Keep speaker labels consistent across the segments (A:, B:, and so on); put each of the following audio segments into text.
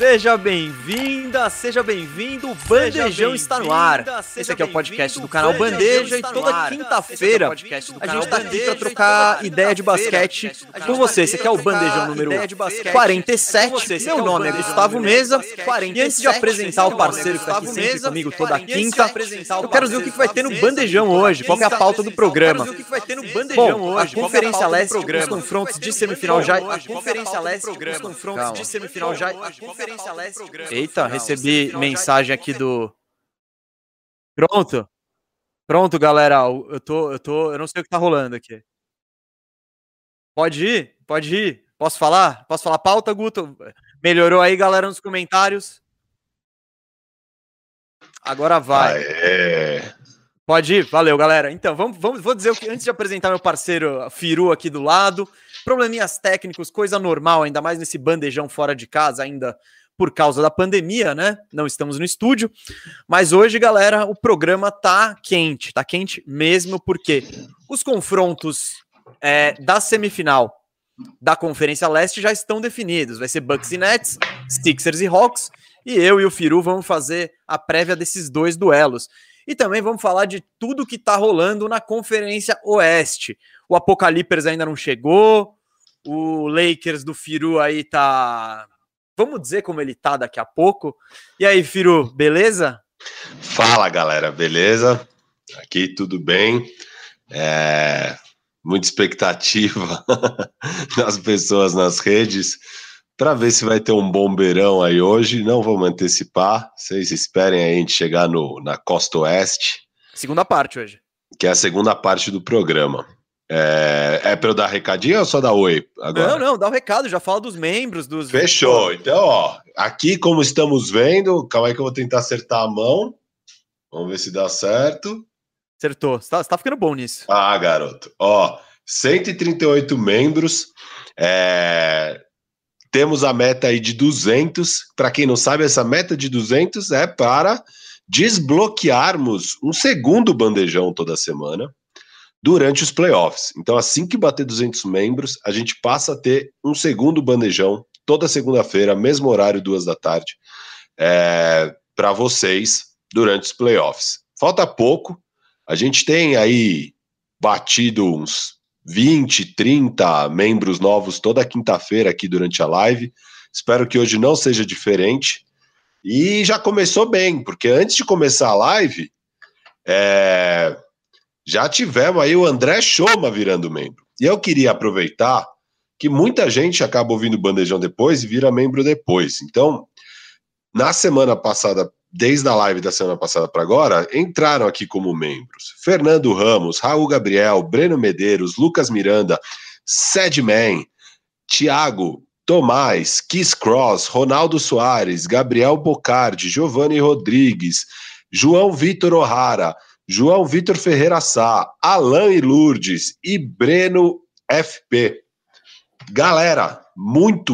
A: Seja bem-vinda, seja bem-vindo, o Bandejão está no ar. Esse aqui é o podcast do canal Bandeja e toda quinta-feira a gente tá aqui pra trocar ideia de basquete com você. Esse aqui é o Bandejão número 47, meu nome é Gustavo Mesa, e antes de apresentar o parceiro que tá aqui sempre comigo toda quinta, eu quero ver o que vai ter no Bandejão hoje, qual que é a pauta do programa. Bom, a Conferência Leste, os confrontos de semifinal já... Eita, recebi mensagem aqui do... Pronto, galera, eu não sei o que tá rolando aqui. Pode ir. Posso falar pauta, Guto? Melhorou aí, galera, nos comentários? Agora vai. Pode ir? Valeu, galera. Então, vou dizer o que antes de apresentar meu parceiro Firu aqui do lado. Probleminhas técnicos, coisa normal, ainda mais nesse bandejão fora de casa, ainda por causa da pandemia, né? Não estamos no estúdio. Mas hoje, galera, o programa tá quente mesmo, porque os confrontos da semifinal da Conferência Leste já estão definidos. Vai ser Bucks e Nets, Sixers e Hawks, e eu e o Firu vamos fazer a prévia desses dois duelos. E também vamos falar de tudo que tá rolando na Conferência Oeste. O Apocalipse ainda não chegou, o Lakers do Firu aí tá... Vamos dizer como ele tá daqui a pouco. E aí, Firu, beleza?
B: Fala, galera, beleza? Aqui tudo bem. Muita expectativa das pessoas nas redes para ver se vai ter um bombeirão aí hoje. Não vamos antecipar, vocês esperem aí a gente chegar na Costa Oeste.
A: Segunda parte hoje.
B: Que é a segunda parte do programa. Para eu dar recadinho ou só dar oi agora?
A: Não, dá o recado, já fala dos membros.
B: Fechou, então ó, aqui como estamos vendo, calma aí que eu vou tentar acertar a mão, vamos ver se dá certo.
A: Acertou, você tá ficando bom nisso.
B: Ah, garoto, ó, 138 membros, temos a meta aí de 200, para quem não sabe, essa meta de 200 é para desbloquearmos um segundo bandejão toda semana, durante os playoffs. Então, assim que bater 200 membros, a gente passa a ter um segundo bandejão, toda segunda-feira, mesmo horário, 14h, para vocês, durante os playoffs. Falta pouco, a gente tem aí batido uns 20, 30 membros novos toda quinta-feira aqui durante a live. Espero que hoje não seja diferente. E já começou bem, porque antes de começar a live, já tivemos aí o André Choma virando membro. E eu queria aproveitar que muita gente acaba ouvindo o Bandejão depois e vira membro depois. Então, na semana passada, desde a live da semana passada para agora, entraram aqui como membros Fernando Ramos, Raul Gabriel, Breno Medeiros, Lucas Miranda, Sedman, Thiago, Tomás, Kiss Cross, Ronaldo Soares, Gabriel Bocardi, Giovanni Rodrigues, João Vitor O'Hara, João Vitor Ferreira Sá, Alan e Lourdes e Breno FP. Galera, muito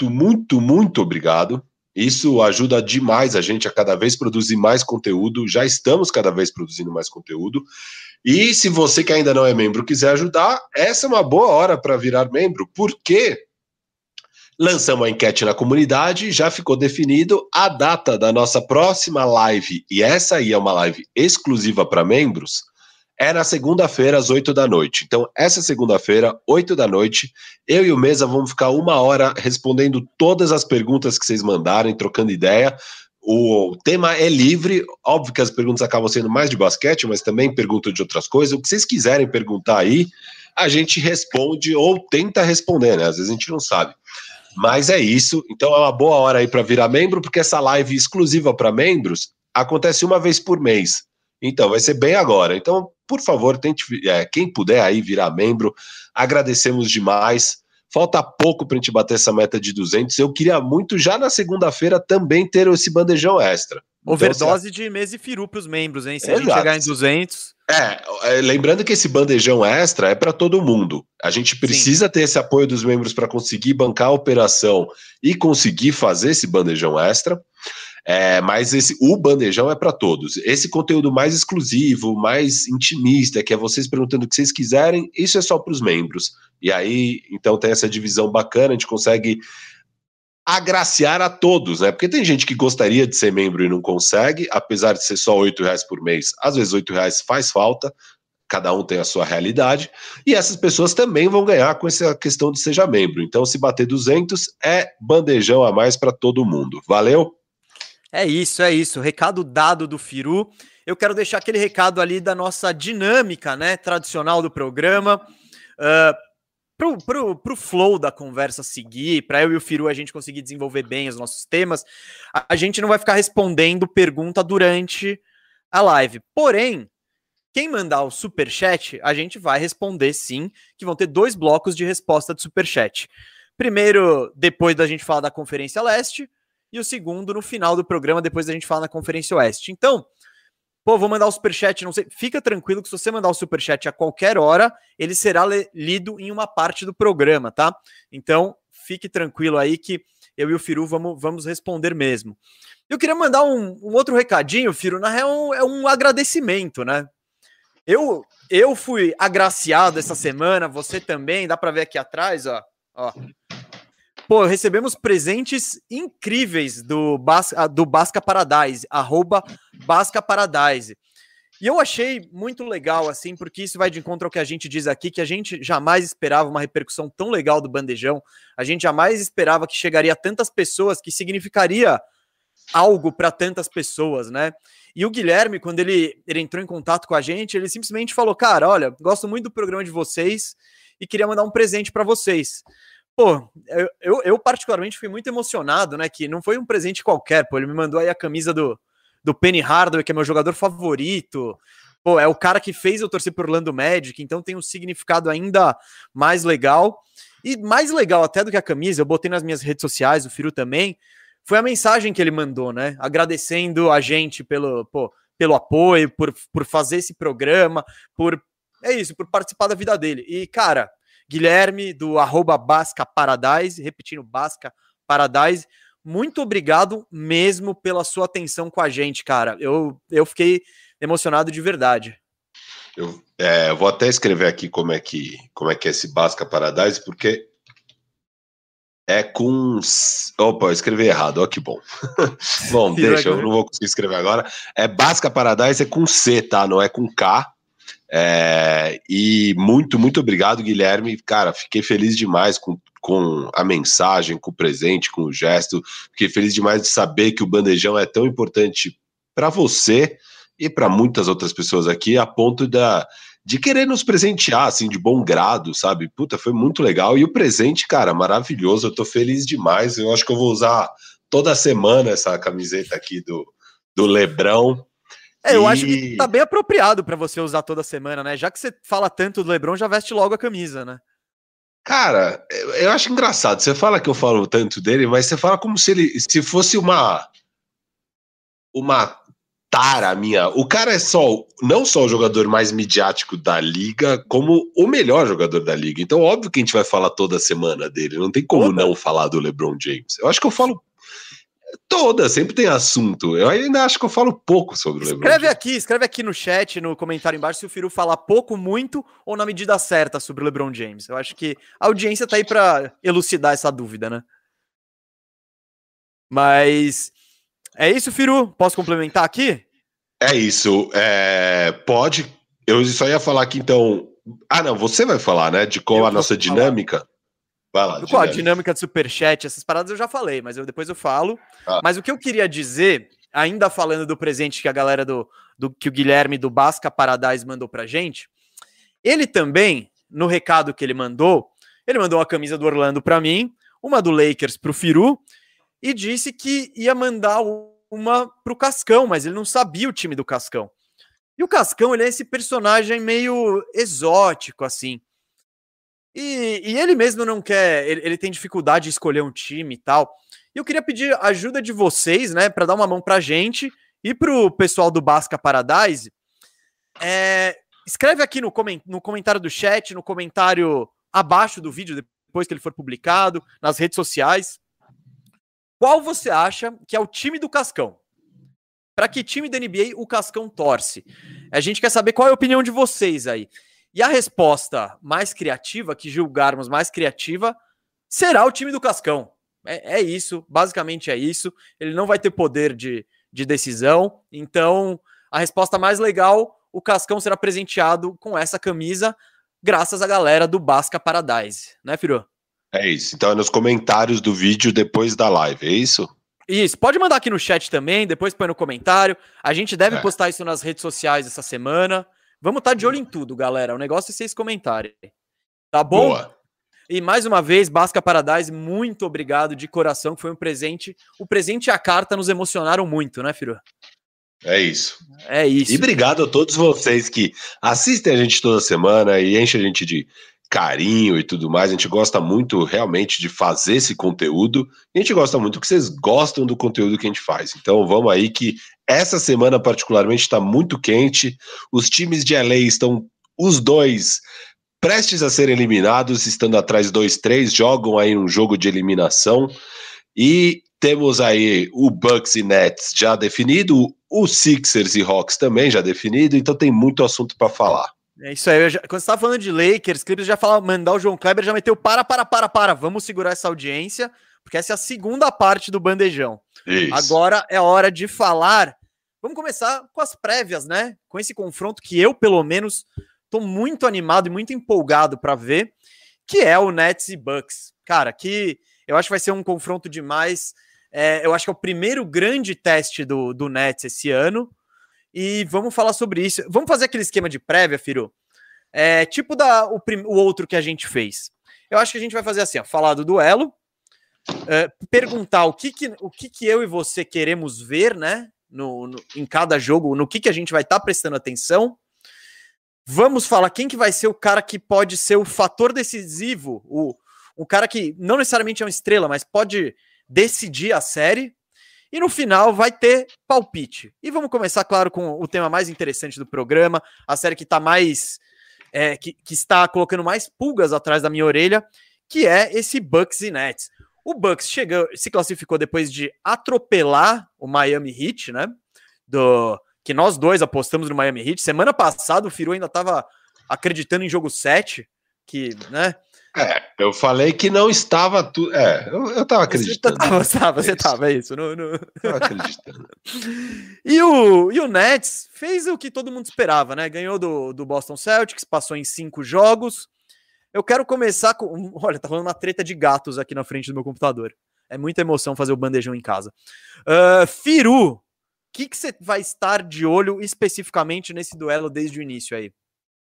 B: obrigado. Isso ajuda demais a gente a cada vez produzir mais conteúdo. Já estamos cada vez produzindo mais conteúdo. E se você que ainda não é membro quiser ajudar, essa é uma boa hora para virar membro, porque lançamos a enquete na comunidade, já ficou definido a data da nossa próxima live, e essa aí é uma live exclusiva para membros, é na segunda-feira, às 8h. Então, essa segunda-feira, 8h, eu e o Mesa vamos ficar 1 hora respondendo todas as perguntas que vocês mandarem, trocando ideia. O tema é livre, óbvio que as perguntas acabam sendo mais de basquete, mas também perguntam de outras coisas. O que vocês quiserem perguntar aí, a gente responde ou tenta responder, né? Às vezes a gente não sabe. Mas é isso, então é uma boa hora aí para virar membro, porque essa live exclusiva para membros acontece uma vez por mês. Então vai ser bem agora. Então, por favor, tente, quem puder aí virar membro, agradecemos demais. Falta pouco para a gente bater essa meta de 200. Eu queria muito já na segunda-feira também ter esse bandejão extra.
A: Overdose de Mesa e Firu para os membros, hein? Se a gente chegar em 200...
B: Lembrando que esse bandejão extra é para todo mundo. A gente precisa ter esse apoio dos membros para conseguir bancar a operação e conseguir fazer esse bandejão extra. Mas o bandejão é para todos. Esse conteúdo mais exclusivo, mais intimista, que é vocês perguntando o que vocês quiserem, isso é só para os membros. E aí, então tem essa divisão bacana, a gente consegue agraciar a todos, né? Porque tem gente que gostaria de ser membro e não consegue, apesar de ser só R$8 por mês. Às vezes R$8 faz falta, cada um tem a sua realidade, e essas pessoas também vão ganhar com essa questão de seja membro. Então, se bater 200, é bandejão a mais para todo mundo. Valeu?
A: É isso. Recado dado do Firu. Eu quero deixar aquele recado ali da nossa dinâmica, né, tradicional do programa, pro flow da conversa seguir, para eu e o Firu a gente conseguir desenvolver bem os nossos temas. A gente não vai ficar respondendo pergunta durante a live. Porém, quem mandar o superchat, a gente vai responder sim, que vão ter 2 blocos de resposta de superchat. Primeiro, depois da gente falar da Conferência Leste, e o segundo no final do programa, depois da gente falar na Conferência Oeste. Então, vou mandar o superchat, não sei, fica tranquilo que se você mandar o superchat a qualquer hora, ele será lido em uma parte do programa, tá? Então, fique tranquilo aí que eu e o Firu vamos responder mesmo. Eu queria mandar um outro recadinho, Firu, na real é um agradecimento, né? Eu fui agraciado essa semana, você também, dá para ver aqui atrás, ó. Recebemos presentes incríveis do Basca Paradise, @BascaParadise. E eu achei muito legal, assim, porque isso vai de encontro ao que a gente diz aqui, que a gente jamais esperava uma repercussão tão legal do Bandejão, a gente jamais esperava que chegaria a tantas pessoas, que significaria algo para tantas pessoas, né? E o Guilherme, quando ele entrou em contato com a gente, ele simplesmente falou, cara, olha, gosto muito do programa de vocês e queria mandar um presente para vocês. Eu particularmente fui muito emocionado, né, que não foi um presente qualquer, ele me mandou aí a camisa do Penny Hardaway, que é meu jogador favorito, é o cara que fez eu torcer por Orlando Magic, então tem um significado ainda mais legal, e mais legal até do que a camisa, eu botei nas minhas redes sociais, o Firu também, foi a mensagem que ele mandou, né, agradecendo a gente pelo apoio, por fazer esse programa, por participar da vida dele, e cara, Guilherme, do @BascaParadise, repetindo, Basca Paradise, muito obrigado mesmo pela sua atenção com a gente, cara. Eu fiquei emocionado de verdade.
B: Eu vou até escrever aqui como é que é esse Basca Paradise, porque é com... Opa, eu escrevi errado, ó que bom. Bom, deixa, eu não vou conseguir escrever agora. Basca Paradise é com C, tá? Não é com K. E muito obrigado, Guilherme. Cara, fiquei feliz demais com a mensagem, com o presente, com o gesto. Fiquei feliz demais de saber que o Bandejão é tão importante para você e para muitas outras pessoas aqui, a ponto de querer nos presentear, assim, de bom grado, sabe? Puta, foi muito legal. E o presente, cara, maravilhoso. Eu tô feliz demais. Eu acho que eu vou usar toda semana essa camiseta aqui do Lebrão.
A: Eu acho que tá bem apropriado para você usar toda semana, né? Já que você fala tanto do LeBron, já veste logo a camisa, né?
B: Cara, eu acho engraçado. Você fala que eu falo tanto dele, mas você fala como se fosse uma tara minha. O cara é não só o jogador mais midiático da liga, como o melhor jogador da liga. Então, óbvio que a gente vai falar toda semana dele. Não tem como não falar do LeBron James. Eu acho que eu falo sempre tem assunto. Eu ainda acho que eu falo pouco sobre o LeBron.
A: Escreve aqui no chat, no comentário embaixo, se o Firu falar pouco, muito ou na medida certa sobre o LeBron James. Eu acho que a audiência tá aí para elucidar essa dúvida, né? Mas é isso, Firu? Posso complementar aqui?
B: É isso. Pode. Eu só ia falar aqui, então... não, você vai falar, né? De qual a nossa dinâmica. Vai lá,
A: a dinâmica de superchat, essas paradas eu já falei, mas depois eu falo. Mas o que eu queria dizer, ainda falando do presente que a galera que o Guilherme do Basca Paradise mandou pra gente, ele também, no recado que ele mandou uma camisa do Orlando pra mim, uma do Lakers pro Firu, e disse que ia mandar uma pro Cascão, mas ele não sabia o time do Cascão. E o Cascão, ele é esse personagem meio exótico, assim. E ele mesmo não quer, ele tem dificuldade de escolher um time e tal. E eu queria pedir ajuda de vocês, né, para dar uma mão pra gente e pro pessoal do Basca Paradise. Escreve aqui no comentário do chat, no comentário abaixo do vídeo, depois que ele for publicado, nas redes sociais. Qual você acha que é o time do Cascão? Para que time da NBA o Cascão torce? A gente quer saber qual é a opinião de vocês aí. E a resposta mais criativa, que julgarmos mais criativa, será o time do Cascão. É isso, basicamente é isso. Ele não vai ter poder de decisão. Então, a resposta mais legal, o Cascão será presenteado com essa camisa, graças à galera do Basca Paradise, né, Firu?
B: É isso. Então é nos comentários do vídeo depois da live, é isso?
A: Isso, pode mandar aqui no chat também, depois põe no comentário. A gente deve postar isso nas redes sociais essa semana. Vamos estar de olho em tudo, galera. O negócio é vocês comentarem. Tá bom?
B: Boa.
A: E mais uma vez, Basca Paradise, muito obrigado de coração, que foi um presente. O presente e a carta nos emocionaram muito, né, Firu?
B: É isso.
A: É isso.
B: E obrigado a todos vocês que assistem a gente toda semana e enchem a gente de carinho e tudo mais. A gente gosta muito realmente de fazer esse conteúdo. E a gente gosta muito que vocês gostam do conteúdo que a gente faz. Então vamos aí que essa semana particularmente está muito quente. Os times de LA estão os dois prestes a serem eliminados, estando atrás 2-3, jogam aí um jogo de eliminação. E temos aí o Bucks e Nets já definido, o Sixers e Hawks também já definido, então tem muito assunto para falar.
A: É isso aí. Quando você estava falando de Lakers, Clippers, já falava, mandar o João Kleber, já meteu para. Vamos segurar essa audiência, porque essa é a segunda parte do bandejão.
B: Isso.
A: Agora é hora de falar. Vamos começar com as prévias, né? Com esse confronto que eu, pelo menos, tô muito animado e muito empolgado para ver, que é o Nets e Bucks. Cara, que eu acho que vai ser um confronto demais. Eu acho que é o primeiro grande teste do Nets esse ano. E vamos falar sobre isso. Vamos fazer aquele esquema de prévia, Firu? Tipo o outro que a gente fez. Eu acho que a gente vai fazer assim, ó, falar do duelo, perguntar o que eu e você queremos ver, né? Em cada jogo, no que a gente vai estar prestando atenção. Vamos falar quem que vai ser o cara que pode ser o fator decisivo, o cara que não necessariamente é uma estrela, mas pode decidir a série. E no final vai ter palpite. E vamos começar, claro, com o tema mais interessante do programa, a série que está mais... que está colocando mais pulgas atrás da minha orelha, que é esse Bucks e Nets. O Bucks se classificou depois de atropelar o Miami Heat, né? Que nós dois apostamos no Miami Heat. Semana passada o Firu ainda estava acreditando em jogo 7, que, né?
B: Eu falei que não estava tudo. Eu estava acreditando.
A: Você estava, é isso.
B: Estava acreditando.
A: E o Nets fez o que todo mundo esperava, né? Ganhou do Boston Celtics, passou em 5 jogos. Eu quero começar com... Olha, tá rolando uma treta de gatos aqui na frente do meu computador. É muita emoção fazer o bandejão em casa. Firu, o que você vai estar de olho especificamente nesse duelo desde o início aí?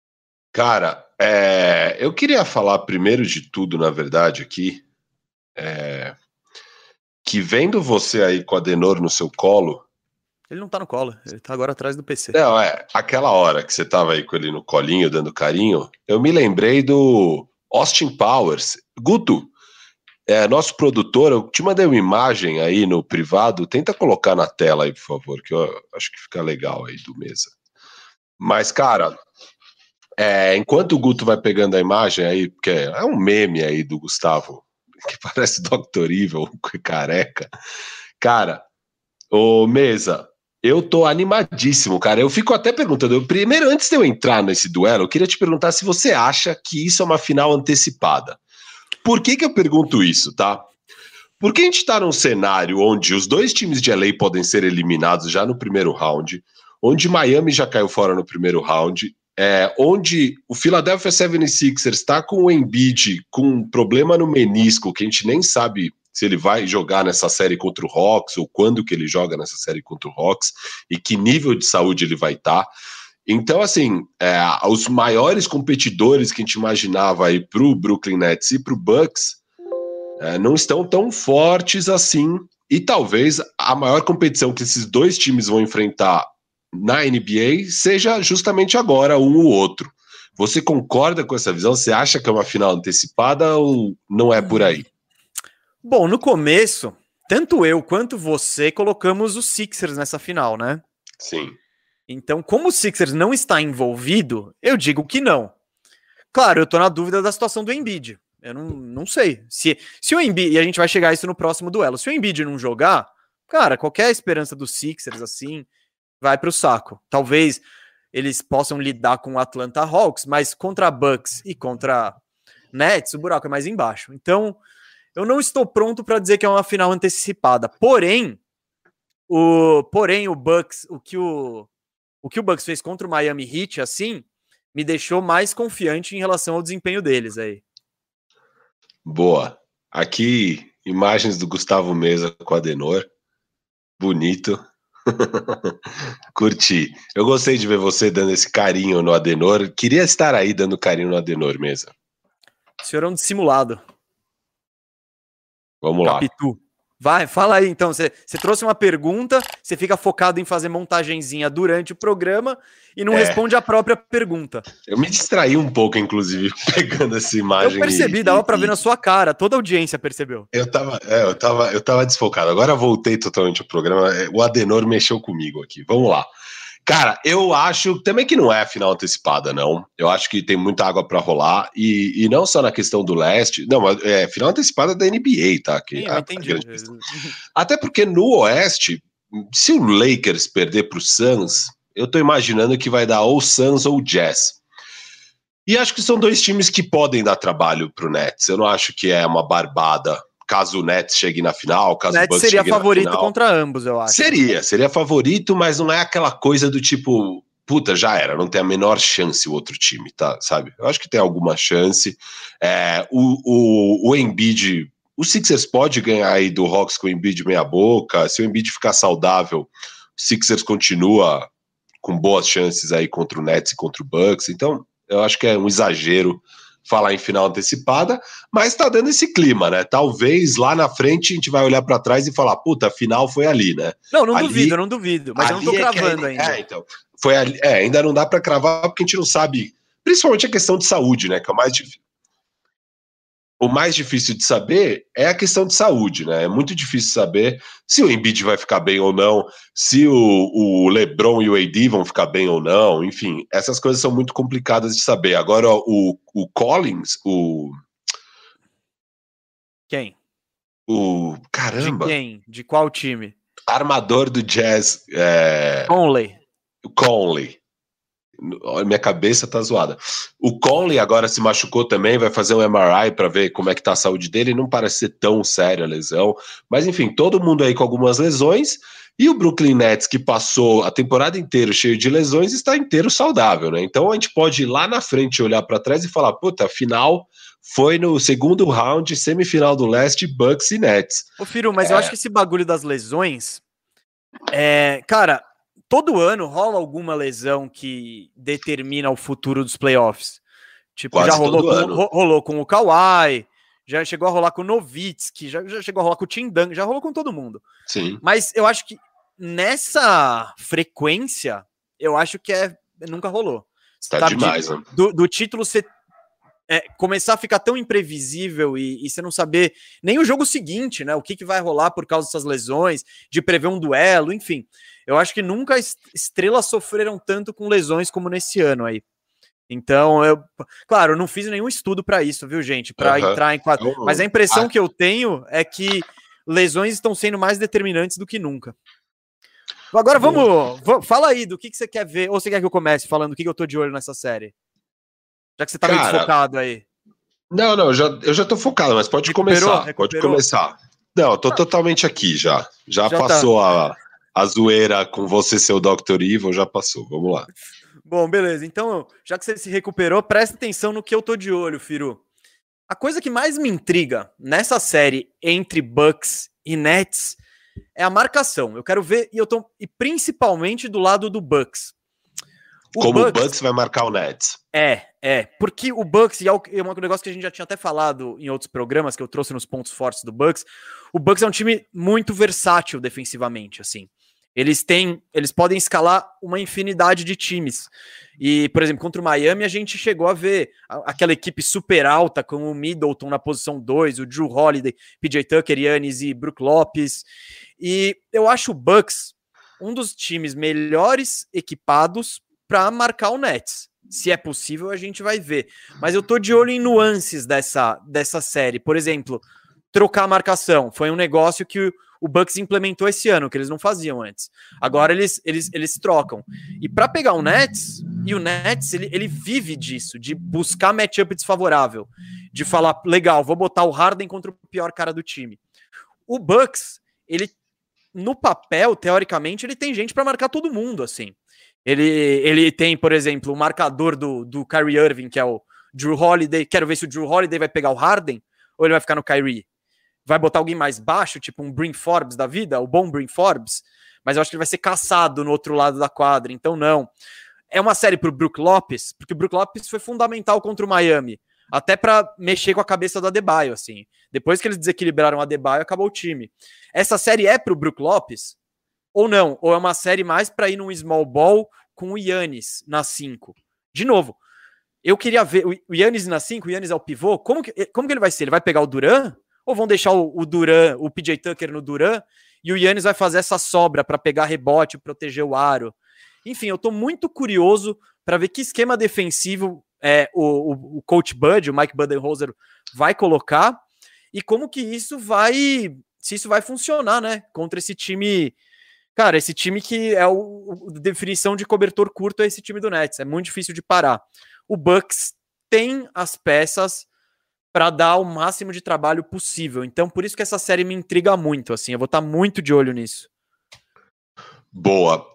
B: Cara, eu queria falar primeiro de tudo, na verdade, aqui, que vendo você aí com a Adenor no seu colo...
A: Ele não tá no colo, ele tá agora atrás do PC.
B: Não, aquela hora que você tava aí com ele no colinho, dando carinho, eu me lembrei do Austin Powers. Guto, nosso produtor, eu te mandei uma imagem aí no privado, tenta colocar na tela aí, por favor, que eu acho que fica legal aí do mesa. Mas, cara... enquanto o Guto vai pegando a imagem aí, porque é um meme aí do Gustavo, que parece Dr. Evil, careca. Cara, ô Mesa, eu tô animadíssimo, cara. Eu fico até perguntando, primeiro, antes de eu entrar nesse duelo, eu queria te perguntar se você acha que isso é uma final antecipada. Por que eu pergunto isso, tá? Porque a gente tá num cenário onde os dois times de LA podem ser eliminados já no primeiro round, onde Miami já caiu fora no primeiro round, onde o Philadelphia 76ers está com o Embiid com um problema no menisco, que a gente nem sabe se ele vai jogar nessa série contra o Hawks, ou quando que ele joga nessa série contra o Hawks, e que nível de saúde ele vai estar. Então, assim, os maiores competidores que a gente imaginava aí pro Brooklyn Nets e pro Bucks não estão tão fortes assim, e talvez a maior competição que esses dois times vão enfrentar na NBA seja justamente agora um ou outro. Você concorda com essa visão? Você acha que é uma final antecipada ou não é por aí?
A: Bom, no começo, tanto eu quanto você colocamos os Sixers nessa final, né?
B: Sim.
A: Então, como o Sixers não está envolvido, eu digo que não. Claro, eu tô na dúvida da situação do Embiid. Eu não sei. Se o Embiid, e a gente vai chegar a isso no próximo duelo, se o Embiid não jogar, cara, qualquer esperança dos Sixers, assim, vai pro saco. Talvez eles possam lidar com o Atlanta Hawks, mas contra Bucks e contra Nets, o buraco é mais embaixo. Então, eu não estou pronto para dizer que é uma final antecipada. Porém, o Bucks, o que o Bucks fez contra o Miami Heat, assim, me deixou mais confiante em relação ao desempenho deles aí.
B: Boa. Aqui, imagens do Gustavo Meza com o Adenor. Bonito. Curti. Eu gostei de ver você dando esse carinho no Adenor. Queria estar aí dando carinho no Adenor Meza.
A: O senhor é um dissimulado.
B: Vamos
A: Capitu. Lá. Vai, fala aí então. Você trouxe uma pergunta, você fica focado em fazer montagenzinha durante o programa e não responde a própria pergunta.
B: Eu me distraí um pouco, inclusive, pegando essa imagem.
A: Eu percebi, dava pra ver na sua cara, toda a audiência percebeu.
B: Eu tava desfocado. Agora voltei totalmente ao programa. O Adenor mexeu comigo aqui. Vamos lá. Cara, eu acho também que não é a final antecipada, não. Eu acho que tem muita água para rolar, e não só na questão do leste, não, mas é final antecipada da NBA, tá? Que
A: sim, eu entendi.
B: Até porque no oeste, se o Lakers perder pro Suns, eu tô imaginando que vai dar ou Suns ou Jazz. E acho que são dois times que podem dar trabalho pro Nets. Eu não acho que é uma barbada caso o Nets chegue na final, caso o Bucks
A: seria
B: chegue na
A: favorito
B: final.
A: Contra ambos, eu acho.
B: Seria favorito, mas não é aquela coisa do tipo, puta, já era, não tem a menor chance o outro time, tá? Sabe? Eu acho que tem alguma chance. O Embiid, o Sixers pode ganhar aí do Hawks com o Embiid meia boca. Se o Embiid ficar saudável, o Sixers continua com boas chances aí contra o Nets e contra o Bucks. Então, eu acho que é um exagero falar em final antecipada, mas tá dando esse clima, né? Talvez lá na frente a gente vai olhar para trás e falar, puta, a final foi ali, né?
A: Não duvido, mas eu não tô cravando ainda.
B: Então, foi ali, ainda não dá para cravar porque a gente não sabe, principalmente a questão de saúde, né? Que é o mais difícil. O mais difícil de saber é a questão de saúde, né? É muito difícil saber se o Embiid vai ficar bem ou não, se o LeBron e o AD vão ficar bem ou não, enfim, essas coisas são muito complicadas de saber. Agora, o Collins,
A: Quem?
B: Caramba!
A: De quem? De qual time?
B: Armador do Jazz. Conley. Minha cabeça tá zoada. O Conley agora se machucou também, vai fazer um MRI para ver como é que tá a saúde dele, não parece ser tão séria a lesão, mas enfim, todo mundo aí com algumas lesões, e o Brooklyn Nets, que passou a temporada inteira cheio de lesões, está inteiro saudável, né? Então a gente pode ir lá na frente, olhar para trás e falar, puta, afinal foi no segundo round, semifinal do leste, Bucks e Nets.
A: Ô Firu, mas eu acho que esse bagulho das lesões, cara, todo ano rola alguma lesão que determina o futuro dos playoffs. Tipo, quase já rolou com o Kawhi, já chegou a rolar com o Nowitzki, já chegou a rolar com o Tim Duncan, já rolou com todo mundo.
B: Sim.
A: Mas eu acho que nessa frequência, eu acho que nunca rolou.
B: Tá demais, né?
A: Do título ser começar a ficar tão imprevisível e você não saber nem o jogo seguinte, né? O que vai rolar por causa dessas lesões, de prever um duelo, enfim. Eu acho que nunca estrelas sofreram tanto com lesões como nesse ano aí. Então, claro, eu não fiz nenhum estudo para isso, viu, gente? Para entrar em quadro. Mas a impressão que eu tenho é que lesões estão sendo mais determinantes do que nunca. Agora fala aí do que você quer ver, ou você quer que eu comece falando o que eu tô de olho nessa série? Já que você tá meio desfocado aí.
B: Não, eu já tô focado, mas pode começar. Pode começar. Não, eu tô totalmente aqui já. Já passou tá. a zoeira com você ser o Dr. Evil, já passou. Vamos lá.
A: Bom, beleza. Então, já que você se recuperou, presta atenção no que eu tô de olho, Firu. A coisa que mais me intriga nessa série entre Bucks e Nets é a marcação. Eu quero ver, e principalmente do lado do Bucks.
B: O Bucks vai marcar o Nets.
A: Porque o Bucks, e é um negócio que a gente já tinha até falado em outros programas, que eu trouxe nos pontos fortes do Bucks, o Bucks é um time muito versátil defensivamente, assim. Eles podem escalar uma infinidade de times. E, por exemplo, contra o Miami, a gente chegou a ver aquela equipe super alta, com o Middleton na posição 2, o Drew Holiday, PJ Tucker, Giannis e Brook Lopes. E eu acho o Bucks um dos times melhores equipados para marcar o Nets. Se é possível, a gente vai ver. Mas eu tô de olho em nuances dessa série. Por exemplo, trocar a marcação. Foi um negócio que o Bucks implementou esse ano, que eles não faziam antes. Agora eles trocam. E para pegar o Nets, ele vive disso, de buscar matchup desfavorável, de falar, legal, vou botar o Harden contra o pior cara do time. O Bucks, ele, no papel, teoricamente, ele tem gente para marcar todo mundo, assim. Ele tem, por exemplo, o marcador do Kyrie Irving, que é o Jrue Holiday. Quero ver se o Jrue Holiday vai pegar o Harden ou ele vai ficar no Kyrie. Vai botar alguém mais baixo, tipo um Bryn Forbes da vida, o bom Bryn Forbes, mas eu acho que ele vai ser caçado no outro lado da quadra, então não. É uma série pro Brook Lopes, porque o Brook Lopes foi fundamental contra o Miami, até para mexer com a cabeça do Adebayo, assim. Depois que eles desequilibraram o Adebayo, acabou o time. Essa série é pro Brook Lopes? Ou não? Ou é uma série mais para ir num small ball com o Giannis na 5? De novo, eu queria ver o Giannis na 5, o Giannis é o pivô, como que ele vai ser? Ele vai pegar o Durant? Ou vão deixar o Durant, o PJ Tucker no Durant, e o Giannis vai fazer essa sobra para pegar rebote, proteger o aro? Enfim, eu tô muito curioso para ver que esquema defensivo o Coach Bud, o Mike Budenholzer, vai colocar, e como que isso vai, se isso vai funcionar, né, contra esse time, cara, esse time que é a definição de cobertor curto, é esse time do Nets, é muito difícil de parar. O Bucks tem as peças para dar o máximo de trabalho possível. Então, por isso que essa série me intriga muito, assim, eu vou estar muito de olho nisso.
B: Boa.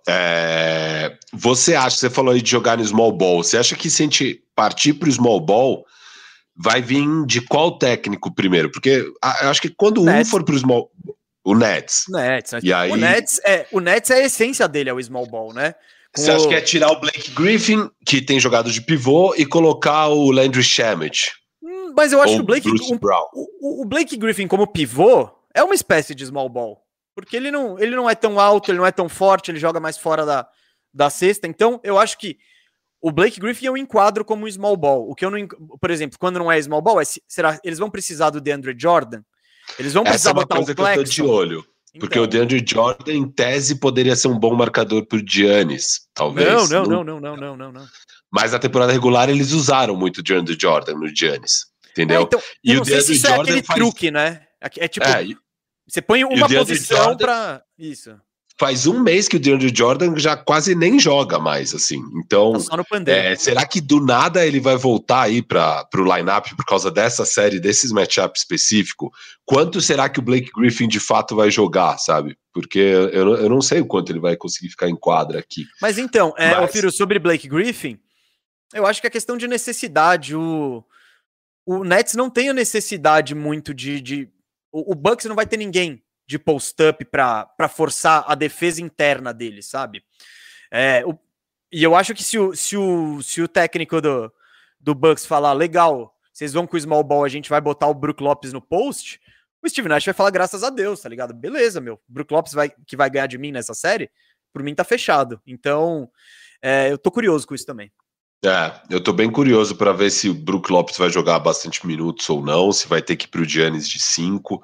B: Você falou aí de jogar no small ball, você acha que se a gente partir para o small ball, vai vir de qual técnico primeiro? Porque eu acho que quando um for para o small... O Nets.
A: E aí... o Nets é a essência dele, é o small ball, né?
B: Você acha que é tirar o Blake Griffin, que tem jogado de pivô, e colocar o Landry Shamet?
A: Mas eu acho que o Blake Griffin como pivô é uma espécie de small ball. Porque ele não é tão alto, ele não é tão forte, ele joga mais fora da cesta. Então, eu acho que o Blake Griffin eu enquadro como um small ball. O que eu não, por exemplo, quando não é small ball, eles vão precisar do DeAndre Jordan? Eles vão precisar botar o Claxton?
B: Essa é uma coisa que eu tô de olho. Porque o DeAndre Jordan, em tese, poderia ser um bom marcador pro Giannis, talvez.
A: Não.
B: Mas na temporada regular eles usaram muito o DeAndre Jordan no Giannis, entendeu?
A: Então, e o DeAndre Jordan é aquele truque, né? É tipo, você põe uma posição para isso.
B: Faz um mês que o DeAndre Jordan já quase nem joga mais, assim. Então,
A: tá só no pandeiro.
B: Será que do nada ele vai voltar aí para o line-up por causa dessa série, desses matchup específico? Quanto será que o Blake Griffin de fato vai jogar, sabe? Porque eu não sei o quanto ele vai conseguir ficar em quadra aqui.
A: Mas então, Firo, sobre Blake Griffin, eu acho que é questão de necessidade. O Nets não tem a necessidade muito o Bucks não vai ter ninguém de post-up para forçar a defesa interna dele, sabe? E eu acho que se o técnico do Bucks falar, legal, vocês vão com o small ball, a gente vai botar o Brook Lopes no post, o Steve Nash vai falar graças a Deus, tá ligado? Beleza, meu, o Brook Lopes que vai ganhar de mim nessa série, por mim tá fechado. Então, eu tô curioso com isso também.
B: Eu tô bem curioso para ver se o Brook Lopes vai jogar bastante minutos ou não, se vai ter que ir pro Giannis de 5.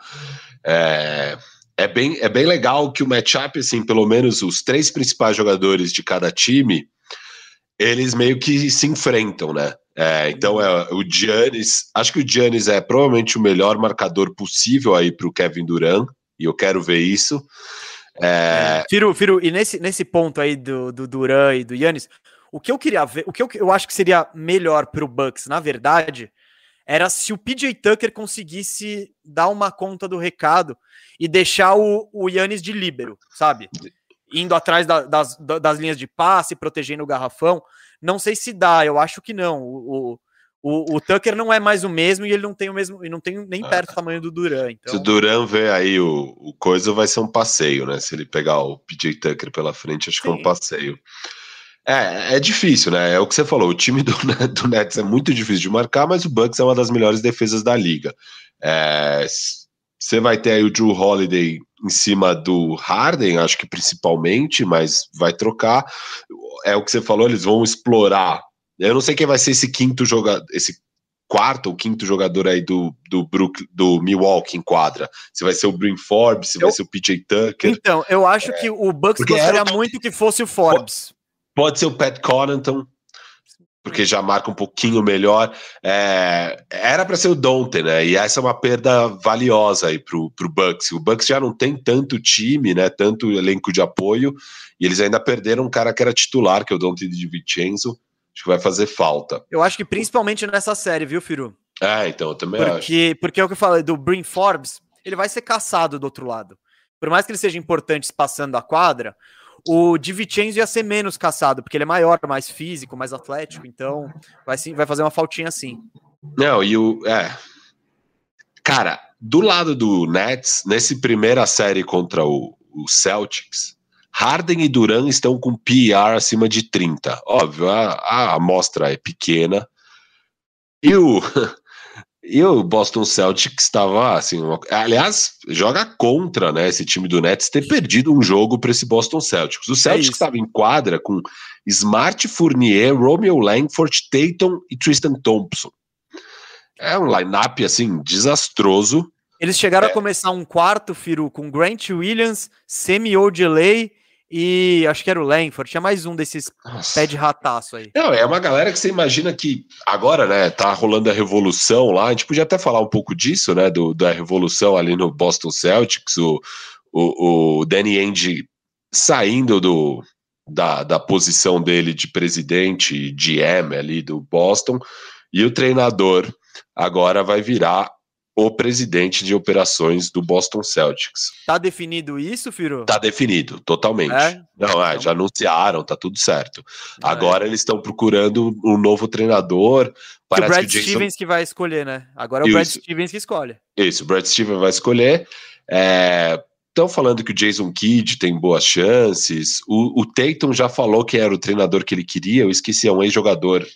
B: É bem legal que o matchup, assim, pelo menos os 3 principais jogadores de cada time, eles meio que se enfrentam, né? Então o Giannis, acho que o Giannis é provavelmente o melhor marcador possível aí pro Kevin Durant, e eu quero ver isso.
A: Firu, e nesse ponto aí do Durant e do Giannis, o que eu queria ver, o que eu acho que seria melhor pro Bucks, na verdade, era se o PJ Tucker conseguisse dar uma conta do recado e deixar o Giannis de líbero, sabe? Indo atrás das linhas de passe, protegendo o garrafão. Não sei se dá, eu acho que não. O Tucker não é mais o mesmo e ele não tem o mesmo, e não tem nem perto do tamanho do Durant. Então...
B: Se o Durant ver aí o coisa, vai ser um passeio, né? Se ele pegar o PJ Tucker pela frente, acho que é um passeio. É difícil, né? É o que você falou, o time do Nets é muito difícil de marcar, mas o Bucks é uma das melhores defesas da liga. Você vai ter aí o Jrue Holiday em cima do Harden, acho que principalmente, mas vai trocar. É o que você falou, eles vão explorar. Eu não sei quem vai ser esse quarto ou quinto jogador aí do Milwaukee em quadra. Se vai ser o Bryn Forbes, se vai ser o PJ Tucker.
A: Então, eu acho que o Bucks gostaria muito que fosse o Forbes.
B: Pode ser o Pat Connaughton, porque já marca um pouquinho melhor. Era para ser o Donte, né? E essa é uma perda valiosa aí pro Bucks. O Bucks já não tem tanto time, né? Tanto elenco de apoio, e eles ainda perderam um cara que era titular, que é o Donte DiVincenzo. Acho que vai fazer falta.
A: Eu acho que principalmente nessa série, viu, Firu?
B: Então, eu também acho.
A: Porque é o que eu falei do Bryn Forbes, ele vai ser caçado do outro lado. Por mais que ele seja importante passando a quadra, o DiVincenzo ia ser menos caçado, porque ele é maior, mais físico, mais atlético, então vai fazer uma faltinha assim.
B: Não, Cara, do lado do Nets, nessa primeira série contra o Celtics, Harden e Durant estão com PR acima de 30. Óbvio, a amostra é pequena. E o Boston Celtics estava assim, aliás, joga contra, né, esse time do Nets ter perdido um jogo para esse Boston Celtics. O Celtics estava em quadra com Smart, Fournier, Romeo Langford, Tatum e Tristan Thompson. É um line-up assim desastroso.
A: Eles chegaram a começar um quarto, Firu, com Grant Williams, Semi Ojeleye e acho que era o Langford. Tinha mais um desses pé de rataço aí.
B: Não, é uma galera que você imagina que agora, né, tá rolando a revolução lá. A gente podia até falar um pouco disso, né, da revolução ali no Boston Celtics, o Danny Ainge saindo da posição dele de presidente, GM ali do Boston, e o treinador agora vai virar o presidente de operações do Boston Celtics.
A: Tá definido isso, Firu?
B: Tá definido, totalmente. Não, já anunciaram, tá tudo certo. Agora eles estão procurando um novo treinador.
A: Parece o Brad Stevens que vai escolher, né? Agora é o Brad Stevens que escolhe.
B: Isso, o Brad Stevens vai escolher. Estão falando que o Jason Kidd tem boas chances. O Tatum já falou que era o treinador que ele queria. Eu esqueci, é um ex-jogador.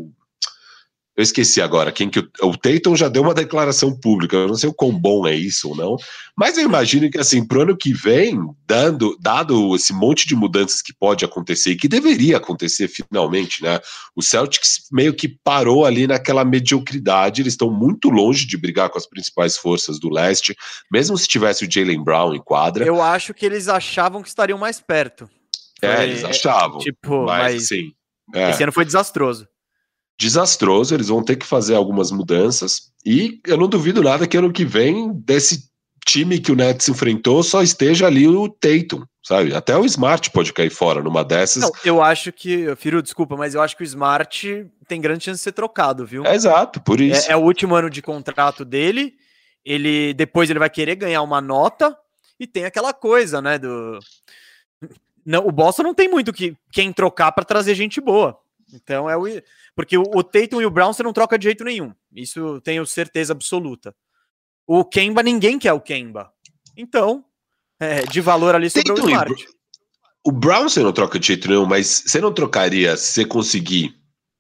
B: Eu esqueci agora, o Tatum já deu uma declaração pública, eu não sei o quão bom é isso ou não, mas eu imagino que assim, pro ano que vem, dado esse monte de mudanças que pode acontecer e que deveria acontecer finalmente, né, o Celtics meio que parou ali naquela mediocridade, eles estão muito longe de brigar com as principais forças do leste, mesmo se tivesse o Jaylen Brown em quadra.
A: Eu acho que eles achavam que estariam mais perto.
B: Eles achavam, mas assim...
A: Esse ano foi desastroso.
B: Desastroso, eles vão ter que fazer algumas mudanças e eu não duvido nada que ano que vem desse time que o Nets enfrentou só esteja ali o Tatum, sabe? Até o Smart pode cair fora numa dessas.
A: Não, eu acho que, Firu, desculpa, mas eu acho que o Smart tem grande chance de ser trocado, viu?
B: Exato, por isso.
A: É o último ano de contrato dele, depois ele vai querer ganhar uma nota e tem aquela coisa, né, Não, o Boston não tem muito quem trocar para trazer gente boa. Então porque o Tatum e o Brown você não troca de jeito nenhum. Isso tenho certeza absoluta. O Kemba, ninguém quer o Kemba. Então, de valor ali sobrou o Smart.
B: O Brown você não troca de jeito nenhum, mas você não trocaria se você conseguir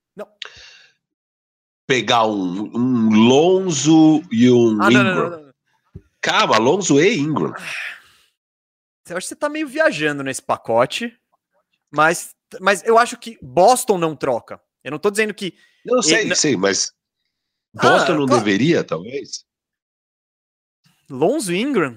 B: pegar um Lonzo e um Ingram? Não. Calma, Lonzo e Ingram.
A: Eu acho que você tá meio viajando nesse pacote, mas eu acho que Boston não troca. Eu não tô dizendo que...
B: Não sei, mas Boston não deveria, talvez?
A: Lonzo e Ingram?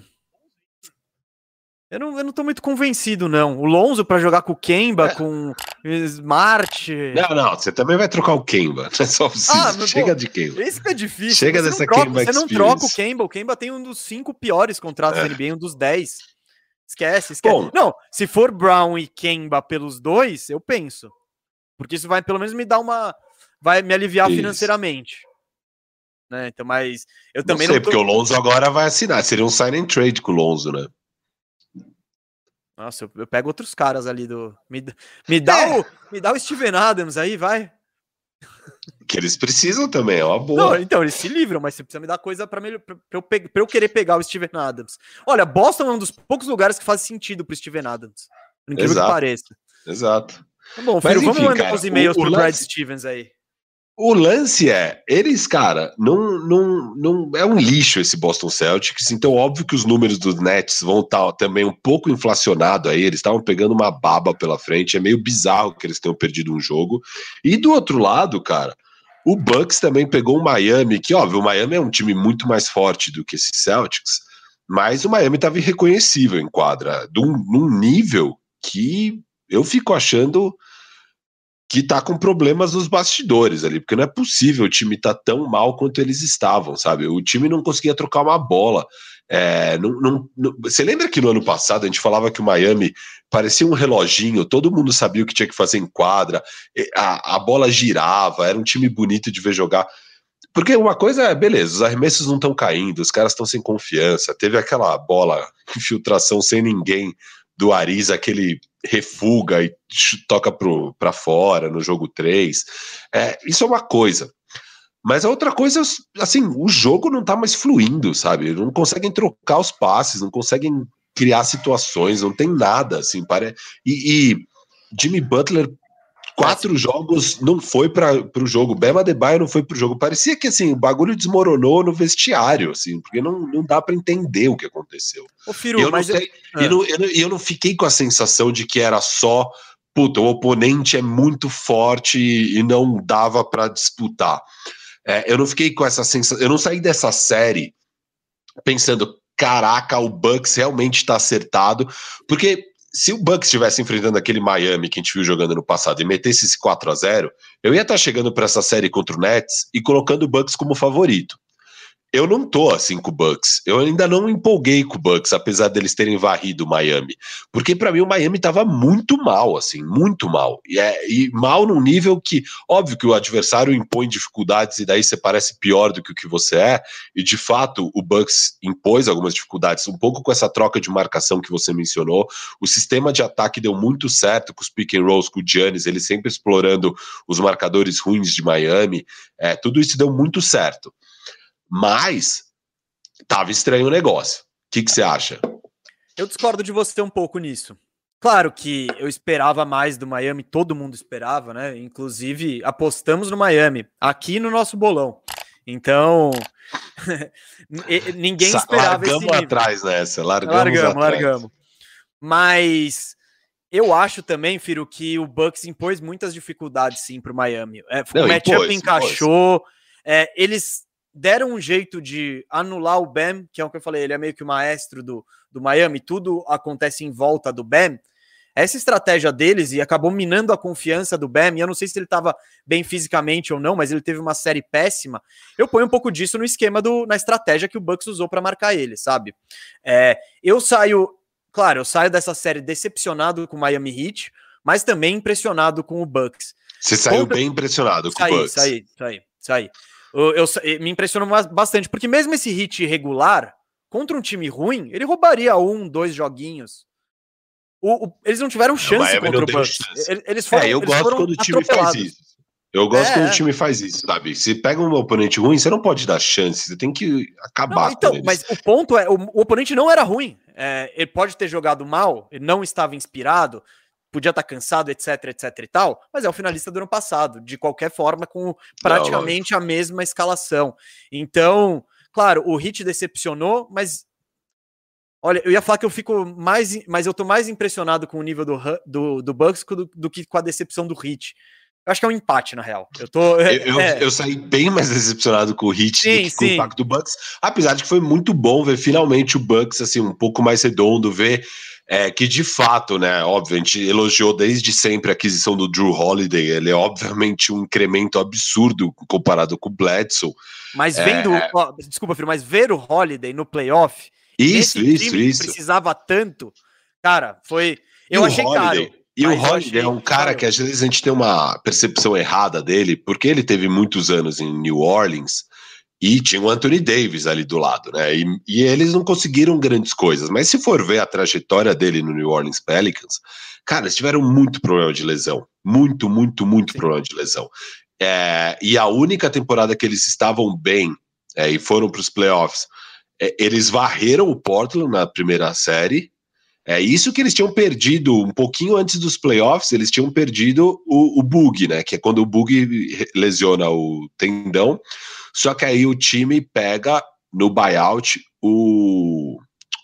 A: Eu não tô muito convencido, não. O Lonzo pra jogar com o Kemba, com o Smart...
B: Não, você também vai trocar o Kemba. Chega de Kemba.
A: Esse que é difícil.
B: Chega dessa Kemba
A: Você não troca o Kemba. O Kemba tem um dos 5 piores contratos da NBA, um dos 10. Esquece. Bom, não, se for Brown e Kemba pelos dois, eu penso. Porque isso vai pelo menos me dar vai me aliviar financeiramente. Né? Então, mas eu também
B: não sei, porque o Lonzo agora vai assinar. Seria um sign and trade com o Lonzo, né?
A: Nossa, eu pego outros caras ali me dá o Steven Adams aí, vai.
B: Que eles precisam também, é uma boa.
A: Não, então, eles se livram, mas você precisa me dar coisa pra eu querer pegar o Steven Adams. Olha, Boston é um dos poucos lugares que faz sentido pro Steven Adams. Por incrível que pareça.
B: Exato.
A: Tá bom, filho, vamos mandar uns e-mails pro Brad Stevens aí.
B: O lance eles, cara, não é um lixo esse Boston Celtics, então óbvio que os números dos Nets vão estar também um pouco inflacionados aí, eles estavam pegando uma baba pela frente, é meio bizarro que eles tenham perdido um jogo. E do outro lado, cara, o Bucks também pegou o Miami, que óbvio, o Miami é um time muito mais forte do que esse Celtics, mas o Miami estava irreconhecível em quadra, num nível que eu fico achando que tá com problemas nos bastidores ali, porque não é possível o time tá tão mal quanto eles estavam, sabe? O time não conseguia trocar uma bola. Você lembra que no ano passado a gente falava que o Miami parecia um reloginho, todo mundo sabia o que tinha que fazer em quadra, a bola girava, era um time bonito de ver jogar. Porque uma coisa é, beleza, os arremessos não estão caindo, os caras estão sem confiança, teve aquela bola, infiltração sem ninguém do Ariza, aquele refuga e toca para fora no jogo 3. Isso é uma coisa. Mas a outra coisa, assim, o jogo não tá mais fluindo, sabe? Não conseguem trocar os passes, não conseguem criar situações, não tem nada, assim, e Jimmy Butler, 4 jogos não foi pro jogo, Bam Adebayo não foi pro jogo, parecia que, assim, o bagulho desmoronou no vestiário, assim, porque não dá para entender o que aconteceu.
A: Ô, Firu,
B: eu não fiquei com a sensação de que era só, puta, o oponente é muito forte e não dava para disputar. Eu não fiquei com essa sensação, eu não saí dessa série pensando, caraca, o Bucks realmente tá acertado, porque se o Bucks estivesse enfrentando aquele Miami que a gente viu jogando no passado e metesse esse 4-0, eu ia estar chegando para essa série contra o Nets e colocando o Bucks como favorito. Eu não tô assim com o Bucks. Eu ainda não me empolguei com o Bucks, apesar deles terem varrido o Miami. Porque para mim o Miami tava muito mal, assim, muito mal. E mal num nível que, óbvio que o adversário impõe dificuldades e daí você parece pior do que o que você é. E de fato o Bucks impôs algumas dificuldades, um pouco com essa troca de marcação que você mencionou. O sistema de ataque deu muito certo com os pick and rolls, com o Giannis, ele sempre explorando os marcadores ruins de Miami. Tudo isso deu muito certo. Mas tava estranho o negócio. O que você acha?
A: Eu discordo de você um pouco nisso. Claro que eu esperava mais do Miami, todo mundo esperava, né? Inclusive, apostamos no Miami, aqui no nosso bolão. Então, ninguém esperava esse nível.
B: Largamos atrás nessa, largamos.
A: Mas eu acho também, Firo, que o Bucks impôs muitas dificuldades, sim, pro Miami. O matchup encaixou, eles deram um jeito de anular o Bam, que é o que eu falei, ele é meio que o maestro do Miami, tudo acontece em volta do Bam. Essa estratégia deles e acabou minando a confiança do Bam, e eu não sei se ele estava bem fisicamente ou não, mas ele teve uma série péssima. Eu ponho um pouco disso no esquema, na estratégia que o Bucks usou para marcar ele, sabe? Eu saio dessa série decepcionado com o Miami Heat, mas também impressionado com o Bucks.
B: Você saiu bem impressionado com o Bucks.
A: Saí. Me impressionou bastante, porque mesmo esse hit irregular, contra um time ruim, ele roubaria 2 joguinhos. Eles não tiveram chance contra o Bucks. Eles foram,
B: eu gosto quando o time faz isso. Eu gosto quando o time faz isso, sabe? Se pega um oponente ruim, você não pode dar chance, você tem que acabar com eles.
A: Mas o ponto é, o oponente não era ruim. Ele pode ter jogado mal, ele não estava inspirado, podia estar cansado, etc e tal, mas é o finalista do ano passado, de qualquer forma, com praticamente a mesma escalação. Então, claro, o Heat decepcionou, mas olha, eu ia falar que eu fico mas eu tô mais impressionado com o nível do Bucks do que com a decepção do Heat. Eu acho que é um empate, na real.
B: Eu saí bem mais decepcionado com o Heat do que com o impacto do Bucks, apesar de que foi muito bom ver finalmente o Bucks assim, um pouco mais redondo, ver que de fato, né, óbvio, a gente elogiou desde sempre a aquisição do Jrue Holiday, ele é obviamente um incremento absurdo comparado com o Bledsoe.
A: Mas desculpa, filho, mas ver o Holiday no playoff,
B: isso.
A: Que precisava tanto, cara, foi... Eu achei caro.
B: E o Holiday é um cara que às vezes a gente tem uma percepção errada dele, porque ele teve muitos anos em New Orleans e tinha o Anthony Davis ali do lado, né? E eles não conseguiram grandes coisas, mas se for ver a trajetória dele no New Orleans Pelicans, cara, eles tiveram muito problema de lesão. Muito problema de lesão. E a única temporada que eles estavam bem e foram para os playoffs, eles varreram o Portland na primeira série. Isso que eles tinham perdido um pouquinho antes dos playoffs, eles tinham perdido o Bug, né? Que é quando o Bug lesiona o tendão. Só que aí o time pega no buyout o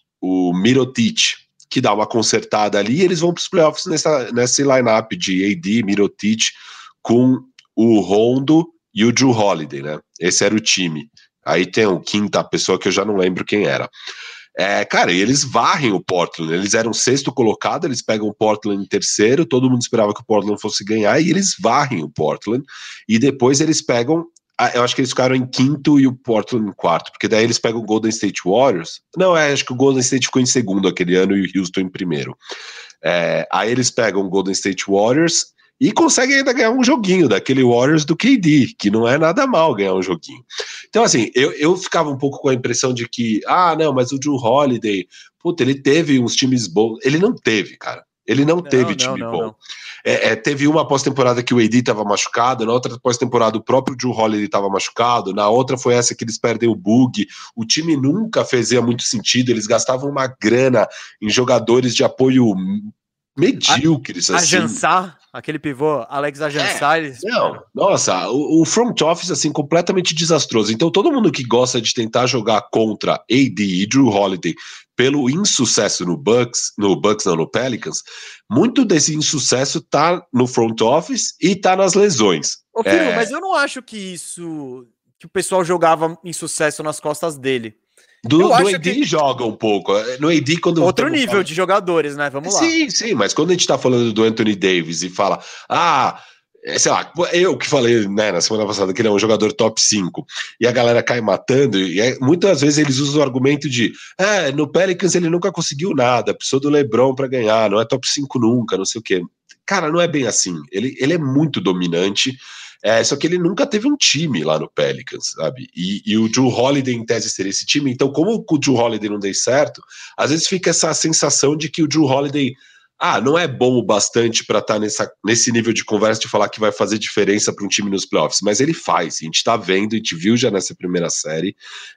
B: Mirotic, que dá uma consertada ali, e eles vão para os playoffs nessa line-up de AD, Mirotic, com o Rondo e o Jrue Holiday, né? Esse era o time. Aí tem o quinta pessoa que eu já não lembro quem era. Cara, e eles varrem o Portland, eles eram 6º colocado, eles pegam o Portland em 3º, todo mundo esperava que o Portland fosse ganhar, e eles varrem o Portland, e depois eles pegam, eu acho que eles ficaram em 5º e o Portland em 4º, porque daí eles pegam o Golden State Warriors, acho que o Golden State ficou em 2º aquele ano e o Houston em 1º. Aí eles pegam o Golden State Warriors, E consegue ainda ganhar um joguinho daquele Warriors do KD, que não é nada mal ganhar um joguinho. Então, assim, eu ficava um pouco com a impressão de que, não, mas o Jrue Holiday, puta, ele teve uns times bons. Ele não teve, cara. Ele não teve time bom. Não. Teve uma pós-temporada que o AD estava machucado, na outra pós-temporada o próprio Jrue Holiday estava machucado, na outra foi essa que eles perdem o Bug. O time nunca fazia muito sentido, eles gastavam uma grana em jogadores de apoio medíocres.
A: Ajansá, aquele pivô, Alex Ajansá.
B: Nossa, o front office, assim, completamente desastroso. Então todo mundo que gosta de tentar jogar contra AD e Jrue Holiday pelo insucesso no Pelicans, muito desse insucesso tá no front office e tá nas lesões.
A: Ô, Firu, mas eu não acho que o pessoal jogava insucesso nas costas dele.
B: Do AD joga um pouco. No AD, quando
A: outro nível de jogadores, né? Vamos lá.
B: Sim, mas quando a gente tá falando do Anthony Davis e fala, sei lá, eu que falei, né, na semana passada que ele é um jogador top 5 e a galera cai matando, e muitas vezes eles usam o argumento de no Pelicans ele nunca conseguiu nada, precisou do LeBron pra ganhar, não é top 5 nunca, não sei o quê. Cara, não é bem assim. Ele é muito dominante. Só que ele nunca teve um time lá no Pelicans, sabe? E o Jrue Holiday, em tese, seria esse time. Então, como o Jrue Holiday não deu certo, às vezes fica essa sensação de que o Jrue Holiday não é bom o bastante para estar nesse nível de conversa de falar que vai fazer diferença para um time nos playoffs. Mas ele faz, a gente tá vendo, a gente viu já nessa primeira série.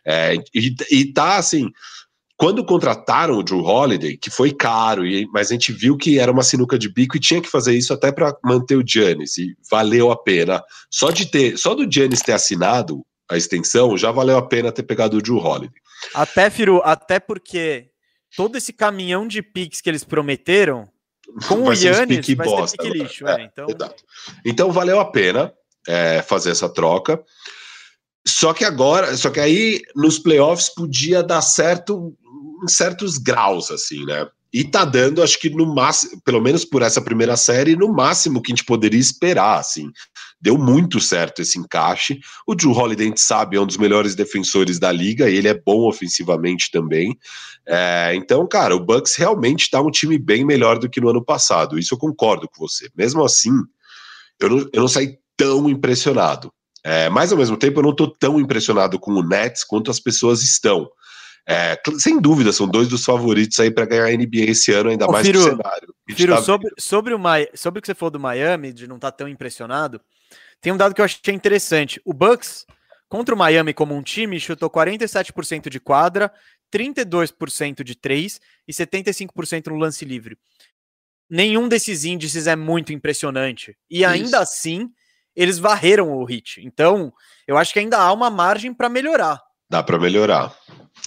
B: E tá assim. Quando contrataram o Jrue Holiday, que foi caro, mas a gente viu que era uma sinuca de bico e tinha que fazer isso até para manter o Giannis, e valeu a pena. Só do Giannis ter assinado a extensão, já valeu a pena ter pegado o Jrue Holiday.
A: Até porque todo esse caminhão de picks que eles prometeram, com o Giannis, vai ser pique lixo.
B: Então valeu a pena fazer essa troca. Só que aí nos playoffs podia dar certo em certos graus, assim, né? E tá dando, acho que no máximo, pelo menos por essa primeira série, no máximo que a gente poderia esperar, assim. Deu muito certo esse encaixe. O Jrue Holiday, a gente sabe, é um dos melhores defensores da liga, e ele é bom ofensivamente também. Então, cara, o Bucks realmente tá um time bem melhor do que no ano passado. Isso eu concordo com você. Mesmo assim, eu não saí tão impressionado. Mas, ao mesmo tempo, eu não tô tão impressionado com o Nets quanto as pessoas estão. Sem dúvida, são dois dos favoritos aí para ganhar a NBA esse ano, ainda mais no cenário.
A: Firu, sobre o que você falou do Miami, de não estar tão impressionado, tem um dado que eu achei interessante. O Bucks, contra o Miami como um time, chutou 47% de quadra, 32% de 3 e 75% no lance livre. Nenhum desses índices é muito impressionante. E ainda assim, eles varreram o Heat. Então, eu acho que ainda há uma margem para melhorar.
B: Dá para melhorar.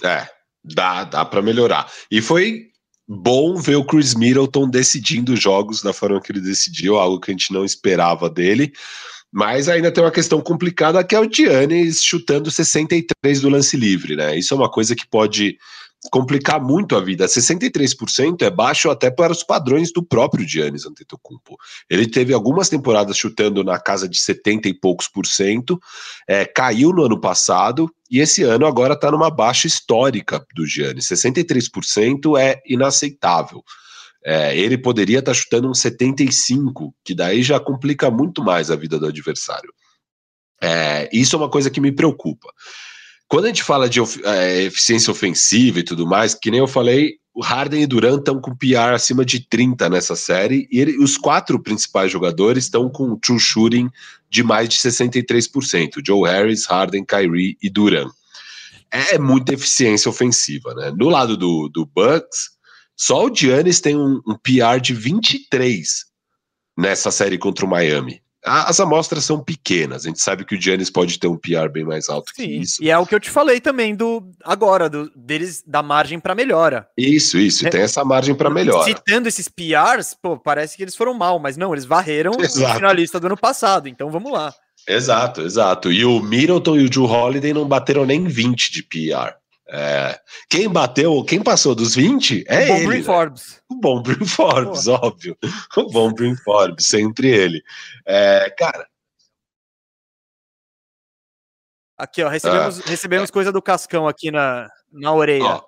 B: Dá para melhorar. E foi bom ver o Chris Middleton decidindo jogos da forma que ele decidiu, algo que a gente não esperava dele. Mas ainda tem uma questão complicada, que é o Giannis chutando 63% do lance livre, né? Isso é uma coisa que pode complicar muito a vida. 63% é baixo até para os padrões do próprio Giannis Antetokounmpo. Ele teve algumas temporadas chutando na casa de 70 e poucos por cento, caiu no ano passado, e esse ano agora está numa baixa histórica do Giannis. 63% é inaceitável. Ele poderia estar chutando um 75%, que daí já complica muito mais a vida do adversário. Isso é uma coisa que me preocupa. Quando a gente fala de eficiência ofensiva e tudo mais, que nem eu falei, o Harden e Durant estão com PR acima de 30 nessa série, e os 4 principais jogadores estão com true shooting de mais de 63%. Joe Harris, Harden, Kyrie e Durant. É muita eficiência ofensiva, né? No lado do Bucks, só o Giannis tem um PR de 23 nessa série contra o Miami. As amostras são pequenas, a gente sabe que o Giannis pode ter um PR bem mais alto. Sim, que isso.
A: E é o que eu te falei também deles da margem para melhora.
B: Isso, tem essa margem para melhora.
A: Citando esses PRs, parece que eles foram mal, mas não, eles varreram o finalista do ano passado, então vamos lá.
B: Exato. E o Middleton e o Jrue Holiday não bateram nem 20 de PR. Quem passou dos 20 é ele.
A: Bryn Forbes.
B: O bom Bryn Forbes, óbvio. O bom Bryn Forbes, sempre ele. Cara.
A: Aqui, ó, recebemos coisa do Cascão aqui na orelha.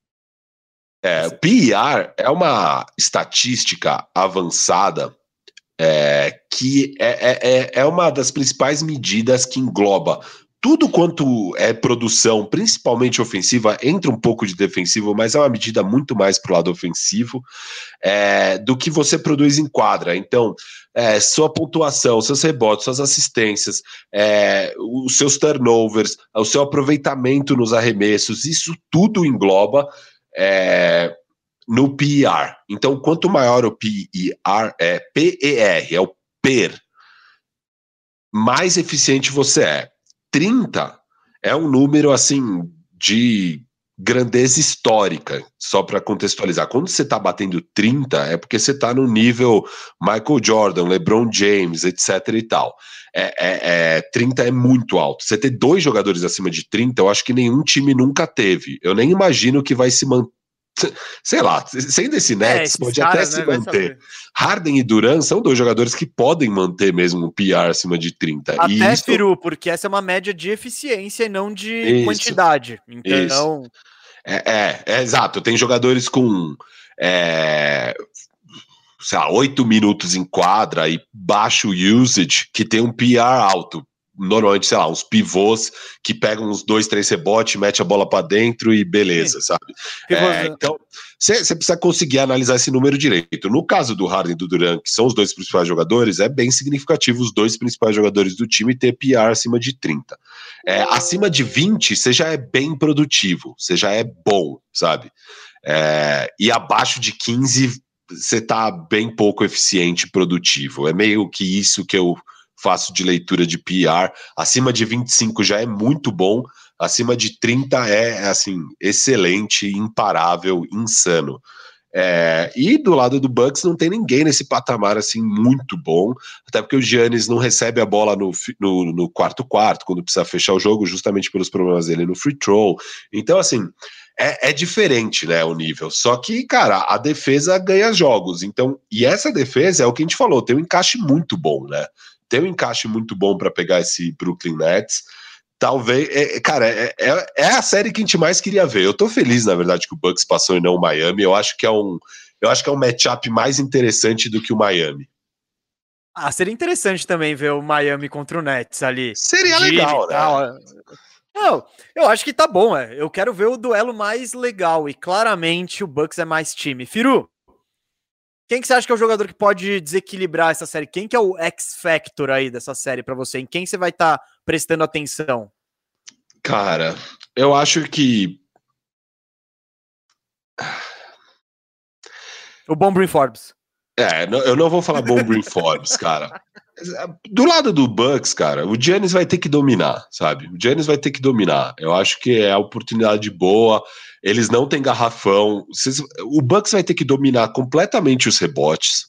B: PR é uma estatística avançada que é uma das principais medidas que engloba tudo quanto é produção, principalmente ofensiva, entra um pouco de defensivo, mas é uma medida muito mais para o lado ofensivo, do que você produz em quadra. Então, sua pontuação, seus rebotes, suas assistências, os seus turnovers, o seu aproveitamento nos arremessos, isso tudo engloba no PER. Então, quanto maior o PER, PER, é o PER, mais eficiente você é. 30 é um número, assim, de grandeza histórica, só para contextualizar. Quando você está batendo 30, é porque você está no nível Michael Jordan, LeBron James, etc e tal. 30 é muito alto. Você ter 2 jogadores acima de 30, eu acho que nenhum time nunca teve. Eu nem imagino que vai se manter. Sei lá, sendo esse Nets, pode caras, até se manter. Harden e Durant são 2 jogadores que podem manter mesmo um PR acima de 30.
A: Até, e isso... Firu, porque essa é uma média de eficiência e não de quantidade. Então...
B: Exato. Tem jogadores com sei lá, 8 minutos em quadra e baixo usage que tem um PR alto. Normalmente, sei lá, uns pivôs que pegam uns 2, 3 rebotes, mete a bola para dentro e beleza, sabe? Então, você precisa conseguir analisar esse número direito. No caso do Harden e do Durant, que são os 2 principais jogadores, é bem significativo os 2 principais jogadores do time ter PR acima de 30. Acima de 20, você já é bem produtivo, você já é bom, sabe? E abaixo de 15, você tá bem pouco eficiente e produtivo. É meio que isso que eu faço de leitura de PR. Acima de 25 já é muito bom, acima de 30 assim, excelente, imparável, insano. E do lado do Bucks não tem ninguém nesse patamar assim muito bom, até porque o Giannis não recebe a bola no quarto, quando precisa fechar o jogo, justamente pelos problemas dele no free throw. Então, assim, é diferente, né, o nível. Só que, cara, a defesa ganha jogos. Então, e essa defesa é o que a gente falou, tem um encaixe muito bom, né? Tem um encaixe muito bom para pegar esse Brooklyn Nets. Talvez, cara, é a série que a gente mais queria ver. Eu tô feliz, na verdade, que o Bucks passou e não o Miami. Eu acho que é um matchup mais interessante do que o Miami.
A: Seria interessante também ver o Miami contra o Nets ali.
B: Seria legal, né?
A: Não, eu acho que tá bom, Eu quero ver o duelo mais legal e claramente o Bucks é mais time. Firu, quem que você acha que é o jogador que pode desequilibrar essa série? Quem que é o X-Factor aí dessa série pra você? Em quem você vai estar prestando atenção?
B: Cara, eu acho que...
A: O Bom Bryn Forbes.
B: Eu não vou falar Bom Bryn Forbes, cara. Do lado do Bucks, cara, o Giannis vai ter que dominar, sabe? O Giannis vai ter que dominar. Eu acho que é a oportunidade boa. Eles não têm garrafão. O Bucks vai ter que dominar completamente os rebotes.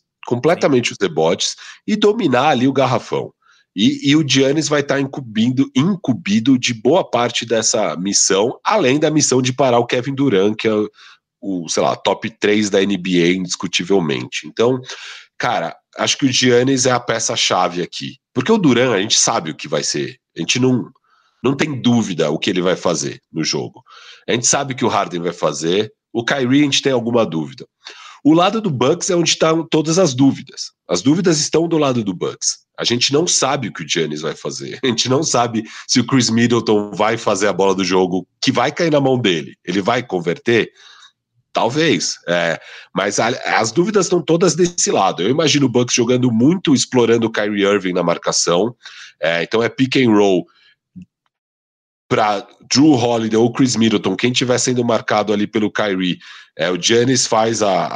B: E dominar ali o garrafão. E o Giannis vai estar incumbido de boa parte dessa missão, além da missão de parar o Kevin Durant, que é o sei lá, top 3 da NBA indiscutivelmente. Então, cara, acho que o Giannis é a peça-chave aqui. Porque o Durant, a gente sabe o que vai ser. A gente não tem dúvida o que ele vai fazer no jogo. A gente sabe o que o Harden vai fazer. O Kyrie, a gente tem alguma dúvida. O lado do Bucks é onde estão todas as dúvidas. As dúvidas estão do lado do Bucks. A gente não sabe o que o Giannis vai fazer. A gente não sabe se o Chris Middleton vai fazer a bola do jogo que vai cair na mão dele. Ele vai converter? Talvez, mas as dúvidas estão todas desse lado. Eu imagino o Bucks jogando muito, explorando o Kyrie Irving na marcação, então é pick and roll para Jrue Holiday ou Chris Middleton, quem estiver sendo marcado ali pelo Kyrie, o Giannis faz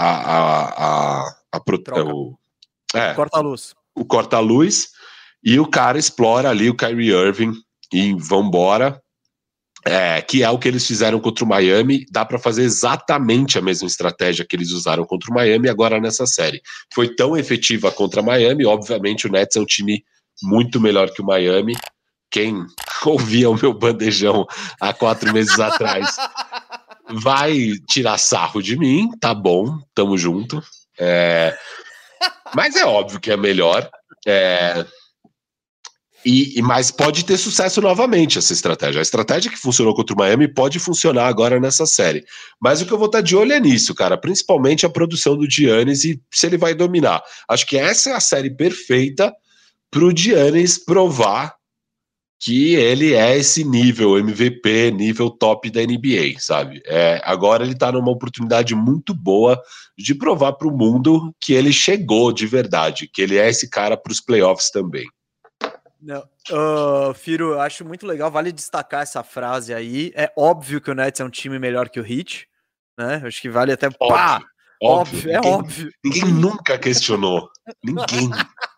A: corta-luz.
B: O corta-luz, e o cara explora ali o Kyrie Irving e vambora. Que é o que eles fizeram contra o Miami. Dá para fazer exatamente a mesma estratégia que eles usaram contra o Miami agora nessa série. Foi tão efetiva contra o Miami. Obviamente o Nets é um time muito melhor que o Miami. Quem ouvia o meu bandejão há 4 meses atrás vai tirar sarro de mim. Tá bom, tamo junto. Mas é óbvio que é melhor. Mas pode ter sucesso novamente essa estratégia. A estratégia que funcionou contra o Miami pode funcionar agora nessa série. Mas o que eu vou estar de olho é nisso, cara. Principalmente a produção do Giannis e se ele vai dominar. Acho que essa é a série perfeita para o Giannis provar que ele é esse nível MVP, nível top da NBA, sabe? Agora ele tá numa oportunidade muito boa de provar para o mundo que ele chegou de verdade, que ele é esse cara para os playoffs também.
A: Não. Firo, eu acho muito legal, vale destacar essa frase aí. É óbvio que o Nets é um time melhor que o Heat, né? Acho que vale até...
B: Óbvio.
A: É óbvio.
B: Ninguém nunca questionou. Ninguém.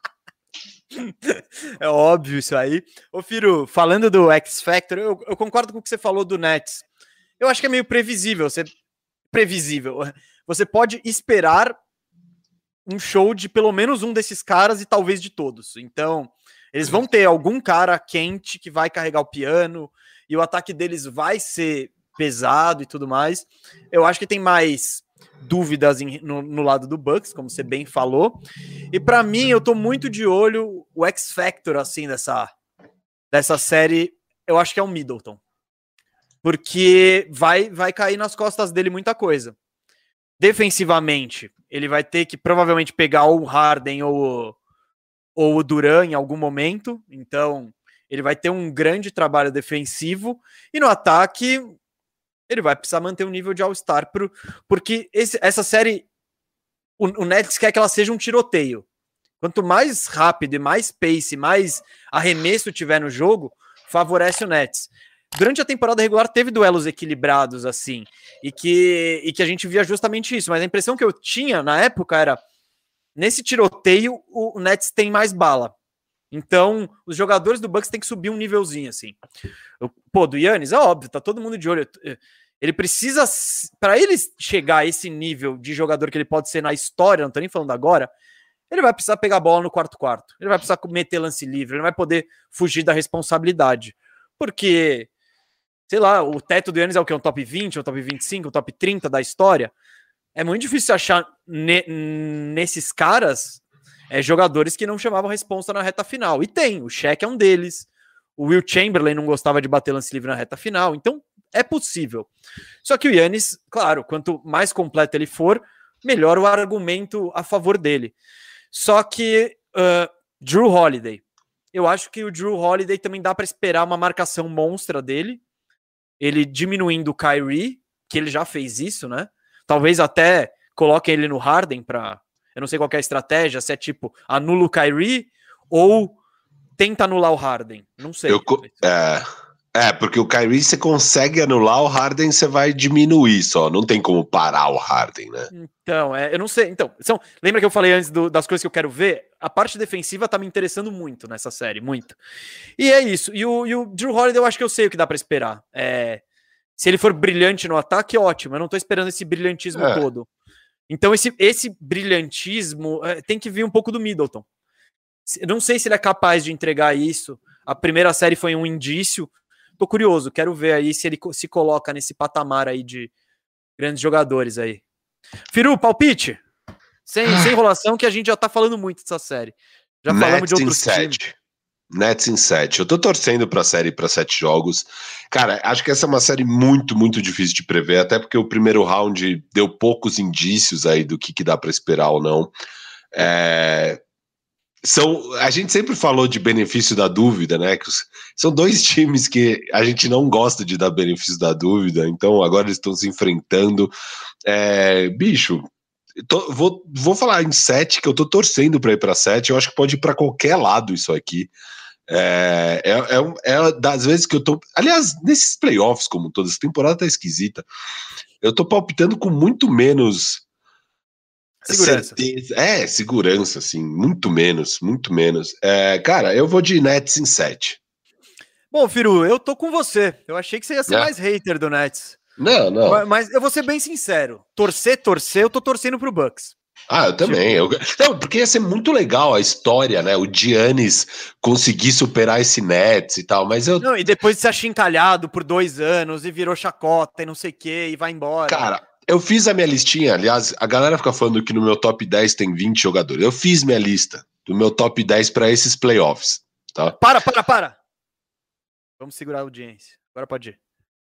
A: É óbvio isso aí. Ô, Firo, falando do X Factor, eu concordo com o que você falou do Nets. Eu acho que é meio previsível. Você pode esperar um show de pelo menos um desses caras e talvez de todos. Então, eles vão ter algum cara quente que vai carregar o piano e o ataque deles vai ser pesado e tudo mais. Eu acho que tem mais dúvidas no lado do Bucks, como você bem falou. E para mim, eu tô muito de olho o X Factor assim dessa série. Eu acho que é o Middleton, porque vai cair nas costas dele muita coisa. Defensivamente, ele vai ter que provavelmente pegar ou o Harden ou o Durant em algum momento. Então, ele vai ter um grande trabalho defensivo. E no ataque, ele vai precisar manter um nível de All-Star, porque essa série, o Nets quer que ela seja um tiroteio. Quanto mais rápido e mais pace, mais arremesso tiver no jogo, favorece o Nets. Durante a temporada regular teve duelos equilibrados assim, e que a gente via justamente isso, mas a impressão que eu tinha na época era, nesse tiroteio o Nets tem mais bala. Então, os jogadores do Bucks têm que subir um nívelzinho, assim. Do Giannis, é óbvio, tá todo mundo de olho. Ele precisa, para ele chegar a esse nível de jogador que ele pode ser na história, não tô nem falando agora, ele vai precisar pegar a bola no quarto. Ele vai precisar meter lance livre, ele não vai poder fugir da responsabilidade. Porque, sei lá, o teto do Giannis é o quê? Um top 20, um top 25, um top 30 da história? É muito difícil achar nesses caras jogadores que não chamavam responsa na reta final. E tem, o Shaq é um deles. O Will Chamberlain não gostava de bater lance livre na reta final. Então, é possível. Só que o Giannis, claro, quanto mais completo ele for, melhor o argumento a favor dele. Só que Jrue Holiday. Eu acho que o Jrue Holiday também dá para esperar uma marcação monstra dele. Ele diminuindo o Kyrie, que ele já fez isso, né? Talvez até coloque ele no Harden para... Eu não sei qual é a estratégia, se é tipo, anula o Kyrie ou tenta anular o Harden. Não sei.
B: Porque o Kyrie você consegue anular, o Harden você vai diminuir só. Não tem como parar o Harden, né?
A: Então, eu não sei. Então, lembra que eu falei antes das coisas que eu quero ver? A parte defensiva tá me interessando muito nessa série, muito. E é isso. E o Jrue Holiday eu acho que eu sei o que dá pra esperar. Se ele for brilhante no ataque, ótimo. Eu não tô esperando esse brilhantismo todo. Então esse brilhantismo tem que vir um pouco do Middleton. Eu não sei se ele é capaz de entregar isso. A primeira série foi um indício. Tô curioso, quero ver aí se ele se coloca nesse patamar aí de grandes jogadores aí. Firu, palpite? Sem enrolação, que a gente já tá falando muito dessa série. Já falamos de outros times.
B: Nets em 7. Eu tô torcendo pra série para 7 jogos. Cara, acho que essa é uma série muito, muito difícil de prever, até porque o primeiro round deu poucos indícios aí do que dá pra esperar ou não. A gente sempre falou de benefício da dúvida, né? Que são dois times que a gente não gosta de dar benefício da dúvida, então agora eles estão se enfrentando. Bicho, vou falar em 7, que eu tô torcendo pra ir pra 7. Eu acho que pode ir pra qualquer lado isso aqui. Das vezes que eu tô. Aliás, nesses playoffs, como toda essa temporada tá esquisita, eu tô palpitando com muito menos
A: segurança.
B: Segurança, assim, muito menos. Cara, eu vou de Nets em 7.
A: Bom, Firu, eu tô com você. Eu achei que você ia ser mais hater do Nets.
B: Não.
A: Mas eu vou ser bem sincero. Torcer, eu tô torcendo pro Bucks.
B: Eu também. Não, porque ia ser muito legal a história, né? O Giannis conseguir superar esse Nets e tal, mas eu...
A: Não, e depois de ser achincalhado por 2 anos e virou chacota e não sei o que, e vai embora.
B: Cara, eu fiz a minha listinha, aliás, a galera fica falando que no meu top 10 tem 20 jogadores. Eu fiz minha lista do meu top 10 para esses playoffs, tá?
A: Para! Vamos segurar a audiência. Agora pode ir.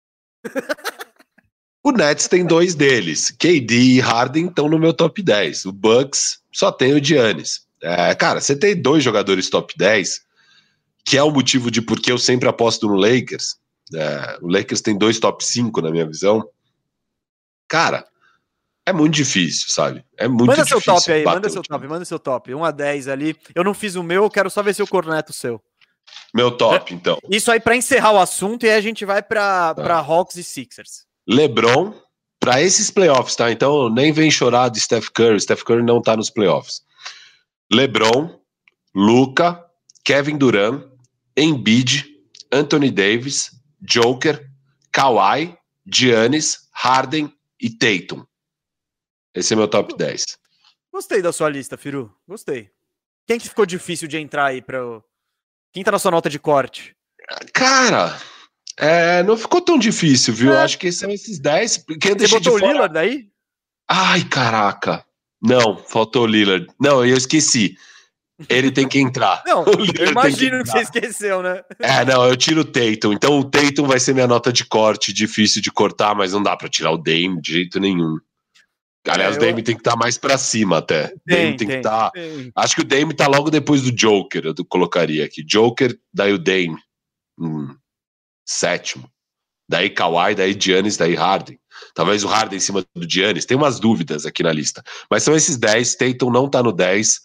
B: O Nets tem 2 deles. KD e Harden estão no meu top 10. O Bucks só tem o Giannis. Cara, você tem 2 jogadores top 10, que é o motivo de porque eu sempre aposto no Lakers. O Lakers tem 2 top 5 na minha visão. Cara, é muito difícil, sabe? É muito
A: manda
B: difícil.
A: Seu top aí, manda seu top. 1 a 10 ali. Eu não fiz o meu, eu quero só ver se eu corneto o seu.
B: Meu top, então.
A: Isso aí pra encerrar o assunto e aí a gente vai pra Hawks e Sixers.
B: LeBron, para esses playoffs, tá? Então nem vem chorar de Steph Curry. Steph Curry não tá nos playoffs. LeBron, Luka, Kevin Durant, Embiid, Anthony Davis, Joker, Kawhi, Giannis, Harden e Tatum. Esse é meu top 10.
A: Gostei da sua lista, Firu. Gostei. Quem que ficou difícil de entrar aí pra... Quem tá na sua nota de corte?
B: Cara, não ficou tão difícil, viu? Acho que são esses 10.
A: Você botou o Lillard daí?
B: Ai, caraca. Não, faltou o Lillard. Não, eu esqueci. Ele tem que entrar.
A: Não, eu imagino que você esqueceu, né?
B: Não, eu tiro o Tatum. Então o Tatum vai ser minha nota de corte, difícil de cortar, mas não dá pra tirar o Dame de jeito nenhum. Aliás, o Dame tem que estar mais pra cima até. Dame tem que estar. Acho que o Dame tá logo depois do Joker, eu colocaria aqui. Joker, daí o Dame. 7º. Daí Kawhi, daí Giannis, daí Harden. Talvez o Harden em cima do Giannis. Tem umas dúvidas aqui na lista. Mas são esses 10. Tatum não tá no 10.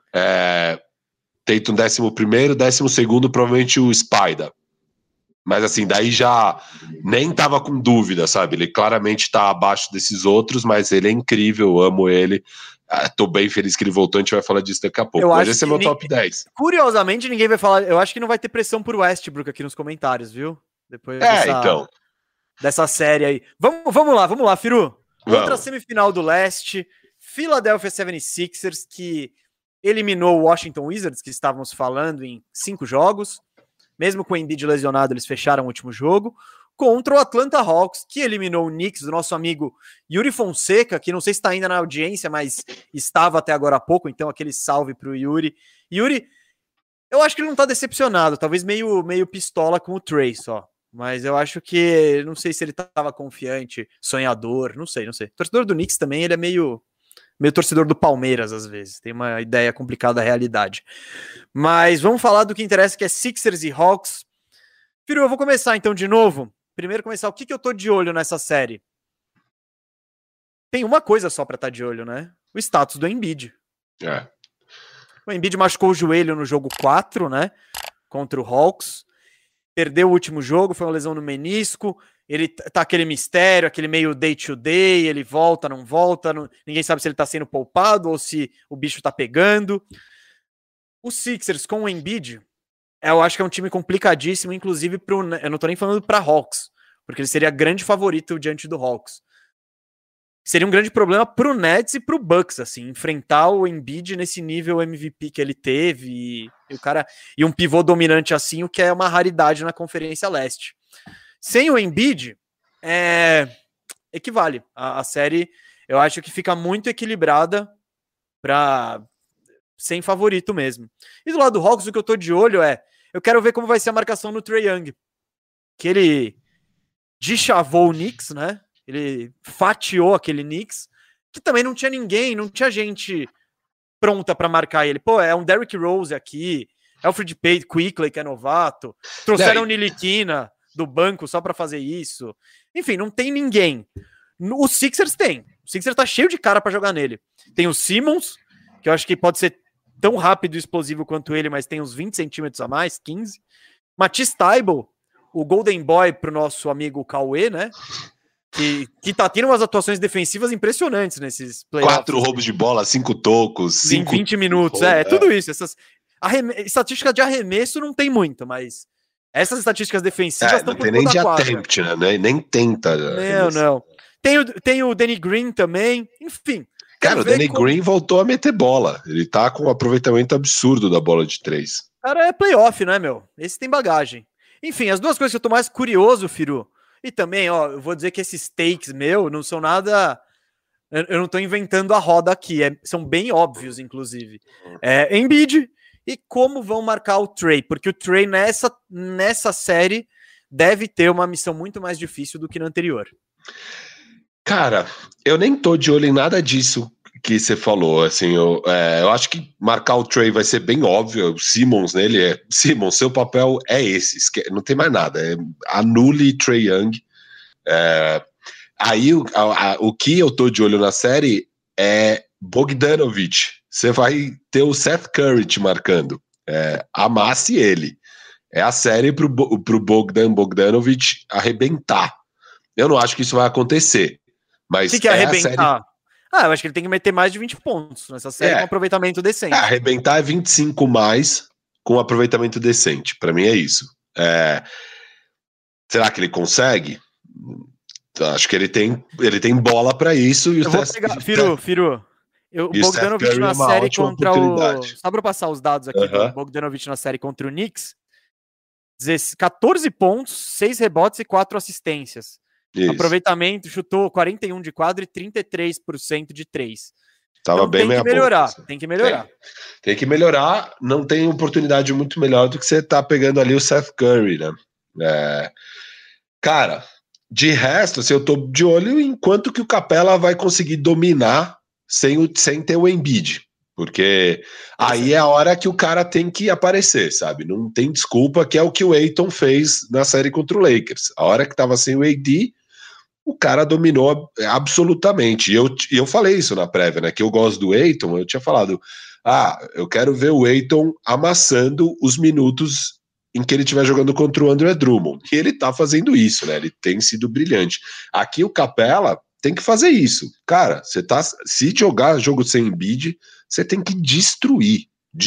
B: Tatum 11º, 12º, provavelmente o Spider. Mas assim, daí já nem tava com dúvida, sabe? Ele claramente tá abaixo desses outros, mas ele é incrível, eu amo ele. Tô bem feliz que ele voltou, a gente vai falar disso daqui a pouco. Mas esse é meu top 10.
A: Curiosamente, ninguém vai falar. Eu acho que não vai ter pressão por Westbrook aqui nos comentários, viu? Depois dessa série aí. Vamos lá, Firu. Outra semifinal do leste. Philadelphia 76ers, que eliminou o Washington Wizards, que estávamos falando, em 5 jogos. Mesmo com o Embiid lesionado, eles fecharam o último jogo. Contra o Atlanta Hawks, que eliminou o Knicks, do nosso amigo Yuri Fonseca, que não sei se está ainda na audiência, mas estava até agora há pouco, então aquele salve para o Yuri. Yuri, eu acho que ele não está decepcionado, talvez meio pistola com o Trey só. Mas eu acho que, não sei se ele estava confiante, sonhador, não sei. Torcedor do Knicks também, ele é meio torcedor do Palmeiras, às vezes. Tem uma ideia complicada da realidade. Mas vamos falar do que interessa, que é Sixers e Hawks. Firu, eu vou começar então de novo. Primeiro começar, o que eu tô de olho nessa série? Tem uma coisa só pra estar de olho, né? O status do Embiid. O Embiid machucou o joelho no jogo 4, né? Contra o Hawks. Perdeu o último jogo, foi uma lesão no menisco. Ele tá aquele mistério, aquele meio day-to-day, ele volta, não volta, ninguém sabe se ele tá sendo poupado ou se o bicho tá pegando. O Sixers com o Embiid, eu acho que é um time complicadíssimo, inclusive eu não tô nem falando pra Hawks, porque ele seria grande favorito diante do Hawks. Seria um grande problema pro Nets e pro Bucks, assim, enfrentar o Embiid nesse nível MVP que ele teve e um pivô dominante assim, o que é uma raridade na Conferência Leste. Sem o Embiid, equivale. A série, eu acho que fica muito equilibrada para sem favorito mesmo. E do lado do Hawks, o que eu tô de olho eu quero ver como vai ser a marcação no Trae Young. Que ele deschavou o Knicks, né? Ele fatiou aquele Knicks, que também não tinha ninguém, não tinha gente pronta para marcar ele. Pô, é um Derrick Rose aqui, Elfrid Quickley, que é novato, trouxeram o Ntilikina do banco só para fazer isso. Enfim, não tem ninguém. O Sixers tem. O Sixers tá cheio de cara para jogar nele. Tem o Simmons, que eu acho que pode ser tão rápido e explosivo quanto ele, mas tem uns 20 centímetros a mais, 15. Matisse Thybulle, o Golden Boy pro nosso amigo Cauê, né? Que tá tendo umas atuações defensivas impressionantes nesses playoffs.
B: 4 roubos de bola, 5 tocos,
A: em 20 minutos. Tudo isso. Essas estatísticas de arremesso não tem muito, mas essas estatísticas defensivas estão
B: por nem de attempt, né? Nem tenta.
A: Não. Tem o Danny Green também, enfim.
B: Cara, o Danny Green voltou a meter bola. Ele tá com um aproveitamento absurdo da bola de 3.
A: Cara, é playoff, né, meu? Esse tem bagagem. Enfim, as duas coisas que eu tô mais curioso, Firu, e também, eu vou dizer que esses takes não são nada... Eu não tô inventando a roda aqui, são bem óbvios, inclusive. Embiid e como vão marcar o Trae, porque o Trae nessa série deve ter uma missão muito mais difícil do que na anterior.
B: Cara, eu nem tô de olho em nada disso que você falou, assim, eu acho que marcar o Trae vai ser bem óbvio, o Simmons nele Simmons, seu papel é esse, não tem mais nada, anule Trae Young. Aí o que eu tô de olho na série é Bogdanovic, você vai ter o Seth Curry te marcando, amasse ele, é a série pro Bogdanovic arrebentar. Eu não acho que isso vai acontecer, mas
A: que arrebentar? Eu acho que ele tem que meter mais de 20 pontos nessa série com aproveitamento decente.
B: Arrebentar é 25 mais com aproveitamento decente. Para mim é isso. Será que ele consegue? Acho que ele tem bola para isso. E
A: eu vou pegar, Firu. O Bogdanovic na série contra o... Só para passar os dados aqui do Bogdanovic na série contra o Knicks. 14 pontos, 6 rebotes e 4 assistências. Isso. Aproveitamento, chutou 41 de quadro e 33% de 3.
B: Tava
A: então,
B: bem
A: tem que melhorar. Tem que melhorar.
B: Tem que melhorar. Não tem oportunidade muito melhor do que você tá pegando ali o Seth Curry, né? Cara, de resto, assim, eu tô de olho em quanto que o Capela vai conseguir dominar sem ter o Embiid. Porque aí é a hora que o cara tem que aparecer, sabe? Não tem desculpa, que é o que o Ayton fez na série contra o Lakers. A hora que tava sem o AD, o cara dominou absolutamente. E eu falei isso na prévia, né? Que eu gosto do Ayton, eu tinha falado, eu quero ver o Ayton amassando os minutos em que ele estiver jogando contra o Andre Drummond. E ele tá fazendo isso, né? Ele tem sido brilhante. Aqui o Capela tem que fazer isso. Cara, se jogar jogo sem Embiid, você tem que destruir.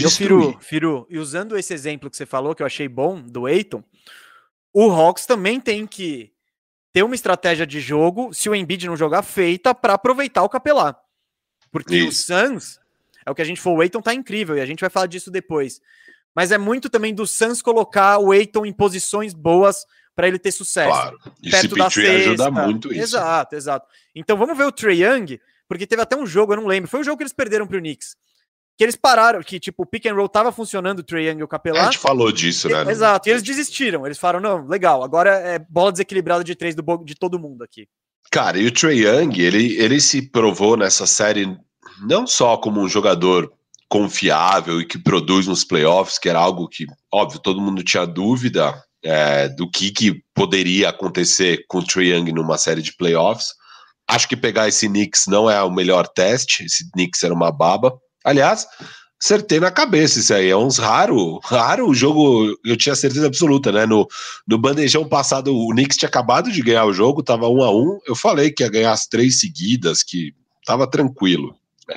A: Firu, e usando esse exemplo que você falou, que eu achei bom, do Ayton, o Hawks também tem que ter uma estratégia de jogo, se o Embiid não jogar, feita para aproveitar o Capelá. Porque isso. O Suns, é o que a gente falou, o Ayton tá incrível, e a gente vai falar disso depois. Mas é muito também do Suns colocar o Ayton em posições boas para ele ter sucesso.
B: Claro, e perto da cesta. Ajuda muito isso.
A: Exato. Então vamos ver o Trae Young, porque teve até um jogo, eu não lembro, foi um jogo que eles perderam pro Knicks, que eles pararam, que tipo, o pick and roll tava funcionando, o Trae Young e o Capelá.
B: A gente falou disso, né?
A: Exato, e eles desistiram, eles falaram, não, legal, agora é bola desequilibrada de 3 de todo mundo aqui.
B: Cara, e o Trae Young, ele se provou nessa série não só como um jogador confiável e que produz nos playoffs, que era algo que, óbvio, todo mundo tinha dúvida do que poderia acontecer com o Trae Young numa série de playoffs. Acho que pegar esse Knicks não é o melhor teste, esse Knicks era uma baba. Aliás, acertei na cabeça isso aí, é uns raro jogo, eu tinha certeza absoluta, né? No bandejão passado, o Knicks tinha acabado de ganhar o jogo, tava 1-1, eu falei que ia ganhar as 3 seguidas, que tava tranquilo.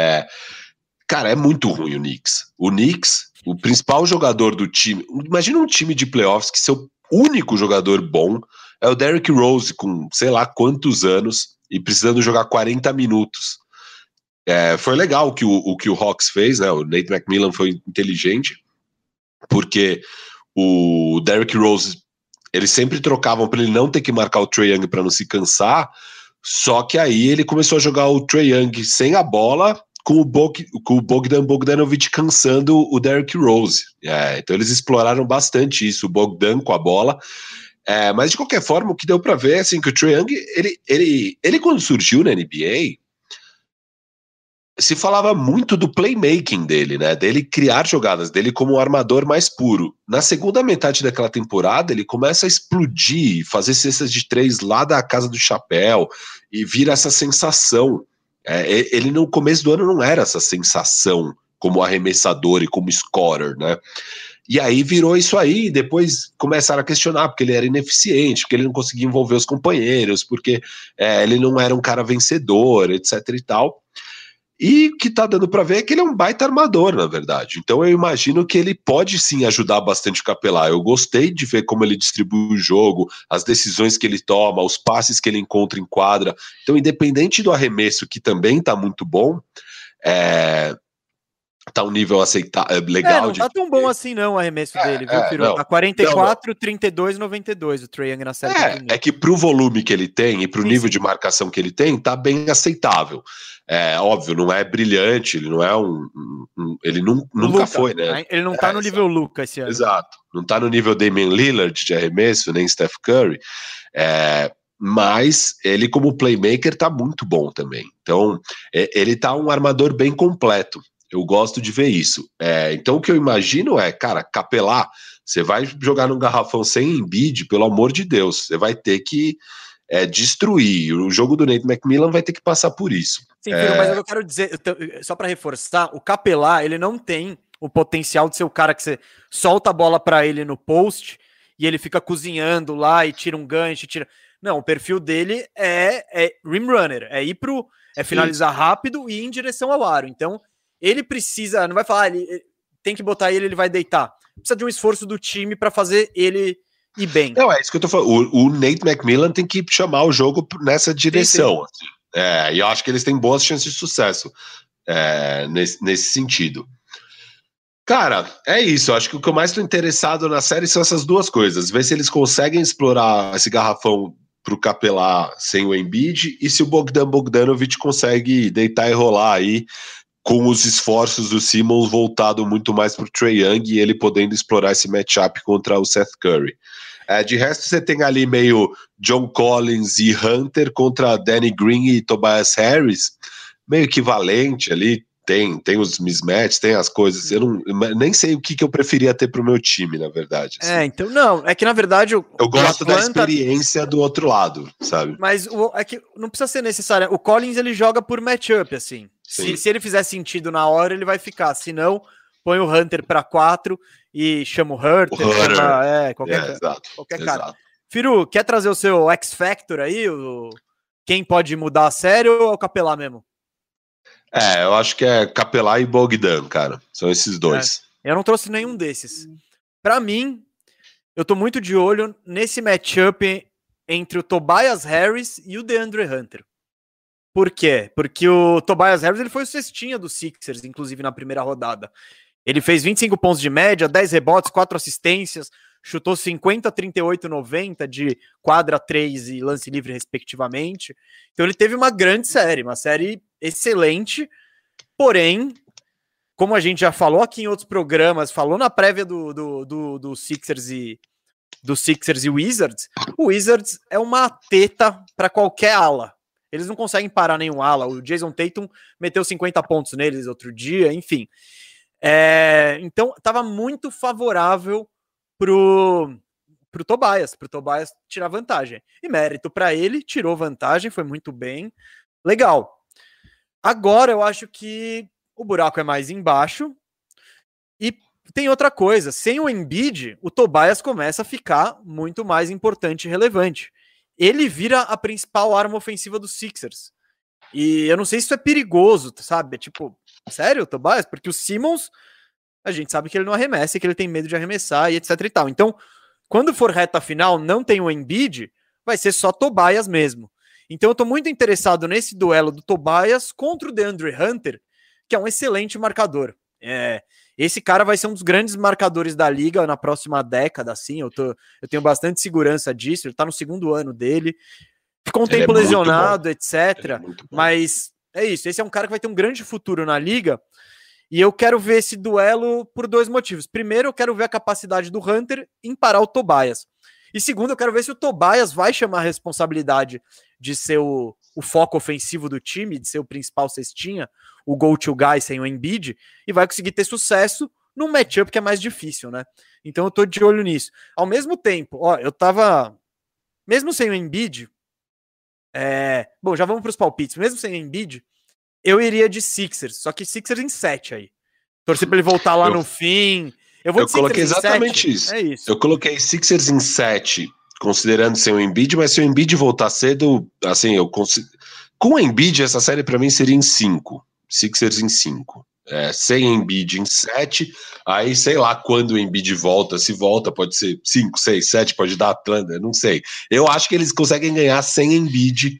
B: Cara, é muito ruim o Knicks. O Knicks, o principal jogador do time, imagina um time de playoffs que seu único jogador bom é o Derrick Rose, com sei lá quantos anos, e precisando jogar 40 minutos. Foi legal o que o Hawks fez, né? O Nate McMillan foi inteligente, porque o Derrick Rose, eles sempre trocavam para ele não ter que marcar o Trae Young para não se cansar, só que aí ele começou a jogar o Trae Young sem a bola, com o Bogdanovic cansando o Derrick Rose. Então eles exploraram bastante isso, o Bogdan com a bola. Mas de qualquer forma, o que deu para ver é assim, que o Trae Young, ele quando surgiu na NBA, se falava muito do playmaking dele, né? Dele criar jogadas, dele como um armador mais puro. Na segunda metade daquela temporada, ele começa a explodir, fazer cestas de 3 lá da casa do chapéu, e vira essa sensação. Ele no começo do ano não era essa sensação como arremessador e como scorer, né? E aí virou isso aí, e depois começaram a questionar, porque ele era ineficiente, porque ele não conseguia envolver os companheiros, porque ele não era um cara vencedor, etc e tal. E o que tá dando para ver é que ele é um baita armador, na verdade. Então eu imagino que ele pode sim ajudar bastante o Capelá. Eu gostei de ver como ele distribui o jogo, as decisões que ele toma, os passes que ele encontra em quadra. Então, independente do arremesso, que também tá muito bom, tá um nível aceitável, legal.
A: Não tá tão bom assim não o arremesso dele, viu, Firu? Tá 44, 32, 92 o Trae Young na série.
B: É que pro volume que ele tem e pro nível de marcação que ele tem, tá bem aceitável. É óbvio, não é brilhante, ele não é ele nunca foi, né?
A: Ele não tá no nível Luka esse ano.
B: Exato. Não tá no nível Damian Lillard de arremesso, nem Steph Curry. Mas ele como playmaker tá muito bom também. Então, ele tá um armador bem completo. Eu gosto de ver isso. Então, o que eu imagino cara, Capelá, você vai jogar num garrafão sem Embiid, pelo amor de Deus, você vai ter que destruir. O jogo do Nate McMillan vai ter que passar por isso.
A: Sim, Firo, mas eu quero dizer, só para reforçar, o Capelá, ele não tem o potencial de ser o cara que você solta a bola para ele no post e ele fica cozinhando lá e tira um gancho, Não, o perfil dele é rim runner, finalizar rápido e ir em direção ao aro. Então, ele precisa, não vai falar, ele tem que botar ele vai deitar. Precisa de um esforço do time para fazer ele ir bem.
B: Não, é isso que eu tô falando. O Nate McMillan tem que chamar o jogo nessa direção. Assim. E eu acho que eles têm boas chances de sucesso nesse sentido. Cara, é isso. Eu acho que o que eu mais estou interessado na série são essas duas coisas. Ver se eles conseguem explorar esse garrafão pro Capelá sem o Embiid e se o Bogdan Bogdanovic consegue deitar e rolar aí com os esforços do Simmons voltado muito mais pro Trae Young e ele podendo explorar esse matchup contra o Seth Curry. De resto, você tem ali meio John Collins e Hunter contra Danny Green e Tobias Harris, meio equivalente ali, tem os mismatches, tem as coisas, eu nem sei o que eu preferia ter pro meu time, na verdade. Assim.
A: Então, não, é que na verdade... Eu
B: gosto da experiência do outro lado, sabe?
A: Mas é que não precisa ser necessário, o Collins ele joga por matchup, assim, se ele fizer sentido na hora, ele vai ficar, se não, põe o Hunter para 4 e chama o Hunter, qualquer cara. Firu, quer trazer o seu X-Factor aí? Quem pode mudar a série ou é o Capelá mesmo?
B: Eu acho que é Capelá e Bogdan, cara. São esses dois.
A: Eu não trouxe nenhum desses. Pra mim, eu tô muito de olho nesse matchup entre o Tobias Harris e o DeAndre Hunter. Por quê? Porque o Tobias Harris ele foi o cestinha do Sixers, inclusive na primeira rodada. Ele fez 25 pontos de média, 10 rebotes, 4 assistências, chutou 50, 38, 90 de quadra 3 e lance livre, respectivamente. Então ele teve uma grande série, uma série excelente, porém, como a gente já falou aqui em outros programas, falou na prévia do Sixers e Wizards, o Wizards é uma teta para qualquer ala. Eles não conseguem parar nenhum ala. O Jason Tatum meteu 50 pontos neles outro dia, enfim. Então, estava muito favorável pro Tobias tirar vantagem. E mérito para ele, tirou vantagem, foi muito bem. Legal. Agora eu acho que o buraco é mais embaixo. E tem outra coisa, sem o Embiid, o Tobias começa a ficar muito mais importante e relevante. Ele vira a principal arma ofensiva dos Sixers. E eu não sei se isso é perigoso, sabe? Tipo, sério, Tobias? Porque o Simmons, a gente sabe que ele não arremessa, que ele tem medo de arremessar e etc e tal. Então, quando for reta final, não tem o Embiid, vai ser só Tobias mesmo. Então eu tô muito interessado nesse duelo do Tobias contra o DeAndre Hunter, que é um excelente marcador. Esse cara vai ser um dos grandes marcadores da liga na próxima década, assim, eu tenho bastante segurança disso, ele tá no segundo ano dele, ficou um tempo lesionado, etc, mas é isso, esse é um cara que vai ter um grande futuro na liga, e eu quero ver esse duelo por dois motivos. Primeiro, eu quero ver a capacidade do Hunter em parar o Tobias, e segundo, eu quero ver se o Tobias vai chamar a responsabilidade de ser o foco ofensivo do time, de ser o principal cestinha, o go-to guy sem o Embiid, e vai conseguir ter sucesso num matchup que é mais difícil, né? Então eu tô de olho nisso. Ao mesmo tempo, eu tava... Mesmo sem o Embiid... Bom, já vamos pros palpites. Mesmo sem o Embiid, eu iria de Sixers, só que Sixers em 7 aí. Torcer pra ele voltar lá no fim. Eu
B: coloquei exatamente isso.
A: É isso.
B: Eu coloquei Sixers em 7, considerando sem o Embiid, mas se o Embiid voltar cedo, assim, com o Embiid, essa série pra mim seria em 5. Sixers em 5. Sem Embiid em 7. Aí, sei lá quando o Embiid volta. Se volta, pode ser 5, 6, 7, pode dar Atlanta, não sei. Eu acho que eles conseguem ganhar sem Embiid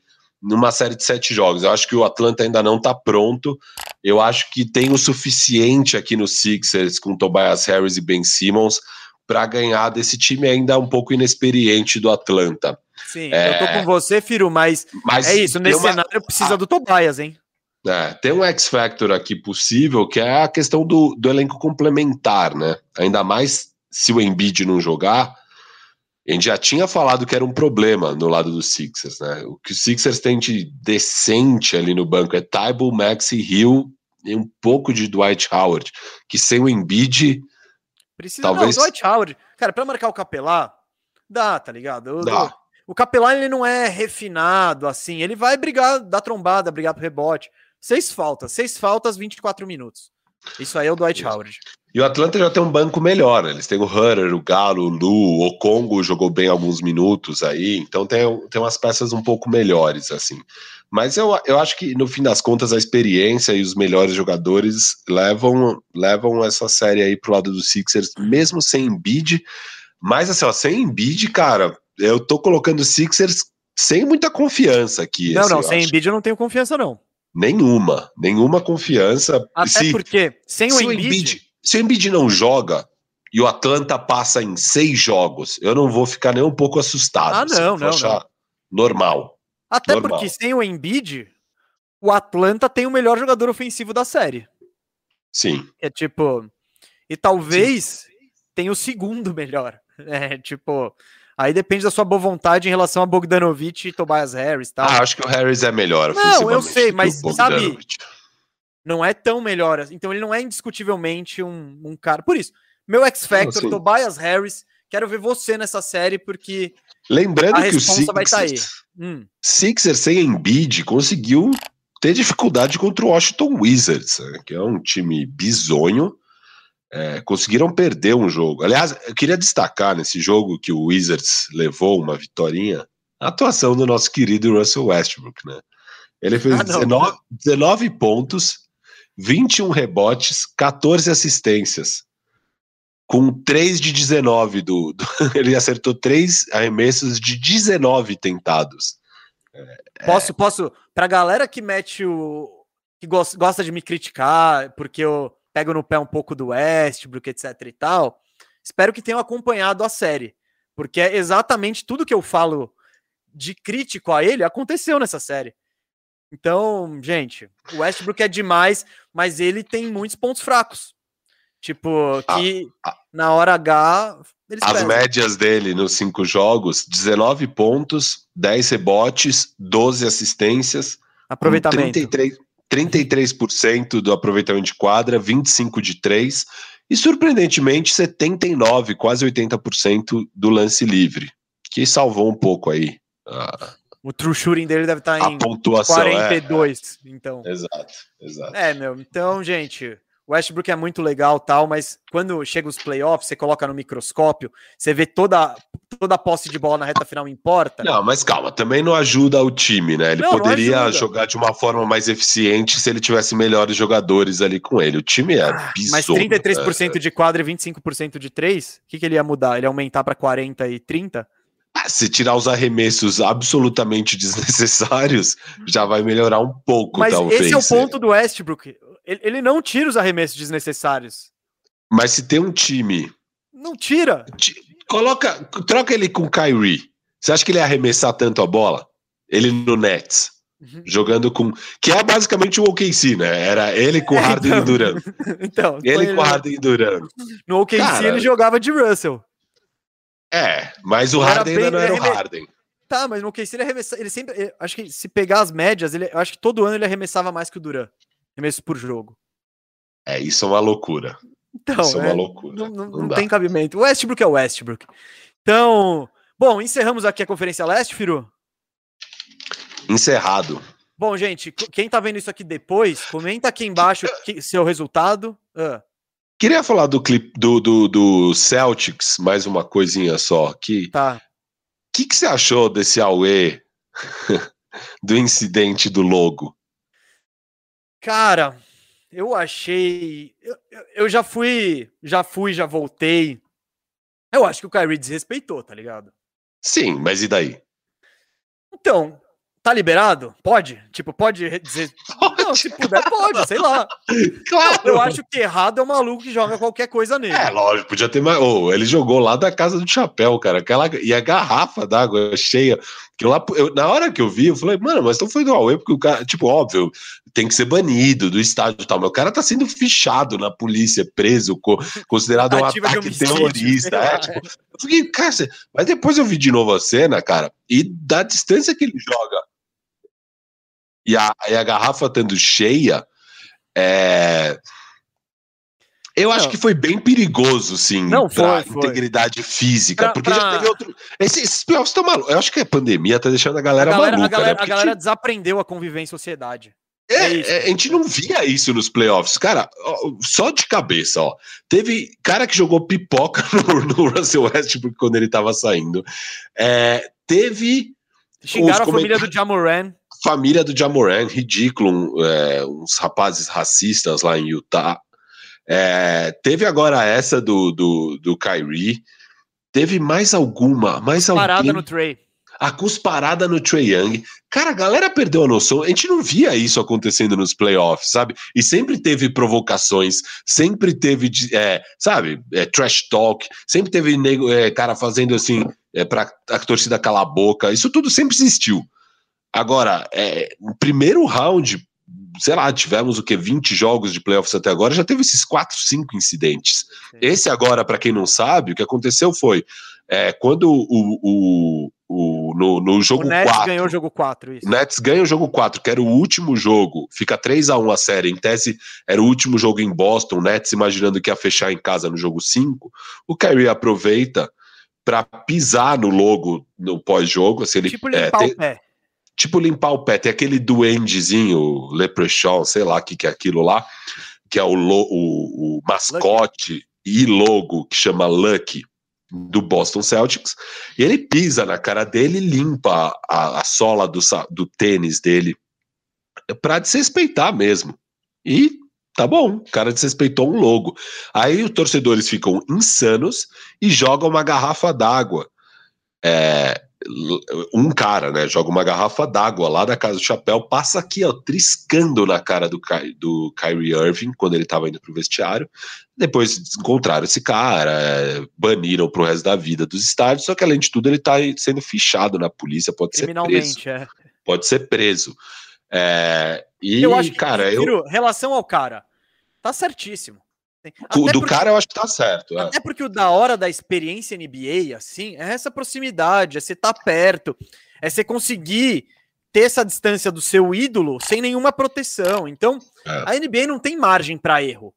B: numa série de 7 jogos. Eu acho que o Atlanta ainda não tá pronto. Eu acho que tem o suficiente aqui no Sixers com Tobias Harris e Ben Simmons para ganhar desse time ainda um pouco inexperiente do Atlanta.
A: Sim, eu tô com você, Firu, mas é isso, nesse cenário precisa do Tobias, hein?
B: Tem um X-Factor aqui possível, que é a questão do elenco complementar, né? Ainda mais se o Embiid não jogar. A gente já tinha falado que era um problema no lado dos Sixers, né? O que os Sixers têm de decente ali no banco é Thybulle, Maxey, Hill e um pouco de Dwight Howard, que sem o Embiid... talvez...
A: Não, Dwight Howard, cara, pra marcar o Capelá, dá, tá ligado?
B: Dá.
A: O Capelá, ele não é refinado, assim, ele vai brigar, dar trombada, brigar pro rebote. 6 faltas, 24 minutos. Isso aí é o Dwight Howard.
B: E o Atlanta já tem um banco melhor, né? Eles têm o Hunter, o Galo, o Lu, o Congo jogou bem alguns minutos aí, então tem umas peças um pouco melhores, assim. Mas eu acho que, no fim das contas, a experiência e os melhores jogadores levam essa série aí pro lado dos Sixers, mesmo sem Embiid. Mas, assim, ó, sem Embiid, cara, eu tô colocando o Sixers sem muita confiança aqui.
A: Não,
B: assim,
A: sem Embiid eu não tenho confiança, não.
B: Nenhuma confiança.
A: Até porque, sem o Embiid...
B: Se o Embiid não joga e o Atlanta passa em 6 jogos, eu não vou ficar nem um pouco assustado.
A: Não.
B: Normal.
A: Até porque sem o Embiid, o Atlanta tem o melhor jogador ofensivo da série.
B: Sim.
A: É tipo... E talvez tenha o segundo melhor. É tipo... Aí depende da sua boa vontade em relação a Bogdanovic e Tobias Harris, tá?
B: Acho que o Harris é melhor
A: ofensivamente. Não, eu sei, mas sabe... Não é tão melhor. Então ele não é indiscutivelmente um cara. Por isso, meu X-Factor, Tobias Harris, quero ver você nessa série, porque
B: lembrando que o
A: Sixers
B: sem Embiid conseguiu ter dificuldade contra o Washington Wizards, né, que é um time bizonho. Conseguiram perder um jogo. Aliás, eu queria destacar nesse jogo que o Wizards levou uma vitorinha, a atuação do nosso querido Russell Westbrook, né? Ele fez 19 pontos, 21 rebotes, 14 assistências. Com 3 de 19 ele acertou 3 arremessos de 19 tentados.
A: Posso, pra galera que mete que gosta de me criticar, porque eu pego no pé um pouco do Westbrook, etc e tal, espero que tenham acompanhado a série, porque é exatamente tudo que eu falo de crítico a ele aconteceu nessa série. Então, gente, o Westbrook é demais, mas ele tem muitos pontos fracos. Tipo, que na hora H...
B: As médias dele nos 5 jogos, 19 pontos, 10 rebotes, 12 assistências.
A: Aproveitamento.
B: 33% do aproveitamento de quadra, 25% de 3. E, surpreendentemente, 79%, quase 80% do lance livre. Que salvou um pouco aí.
A: O true shooting dele deve estar em
B: pontuação,
A: 42, então.
B: Exato.
A: Então, gente, o Westbrook é muito legal, tal, mas quando chega os playoffs, você coloca no microscópio, você vê toda a posse de bola na reta final importa.
B: Não, mas calma, também não ajuda o time, né? Ele poderia jogar de uma forma mais eficiente se ele tivesse melhores jogadores ali com ele. O time é bizonho.
A: Mas 33% de quadra e 25% de 3, o que ele ia mudar? Ele ia aumentar para 40 e 30?
B: Se tirar os arremessos absolutamente desnecessários, já vai melhorar um pouco,
A: mas
B: talvez.
A: Esse é o ponto do Westbrook. Ele não tira os arremessos desnecessários.
B: Mas se tem um time...
A: Não tira.
B: Troca ele com o Kyrie. Você acha que ele ia arremessar tanto a bola? Ele no Nets. Jogando com... Que é basicamente o OKC, né? Era ele com Harden e Durant.
A: Então,
B: ele com Harden e Durant.
A: No OKC ele jogava de Russell.
B: Mas o Harden ainda não era o Harden.
A: Tá, mas no OKC ele arremessava... Ele sempre... acho que se pegar as médias, eu acho que todo ano ele arremessava mais que o Durant. Arremesso por jogo.
B: Isso é uma loucura.
A: Então,
B: isso é uma loucura.
A: Não tem cabimento. O Westbrook é o Westbrook. Então, bom, encerramos aqui a Conferência Leste, Firu?
B: Encerrado.
A: Bom, gente, quem tá vendo isso aqui depois, comenta aqui embaixo seu resultado.
B: Queria falar do clipe do Celtics, mais uma coisinha só.
A: Tá.
B: O que você achou desse auê do incidente do logo?
A: Cara, eu achei... Eu já voltei. Eu acho que o Kyrie desrespeitou, tá ligado?
B: Sim, mas e daí?
A: Então, Tá liberado? Pode? Tipo, pode dizer... Pode. Não, se puder, pode, sei lá.
B: Claro.
A: Eu acho que errado é o maluco que joga qualquer coisa nele.
B: Lógico, podia ter mais... ele jogou lá da Casa do Chapéu, cara. E a garrafa d'água cheia. Que na hora que eu vi, eu falei, mano, mas então foi do Huawei, porque o cara, tipo, óbvio, tem que ser banido do estádio e tal, mas o cara tá sendo fichado na polícia, preso, considerado um ataque terrorista. Tipo, eu fiquei, cara, mas depois eu vi de novo a cena, cara, e da distância que ele joga e a garrafa estando cheia, eu acho que foi bem perigoso, sim, pra integridade física, porque já teve outro... Esses playoffs estão malucos. Eu acho que a pandemia tá deixando a galera maluca, né?
A: A galera desaprendeu a conviver em sociedade.
B: A gente não via isso nos playoffs. Cara, só de cabeça, ó. Teve cara que jogou pipoca no Russell Westbrook quando ele tava saindo.
A: Xingaram a família do Ja Morant.
B: Família do Ja Morant, ridículo. Uns rapazes racistas lá em Utah. Teve agora essa do Kyrie. Teve mais alguma.
A: Parada no Trey.
B: A cusparada no Trae Young. Cara, a galera perdeu a noção. A gente não via isso acontecendo nos playoffs, sabe? E sempre teve provocações, sempre teve, trash talk, sempre teve cara fazendo assim, pra a torcida calar a boca. Isso tudo sempre existiu. Agora, no primeiro round, sei lá, tivemos 20 jogos de playoffs até agora, já teve esses 4, 5 incidentes. Sim. Esse agora, para quem não sabe, o que aconteceu foi, quando no jogo 4... O
A: Nets ganhou o jogo 4, isso.
B: O Nets ganha o jogo 4, que era o último jogo, fica 3-1 a série, em tese era o último jogo em Boston, o Nets imaginando que ia fechar em casa no jogo 5, o Kyrie aproveita para pisar no logo no pós-jogo, assim, ele
A: limpar o pé.
B: Tipo limpar o pé, tem aquele duendezinho, Leprechaun, sei lá o que é aquilo lá, que é o mascote Lucky. E logo que chama Lucky do Boston Celtics, e ele pisa na cara dele e limpa a sola do tênis dele pra desrespeitar mesmo. E tá bom, o cara desrespeitou um logo. Aí os torcedores ficam insanos e jogam uma garrafa d'água. Um cara, né, joga uma garrafa d'água lá da Casa do Chapéu, passa aqui, ó, triscando na cara do Kyrie Irving quando ele tava indo pro vestiário. Depois encontraram esse cara, baniram pro resto da vida dos estádios, só que além de tudo ele tá sendo fichado na polícia, pode ser preso. Pode ser preso.
A: Eu acho que, relação ao cara, tá certíssimo.
B: Cara eu acho que tá certo.
A: Até porque o da hora da experiência NBA, assim, é essa proximidade, é você tá perto, é você conseguir ter essa distância do seu ídolo sem nenhuma proteção. Então, a NBA não tem margem para erro.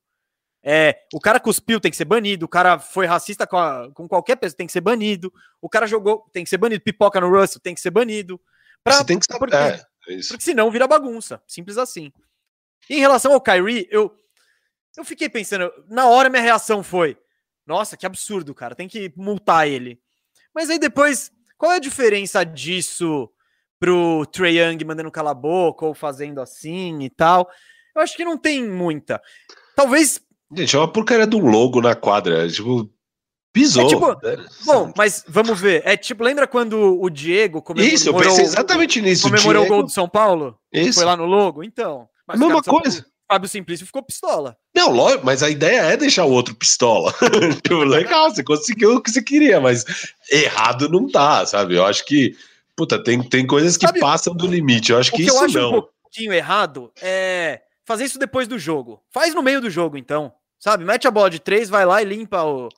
A: O cara cuspiu, tem que ser banido, o cara foi racista com qualquer pessoa, tem que ser banido, o cara jogou, tem que ser banido, pipoca no Russell, tem que ser banido.
B: Você tem que saber.
A: Porque senão vira bagunça, simples assim. E em relação ao Kyrie, eu fiquei pensando, na hora minha reação foi, nossa, que absurdo, cara, tem que multar ele. Mas aí depois, qual é a diferença disso pro Trae Young mandando calar a boca ou fazendo assim e tal? Eu acho que não tem muita. Talvez...
B: Gente, é uma porcaria de um logo na quadra, tipo, pisou.
A: Bom, mas vamos ver, lembra quando o Diego comemorou...
B: Isso, eu pensei exatamente nisso.
A: Comemorou o gol do São Paulo?
B: Isso.
A: Foi lá no logo? Então...
B: Mas a mesma coisa.
A: Fábio Simplício ficou pistola.
B: Não, lógico, mas a ideia é deixar o outro pistola. Legal, você conseguiu o que você queria, mas errado não tá, sabe? Eu acho que, tem coisas que passam do limite. Eu acho que isso não. O que eu acho
A: um pouquinho errado é fazer isso depois do jogo. Faz no meio do jogo, então. Sabe? Mete a bola de 3, vai lá e limpa o...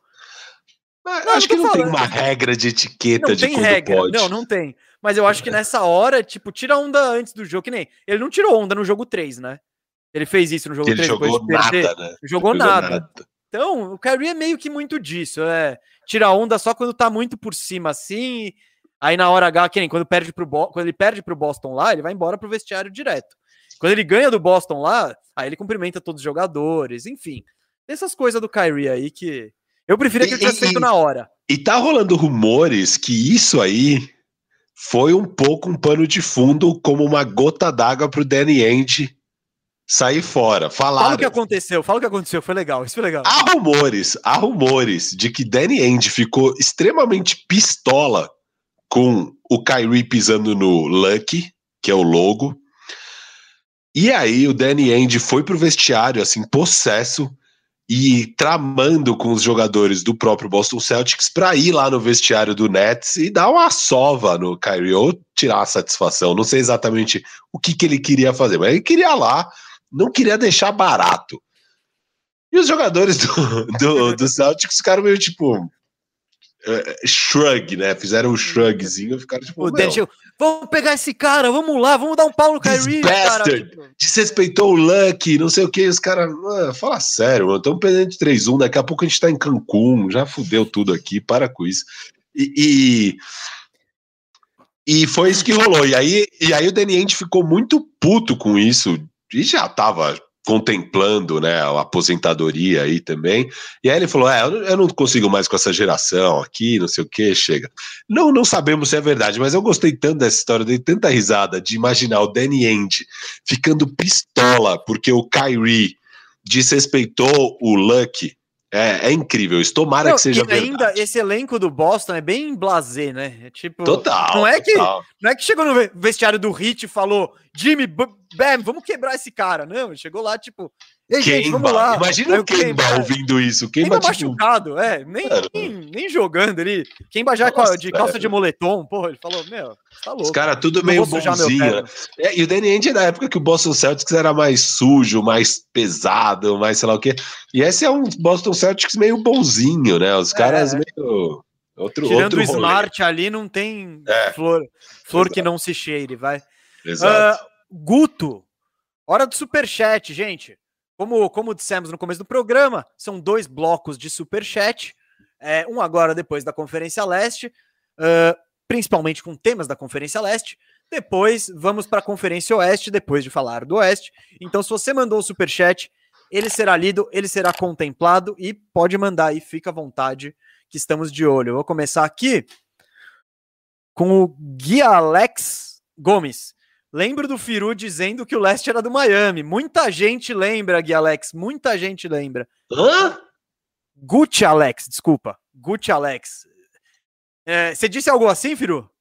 B: acho que não tem uma regra de etiqueta de quando pode.
A: Não tem. Mas eu acho que nessa hora, tira a onda antes do jogo, que nem... Ele não tirou onda no jogo 3, né? Ele fez isso no jogo 3,
B: depois de perder. Né?
A: Jogou nada. Então, o Kyrie é meio que muito disso. Tira onda só quando tá muito por cima, assim. Aí na hora H, que nem quando ele perde pro Boston lá, ele vai embora pro vestiário direto. Quando ele ganha do Boston lá, aí ele cumprimenta todos os jogadores, enfim. Essas coisas do Kyrie aí que... Eu preferia que ele tivesse feito na hora.
B: E tá rolando rumores que isso aí foi um pouco um pano de fundo, como uma gota d'água pro Danny Ainge sair fora.
A: Fala o que aconteceu, foi legal, isso foi legal.
B: Há rumores de que Danny Ainge ficou extremamente pistola com o Kyrie pisando no Lucky, que é o logo. E aí o Danny Ainge foi pro vestiário, assim, possesso, e tramando com os jogadores do próprio Boston Celtics para ir lá no vestiário do Nets e dar uma sova no Kyrie, ou tirar a satisfação. Não sei exatamente o que ele queria fazer, mas ele queria lá, não queria deixar barato. E os jogadores do Celtics ficaram meio tipo... shrug, né? Fizeram um shrugzinho e ficaram tipo...
A: Vamos pegar esse cara, vamos lá, vamos dar um pau no Kyrie, cara. Tipo...
B: Desrespeitou o Lucky, não sei o que. Os caras, fala sério, mano. Estamos perdendo de 3-1. Daqui a pouco a gente tá em Cancún, já fudeu tudo aqui, para com isso. E foi isso que rolou. E aí o Danny Ainge ficou muito puto com isso e já tava contemplando, né, a aposentadoria aí também, e aí ele falou, eu não consigo mais com essa geração aqui, não sei o que, chega. Não sabemos se é verdade, mas eu gostei tanto dessa história, dei tanta risada de imaginar o Danny Ainge ficando pistola porque o Kyrie desrespeitou o Lucky. É incrível isso, tomara que seja verdade.
A: Ainda esse elenco do Boston é bem blasé, né? É tipo,
B: total.
A: Não é que chegou no vestiário do Heat e falou, Jimmy, Bam, vamos quebrar esse cara. Não, chegou lá, tipo, ei, gente, vamos lá.
B: Imagina o Kemba ouvindo isso. Kemba
A: machucado, nem jogando ali. Kemba já de calça de moletom, porra, ele falou, tá louco.
B: Os caras tudo meio bonzinho. E o Danny Ainge é da época que o Boston Celtics era mais sujo, mais pesado, mais sei lá o quê. E esse é um Boston Celtics meio bonzinho, né? Os caras meio...
A: Tirando o Smart ali, não tem flor que não se cheire, vai.
B: Exato.
A: Guto, hora do superchat, gente. Como dissemos no começo do programa, são 2 blocos de superchat, um agora depois da Conferência Leste, principalmente com temas da Conferência Leste. Depois vamos para a Conferência Oeste, depois de falar do Oeste. Então, se você mandou o superchat, ele será lido, ele será contemplado e pode mandar aí, fica à vontade, que estamos de olho. Eu vou começar aqui com o Gui Alex Gomes. Lembro do Firu dizendo que o Leste era do Miami. Muita gente lembra, Gui Alex. Muita gente lembra.
B: Hã?
A: Gucci Alex, desculpa. Gucci Alex. Você disse algo assim, Firu?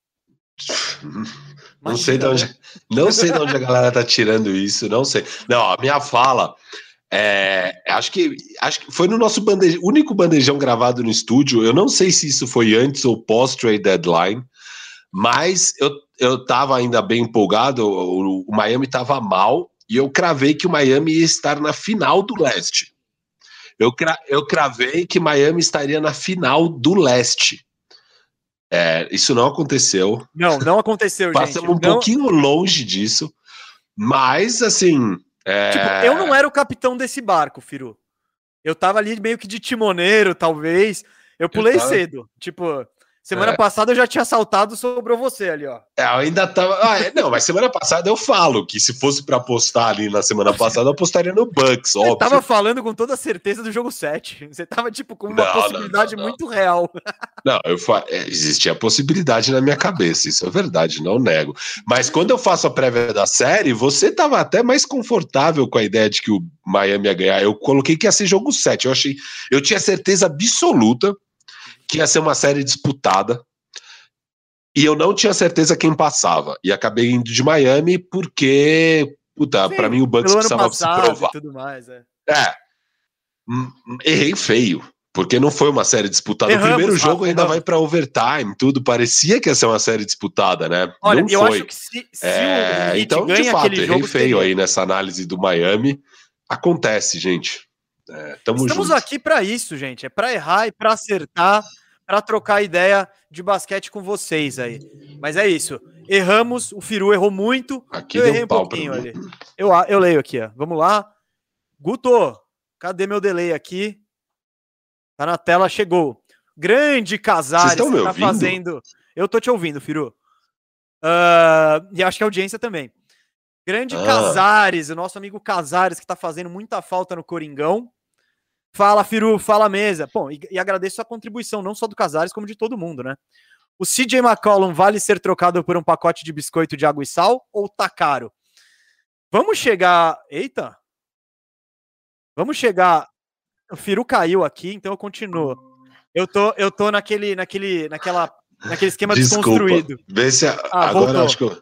B: Não sei de onde a galera tá tirando isso. Não sei. Não, a minha fala... acho que foi no nosso único bandejão gravado no estúdio. Eu não sei se isso foi antes ou pós-trade deadline, mas eu tava ainda bem empolgado. O Miami tava mal e eu cravei que o Miami ia estar na final do Leste. Eu cravei que Miami estaria na final do Leste. Isso não aconteceu.
A: Não aconteceu, gente.
B: Passamos um pouquinho longe disso, mas assim...
A: Tipo, eu não era o capitão desse barco, Firu. Eu tava ali meio que de timoneiro, talvez. Eu pulei cedo. Tipo, semana passada eu já tinha saltado, sobrou você ali, ó.
B: Eu ainda tava... não, mas semana passada eu falo que se fosse pra apostar ali na semana passada, eu apostaria no Bucks, óbvio.
A: Você tava falando com toda a certeza do jogo 7. Você tava, tipo, com uma possibilidade muito real.
B: Não, existia a possibilidade na minha cabeça, isso é verdade, não nego. Mas quando eu faço a prévia da série, você tava até mais confortável com a ideia de que o Miami ia ganhar. Eu coloquei que ia ser jogo 7. Eu tinha certeza absoluta que ia ser uma série disputada. E eu não tinha certeza quem passava. E acabei indo de Miami porque, pra mim o Bucks precisava se provar.
A: Tudo mais,
B: Errei feio. Porque não foi uma série disputada. O primeiro jogo ainda vai pra overtime, tudo. Parecia que ia ser uma série disputada, né?
A: Olha,
B: não
A: eu
B: foi.
A: acho que se o Heat
B: então,
A: ganha
B: de fato,
A: aquele
B: errei
A: jogo,
B: feio aí nessa análise do Miami. Acontece, gente.
A: Estamos
B: junto.
A: aqui para isso, gente. É para errar e para acertar, para trocar ideia de basquete com vocês aí. Mas é isso. Erramos, o Firu errou muito.
B: Aqui
A: eu
B: deu
A: errei um
B: pau
A: pouquinho ali. Eu leio aqui, ó. Vamos lá. Guto, cadê meu delay aqui? Tá na tela, chegou. Grande Casares,
B: Vocês estão me
A: tá
B: ouvindo?
A: fazendo. Eu tô te ouvindo, Firu. E acho que a audiência também. Grande Casares, o nosso amigo Casares, que tá fazendo muita falta no Coringão. Fala, Firu, fala, mesa. Bom, e agradeço a contribuição, não só do Casares, como de todo mundo, né? O CJ McCollum vale ser trocado por um pacote de biscoito de água e sal ou tá caro? Vamos chegar... Eita! Vamos chegar... O Firu caiu aqui, então eu continuo. Eu tô naquele esquema desconstruído.
B: Vê se agora
A: voltou.
B: acho que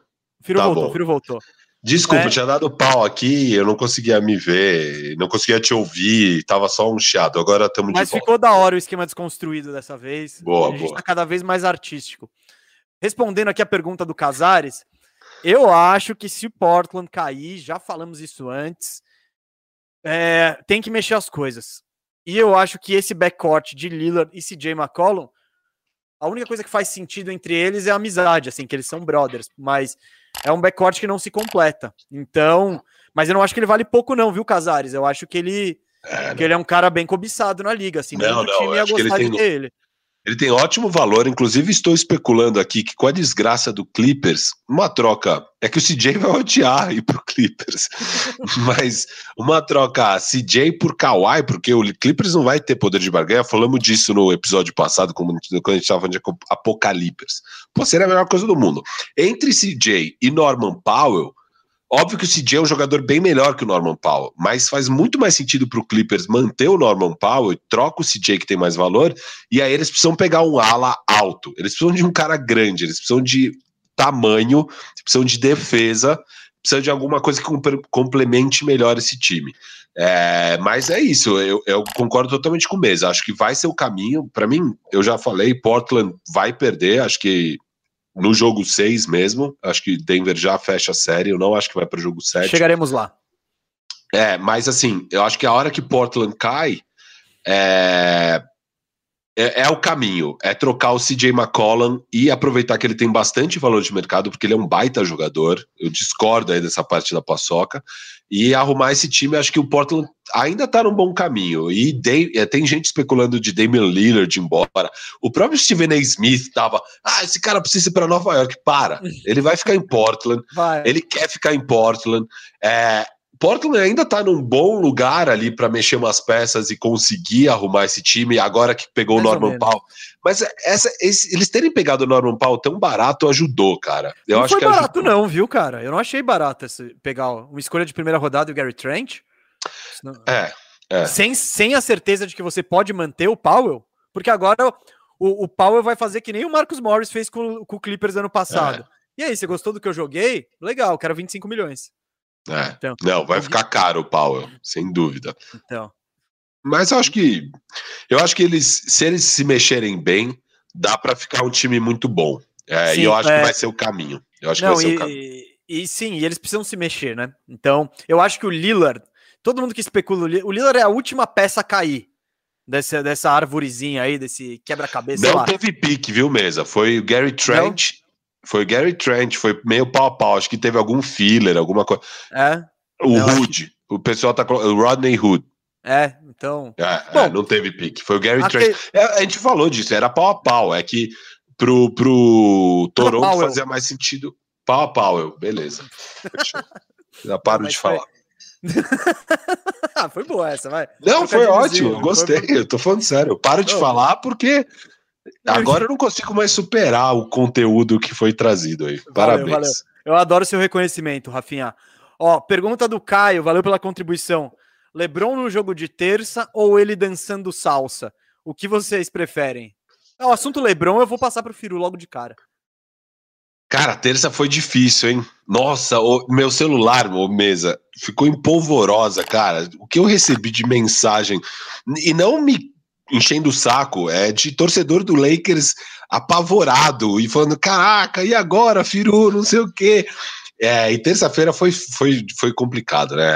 A: Firu voltou, Firu voltou.
B: Desculpa, eu tinha dado pau aqui, eu não conseguia me ver, não conseguia te ouvir, tava só um chiado, agora estamos de volta.
A: Mas ficou da hora o esquema desconstruído dessa vez.
B: Boa,
A: a gente tá cada vez mais artístico. Respondendo aqui a pergunta do Casares, eu acho que se o Portland cair, já falamos isso antes, tem que mexer as coisas. E eu acho que esse backcourt de Lillard e CJ McCollum, a única coisa que faz sentido entre eles é a amizade, assim, que eles são brothers, mas é um backcourt que não se completa. Então, mas eu não acho que ele vale pouco não, viu, Casares? Eu acho que ele é um cara bem cobiçado na liga, assim,
B: não,
A: time ia gostar de ter ele.
B: Ele tem ótimo valor, inclusive estou especulando aqui que com a desgraça do Clippers, uma troca, é que o CJ vai odiar ir pro Clippers, mas uma troca CJ por Kawhi, porque o Clippers não vai ter poder de barganha, falamos disso no episódio passado, quando a gente estava falando de Apocalipse. Pô, seria a melhor coisa do mundo. Entre CJ e Norman Powell, óbvio que o CJ é um jogador bem melhor que o Norman Powell, mas faz muito mais sentido para o Clippers manter o Norman Powell e troca o CJ que tem mais valor, e aí eles precisam pegar um ala alto, eles precisam de um cara grande, eles precisam de tamanho, precisam de defesa, precisam de alguma coisa que complemente melhor esse time. Mas é isso, eu concordo totalmente com o Mesa, acho que vai ser o caminho, para mim, eu já falei, Portland vai perder, acho que no jogo 6 mesmo, acho que Denver já fecha a série, eu não acho que vai para o jogo 7.
A: Chegaremos lá.
B: Mas assim, eu acho que a hora que Portland cai, o caminho, é trocar o CJ McCollum e aproveitar que ele tem bastante valor de mercado, porque ele é um baita jogador, eu discordo aí dessa parte da paçoca, e arrumar esse time, acho que o Portland ainda tá num bom caminho, e tem gente especulando de Damian Lillard embora, o próprio Stephen A. Smith tava, esse cara precisa ir pra Nova York, ele vai ficar em Portland, ele quer ficar em Portland, Portland ainda tá num bom lugar ali para mexer umas peças e conseguir arrumar esse time, agora que pegou o Norman Powell. Mas eles terem pegado o Norman Powell tão barato ajudou, cara.
A: Não acho foi que barato ajudou. Não, viu, cara? Eu não achei barato pegar uma escolha de primeira rodada e o Gary Trent. Sem a certeza de que você pode manter o Powell, porque agora o Powell vai fazer que nem o Marcus Morris fez com o Clippers ano passado. E aí, você gostou do que eu joguei? Legal, quero 25 milhões.
B: Então, não, vai ficar caro o Powell, sem dúvida. Mas eu acho que eles, se eles se mexerem bem, dá para ficar um time muito bom. Sim, e eu acho que vai ser o caminho.
A: E sim, eles precisam se mexer, né? Então, eu acho que o Lillard, todo mundo que especula, o Lillard é a última peça a cair dessa arvorezinha aí, desse quebra-cabeça.
B: Não teve pique, viu, Mesa? Foi o Gary Trent. Não? Foi o Gary Trent, foi meio pau a pau, acho que teve algum filler, alguma coisa. O Hood, o pessoal tá colocando, o Rodney Hood.
A: Então...
B: Bom, não teve pique, foi o Gary Trent. A gente falou disso, era pau a pau, é que pro Toronto fazia mais sentido. Pau a pau, beleza. Fechou. Já paro de falar.
A: Foi boa essa, vai.
B: Não, foi ótimo, eu gostei, eu tô falando sério. Eu paro de falar porque... Agora eu não consigo mais superar o conteúdo que foi trazido aí. Parabéns. Valeu.
A: Eu adoro seu reconhecimento, Rafinha. Pergunta do Caio, valeu pela contribuição. LeBron no jogo de terça ou ele dançando salsa? O que vocês preferem? O assunto LeBron eu vou passar pro Firu logo de cara.
B: Cara, terça foi difícil, hein? Nossa, meu celular, Mesa, ficou empolvorosa, cara. O que eu recebi de mensagem, e não me enchendo o saco, de torcedor do Lakers apavorado e falando, caraca, e agora, Firu, não sei o quê. E terça-feira foi complicado, né?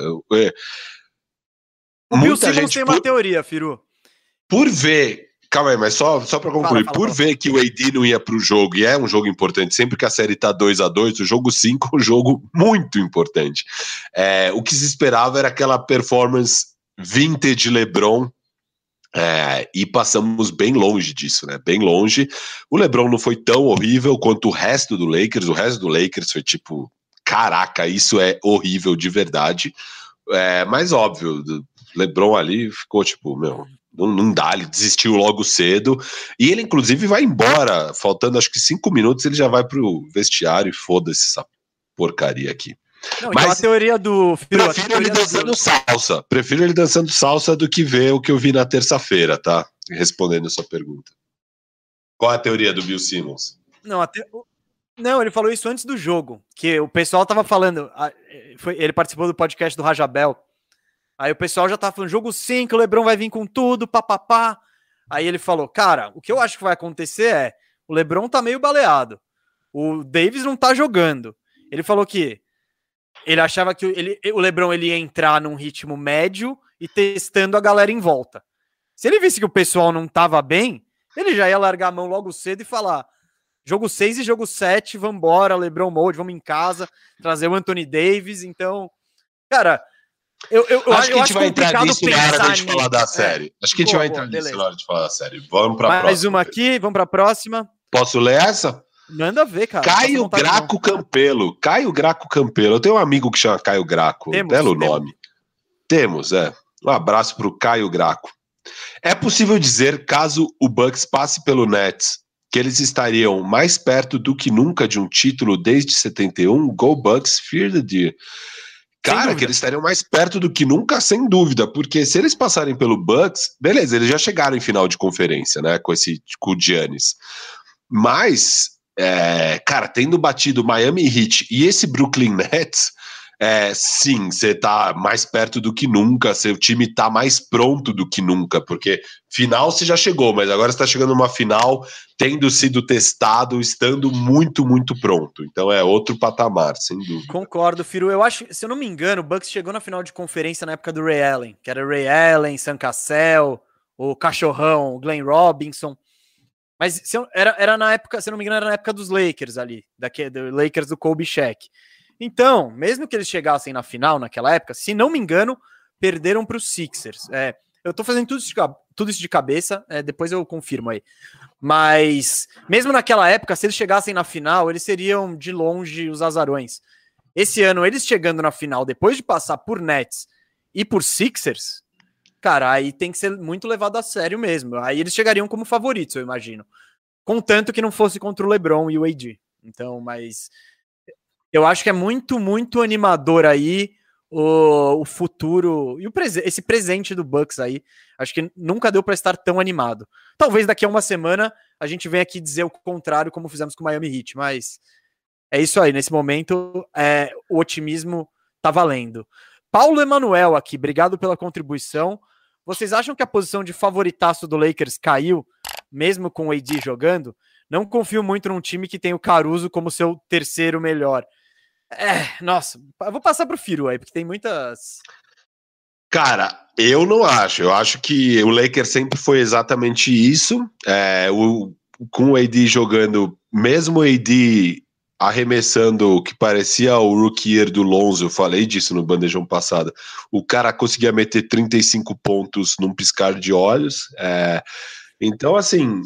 A: O Bill Simmons tem uma teoria, Firu.
B: Por ver, calma aí, mas só para concluir, fala. Ver que o AD não ia pro jogo, e é um jogo importante, sempre que a série tá 2-2, o jogo 5 é um jogo muito importante. O que se esperava era aquela performance vintage LeBron, e passamos bem longe disso, né? Bem longe. O LeBron não foi tão horrível quanto o resto do Lakers. O resto do Lakers foi tipo, caraca, isso é horrível de verdade. Mas óbvio, o LeBron ali ficou tipo, não dá, ele desistiu logo cedo. E ele, inclusive, vai embora. Faltando acho que 5 minutos, ele já vai pro vestiário e foda-se essa porcaria aqui.
A: Não, mas então a teoria do Firu,
B: prefiro ele dançando salsa. Prefiro ele dançando salsa do que ver o que eu vi na terça-feira, tá? Respondendo a sua pergunta. Qual é a teoria do Bill Simmons?
A: Não, Não, ele falou isso antes do jogo, que o pessoal tava falando, ele participou do podcast do Rajabel, aí o pessoal já tava falando, jogo 5, o LeBron vai vir com tudo, papapá. Aí ele falou, cara, o que eu acho que vai acontecer é, o LeBron tá meio baleado, o Davis não tá jogando. Ele falou que ele achava que o LeBron ele ia entrar num ritmo médio e testando a galera em volta. Se ele visse que o pessoal não tava bem, ele já ia largar a mão logo cedo e falar, jogo 6 e jogo 7, vambora, LeBron Mode, vamos em casa, trazer o Anthony Davis. Então, cara, eu
B: acho que a gente vai entrar nisso na hora de falar da série. Acho que a gente vai entrar nisso na hora de falar da série. Vamos pra próxima.
A: Mais uma aqui, vamos pra próxima.
B: Posso ler essa?
A: Manda ver, cara.
B: Caio Graco Campelo. Caio Graco Campelo. Eu tenho um amigo que chama Caio Graco. Belo nome. Temos. Um abraço pro Caio Graco. É possível dizer, caso o Bucks passe pelo Nets, que eles estariam mais perto do que nunca de um título desde 71? Go Bucks, fear the deer. Cara, que eles estariam mais perto do que nunca, sem dúvida, porque se eles passarem pelo Bucks, beleza, eles já chegaram em final de conferência, né, com o Giannis. Mas, cara, tendo batido Miami Heat e esse Brooklyn Nets, sim, você tá mais perto do que nunca, seu time tá mais pronto do que nunca, porque final você já chegou, mas agora você tá chegando numa final tendo sido testado, estando muito, muito pronto. Então é outro patamar, sem dúvida.
A: Concordo, Firu. Eu acho, se eu não me engano, o Bucks chegou na final de conferência na época do Ray Allen, que era Ray Allen, Sam Cassell, o Cachorrão, o Glenn Robinson. Mas era na época, se eu não me engano, era na época dos Lakers ali, do Lakers do Kobe Shaq. Então, mesmo que eles chegassem na final naquela época, se não me engano, perderam para os Sixers. Eu tô fazendo tudo isso de cabeça, depois eu confirmo aí. Mas, mesmo naquela época, se eles chegassem na final, eles seriam de longe os azarões. Esse ano, eles chegando na final, depois de passar por Nets e por Sixers, cara, aí tem que ser muito levado a sério mesmo. Aí eles chegariam como favoritos, eu imagino. Contanto que não fosse contra o LeBron e o AD. Então, mas eu acho que é muito, muito animador aí o futuro e esse presente do Bucks aí. Acho que nunca deu para estar tão animado. Talvez daqui a uma semana a gente venha aqui dizer o contrário, como fizemos com o Miami Heat, mas é isso aí. Nesse momento, o otimismo tá valendo. Paulo Emanuel aqui, obrigado pela contribuição. Vocês acham que a posição de favoritaço do Lakers caiu, mesmo com o AD jogando? Não confio muito num time que tem o Caruso como seu terceiro melhor. Nossa, eu vou passar pro Firu aí, porque tem muitas...
B: Cara, eu não acho. Eu acho que o Lakers sempre foi exatamente isso. Com o AD jogando, mesmo o AD arremessando o que parecia o rookie year do Lonzo, eu falei disso no bandejão passado, o cara conseguia meter 35 pontos num piscar de olhos. Então, assim,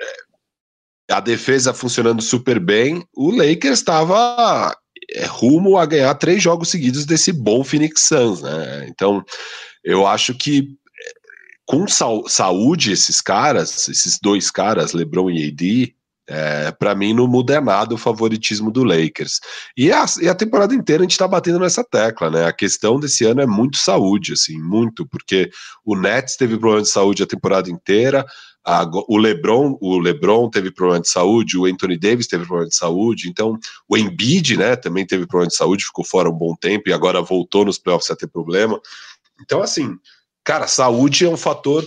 B: a defesa funcionando super bem, o Lakers estava rumo a ganhar 3 jogos seguidos desse bom Phoenix Suns, né? Então, eu acho que com saúde esses dois caras, LeBron e AD, para mim não muda nada o favoritismo do Lakers. E a temporada inteira a gente tá batendo nessa tecla, né? A questão desse ano é muito saúde, assim, muito, porque o Nets teve problema de saúde a temporada inteira, o LeBron teve problema de saúde, o Anthony Davis teve problema de saúde, então o Embiid, né, também teve problema de saúde, ficou fora um bom tempo e agora voltou nos playoffs a ter problema. Então, assim, cara, saúde é um fator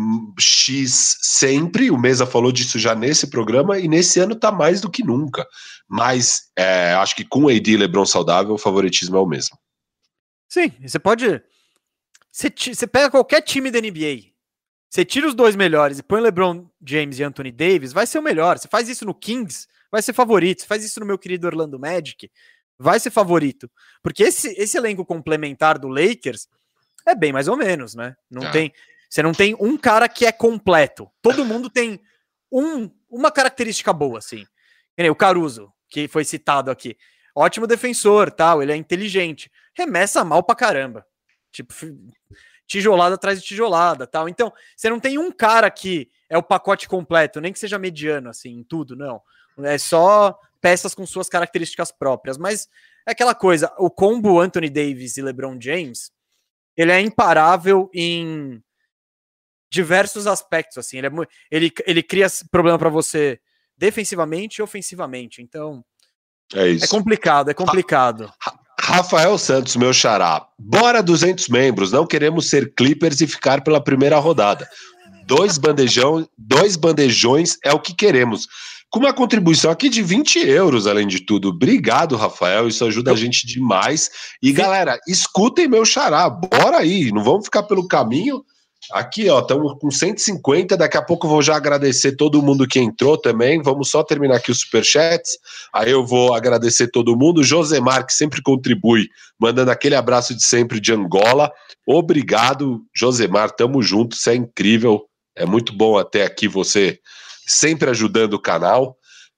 B: X sempre, o Mesa falou disso já nesse programa, e nesse ano tá mais do que nunca. Mas acho que com o AD e LeBron saudável, o favoritismo é o mesmo.
A: Sim, você pode... Você pega qualquer time da NBA, você tira os dois melhores e põe LeBron James e Anthony Davis, vai ser o melhor. Você faz isso no Kings, vai ser favorito. Você faz isso no meu querido Orlando Magic, vai ser favorito. Porque esse elenco complementar do Lakers é bem mais ou menos, né? Você não tem um cara que é completo. Todo mundo tem uma característica boa, assim. O Caruso, que foi citado aqui. Ótimo defensor, tal, ele é inteligente. Remessa mal pra caramba. Tipo, tijolada atrás de tijolada, tal. Então, você não tem um cara que é o pacote completo, nem que seja mediano, assim, em tudo, não. É só peças com suas características próprias. Mas é aquela coisa, o combo Anthony Davis e LeBron James, ele é imparável em diversos aspectos, assim. Ele cria problema para você defensivamente e ofensivamente. Então,
B: É isso.
A: É complicado, é complicado.
B: Rafael Santos, meu xará. Bora 200 membros, não queremos ser Clippers e ficar pela primeira rodada. 2 bandejões é o que queremos. Com uma contribuição aqui de 20 euros, além de tudo. Obrigado, Rafael, isso ajuda a gente demais. E galera, escutem meu xará, bora aí, não vamos ficar pelo caminho. Aqui, ó, estamos com 150, daqui a pouco eu vou já agradecer todo mundo que entrou também, vamos só terminar aqui os superchats, aí eu vou agradecer todo mundo, Josemar, que sempre contribui, mandando aquele abraço de sempre de Angola, obrigado, Josemar, tamo junto, você é incrível, é muito bom até aqui você sempre ajudando o canal,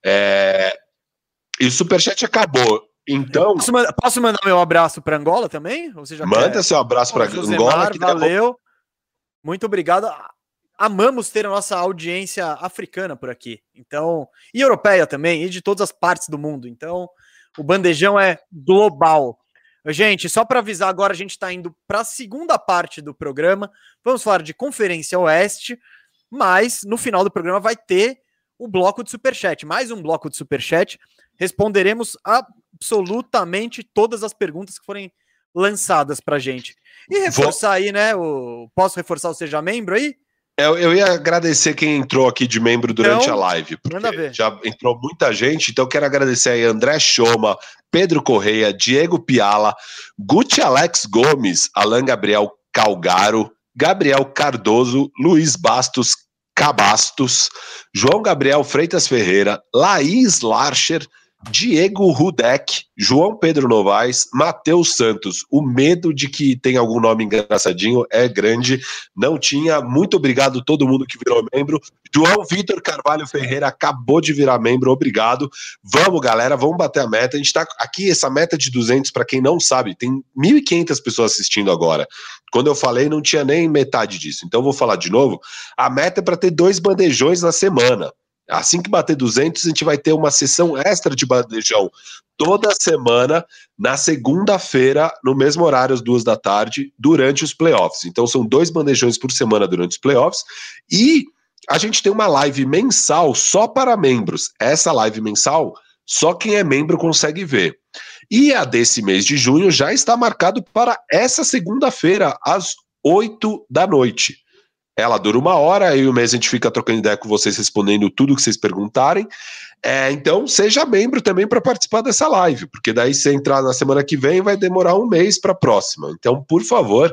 B: e o superchat acabou, então...
A: Posso mandar meu abraço para Angola também? Ou você já
B: manda seu abraço para Angola.
A: Que valeu. Muito obrigado. Amamos ter a nossa audiência africana por aqui. Então, e europeia também, e de todas as partes do mundo. Então, o bandejão é global. Gente, só para avisar, agora a gente está indo para a segunda parte do programa. Vamos falar de Conferência Oeste, mas no final do programa vai ter o bloco de Superchat. Mais um bloco de Superchat. Responderemos absolutamente todas as perguntas que forem lançadas pra gente. E reforçar aí, né? Posso reforçar o Seja Membro aí?
B: Eu ia agradecer quem entrou aqui de membro durante a live,
A: porque
B: já entrou muita gente, então quero agradecer aí André Choma, Pedro Correia, Diego Piala, Guti Alex Gomes, Alan Gabriel Calgaro, Gabriel Cardoso, Luiz Bastos Cabastos, João Gabriel Freitas Ferreira, Laís Larcher, Diego Rudek, João Pedro Novaes, Matheus Santos. O medo de que tem algum nome engraçadinho é grande. Não tinha. Muito obrigado a todo mundo que virou membro. João Vitor Carvalho Ferreira acabou de virar membro. Obrigado. Vamos, galera. Vamos bater a meta. A gente tá aqui, essa meta de 200, para quem não sabe, tem 1.500 pessoas assistindo agora. Quando eu falei, não tinha nem metade disso. Então, vou falar de novo. A meta é para ter 2 bandejões na semana. Assim que bater 200, a gente vai ter uma sessão extra de bandejão toda semana, na segunda-feira, no mesmo horário, às 14h, durante os playoffs. Então são 2 bandejões por semana durante os playoffs. E a gente tem uma live mensal só para membros. Essa live mensal, só quem é membro consegue ver. E a desse mês de junho já está marcado para essa segunda-feira, às 20h. Ela dura 1 hora, aí o mês a gente fica trocando ideia com vocês, respondendo tudo que vocês perguntarem. Então, seja membro também para participar dessa live, porque daí se entrar na semana que vem, vai demorar 1 mês para a próxima. Então, por favor,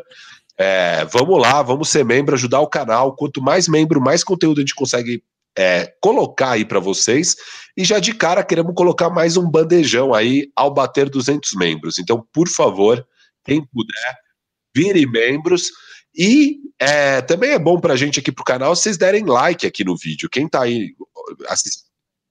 B: vamos lá, vamos ser membro, ajudar o canal. Quanto mais membro, mais conteúdo a gente consegue colocar aí para vocês. E já de cara, queremos colocar mais um bandejão aí ao bater 200 membros. Então, por favor, quem puder, vire membros. E também é bom pra gente aqui pro canal vocês derem like aqui no vídeo. Quem tá aí assistindo.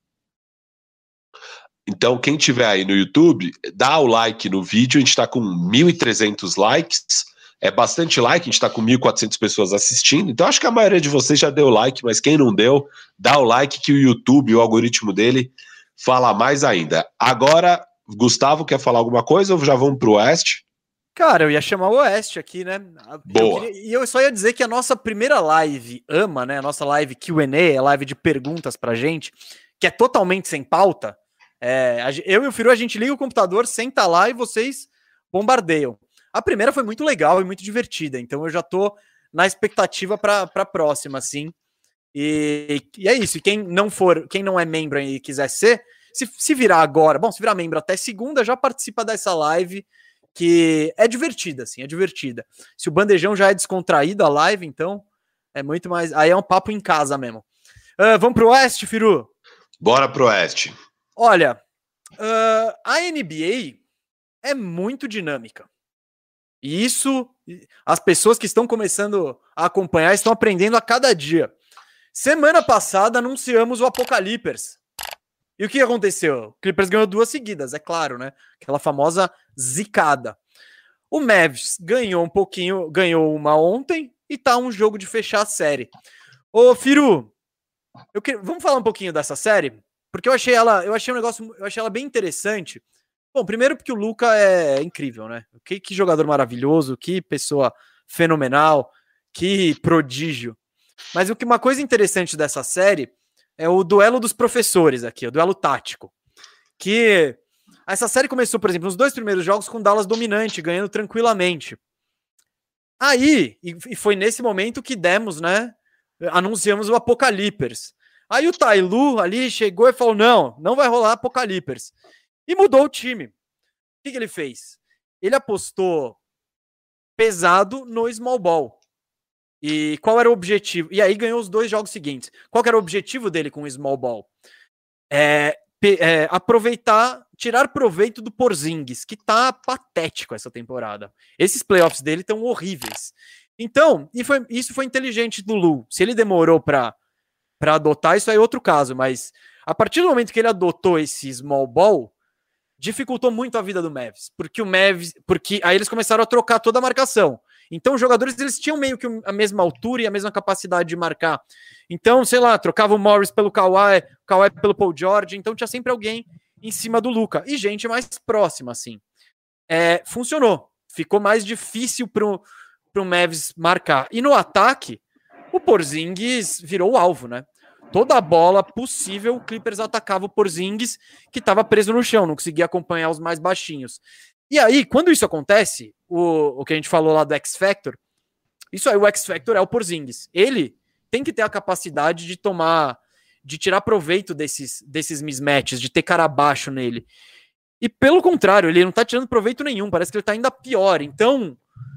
B: Então, quem tiver aí no YouTube, dá o like no vídeo. A gente tá com 1.300 likes. É bastante like, a gente tá com 1.400 pessoas assistindo. Então, acho que a maioria de vocês já deu like, mas quem não deu, dá o like que o YouTube, o algoritmo dele, fala mais ainda. Agora, Gustavo, quer falar alguma coisa ou já vamos pro Oeste?
A: Cara, eu ia chamar o Oeste aqui, né?
B: Boa.
A: Eu só ia dizer que a nossa primeira live né? A nossa live Q&A, a live de perguntas pra gente, que é totalmente sem pauta. Eu e o Firu, a gente liga o computador, senta lá e vocês bombardeiam. A primeira foi muito legal e muito divertida, então eu já tô na expectativa pra próxima, assim. E é isso. E quem não é membro e quiser ser, se virar agora, se virar membro até segunda, já participa dessa live, que é divertida, assim, é divertida. Se o bandejão já é descontraído, a live, então é muito mais... Aí é um papo em casa mesmo. Vamos pro Oeste, Firu?
B: Bora pro Oeste.
A: Olha, a NBA é muito dinâmica. E isso, as pessoas que estão começando a acompanhar estão aprendendo a cada dia. Semana passada anunciamos o Apocalipers. E o que aconteceu? O Clippers ganhou 2 seguidas, é claro, né? Aquela famosa zicada. O Mavs ganhou uma ontem e tá um jogo de fechar a série. Ô, Firu, vamos falar um pouquinho dessa série? Porque eu achei ela bem interessante. Bom, primeiro porque o Luka é incrível, né? Que jogador maravilhoso, que pessoa fenomenal, que prodígio. Mas uma coisa interessante dessa série é o duelo dos professores aqui, o duelo tático. Que Essa série começou, por exemplo, nos 2 primeiros jogos com o Dallas dominante, ganhando tranquilamente. Aí, e foi nesse momento que demos, né? Anunciamos o Apocalipers. Aí o Ty Lue ali chegou e falou: não vai rolar Apocalipers. E mudou o time. O que ele fez? Ele apostou pesado no small ball. E qual era o objetivo? E aí ganhou os 2 jogos seguintes. Qual que era o objetivo dele com o small ball? Aproveitar, tirar proveito do Porzingis, que tá patético essa temporada. Esses playoffs dele estão horríveis. Então, isso foi inteligente do Lue. Se ele demorou para adotar, isso aí é outro caso, mas a partir do momento que ele adotou esse small ball, dificultou muito a vida do Mavs, porque aí eles começaram a trocar toda a marcação. Então os jogadores eles tinham meio que a mesma altura e a mesma capacidade de marcar. Então, sei lá, trocava o Morris pelo Kawhi, o Kawhi pelo Paul George, então tinha sempre alguém em cima do Luka e gente mais próxima, assim. Funcionou. Ficou mais difícil pro Mavs marcar. E no ataque, o Porzingis virou o alvo, né? Toda a bola possível, o Clippers atacava o Porzingis, que estava preso no chão, não conseguia acompanhar os mais baixinhos. E aí, quando isso acontece, o que a gente falou lá do X-Factor, isso aí, o X-Factor é o Porzingis. Ele tem que ter a capacidade de tirar proveito desses mismatches, de ter cara baixo nele. E pelo contrário, ele não tá tirando proveito nenhum, parece que ele tá ainda pior. Então,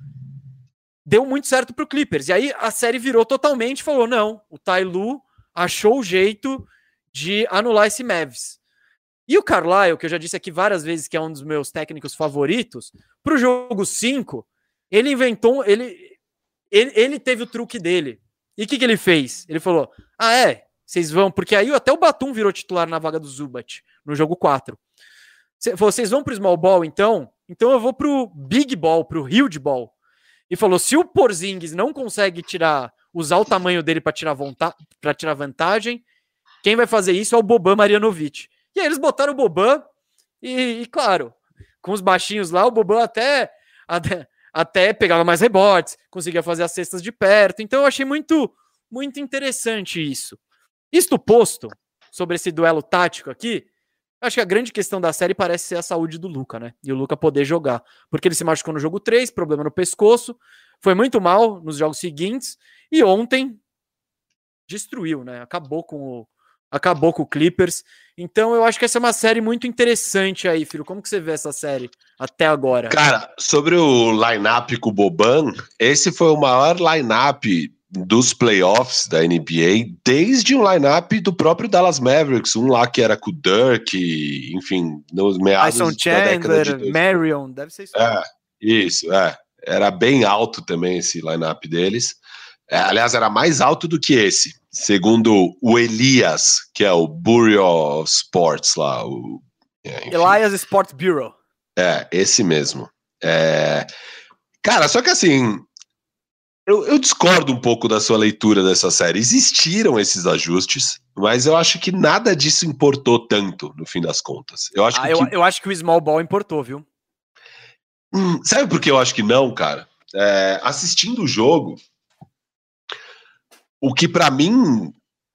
A: deu muito certo pro Clippers. E aí a série virou totalmente, falou, não, o Ty Lue achou o jeito de anular esse Mavs. E o Carlisle, que eu já disse aqui várias vezes que é um dos meus técnicos favoritos, pro jogo 5, ele inventou, ele teve o truque dele. E o que ele fez? Ele falou, vocês vão, porque aí até o Batum virou titular na vaga do Zubat, no jogo 4. Vocês vão pro small ball, então eu vou pro big ball, pro huge ball. E falou, se o Porzingis não consegue usar o tamanho dele para tirar vantagem, quem vai fazer isso é o Boban Marjanovic. E aí eles botaram o Boban e claro, com os baixinhos lá, o Boban até pegava mais rebotes, conseguia fazer as cestas de perto. Então eu achei muito, muito interessante isso. Isto posto, sobre esse duelo tático aqui, acho que a grande questão da série parece ser a saúde do Luka, né? E o Luka poder jogar. Porque ele se machucou no jogo 3, problema no pescoço, foi muito mal nos jogos seguintes, e ontem destruiu, né? Acabou com o Clippers. Então eu acho que essa é uma série muito interessante aí, filho. Como que você vê essa série até agora?
B: Cara, sobre o line-up com o Boban, esse foi o maior line-up dos playoffs da NBA, desde um line-up do próprio Dallas Mavericks, um lá que era com o Dirk, enfim, nos meados
A: da década de 2000. Marion, deve ser isso. Era bem alto também esse line-up deles. Aliás, era mais alto do que esse, segundo o Elias, que é o Bureau of Sports lá. Elias Sports Bureau.
B: Esse mesmo. Cara, só que assim, eu discordo um pouco da sua leitura dessa série. Existiram esses ajustes, mas eu acho que nada disso importou tanto, no fim das contas. Eu acho
A: que o small ball importou, viu?
B: Sabe por que eu acho que não, cara? Assistindo o jogo, o que pra mim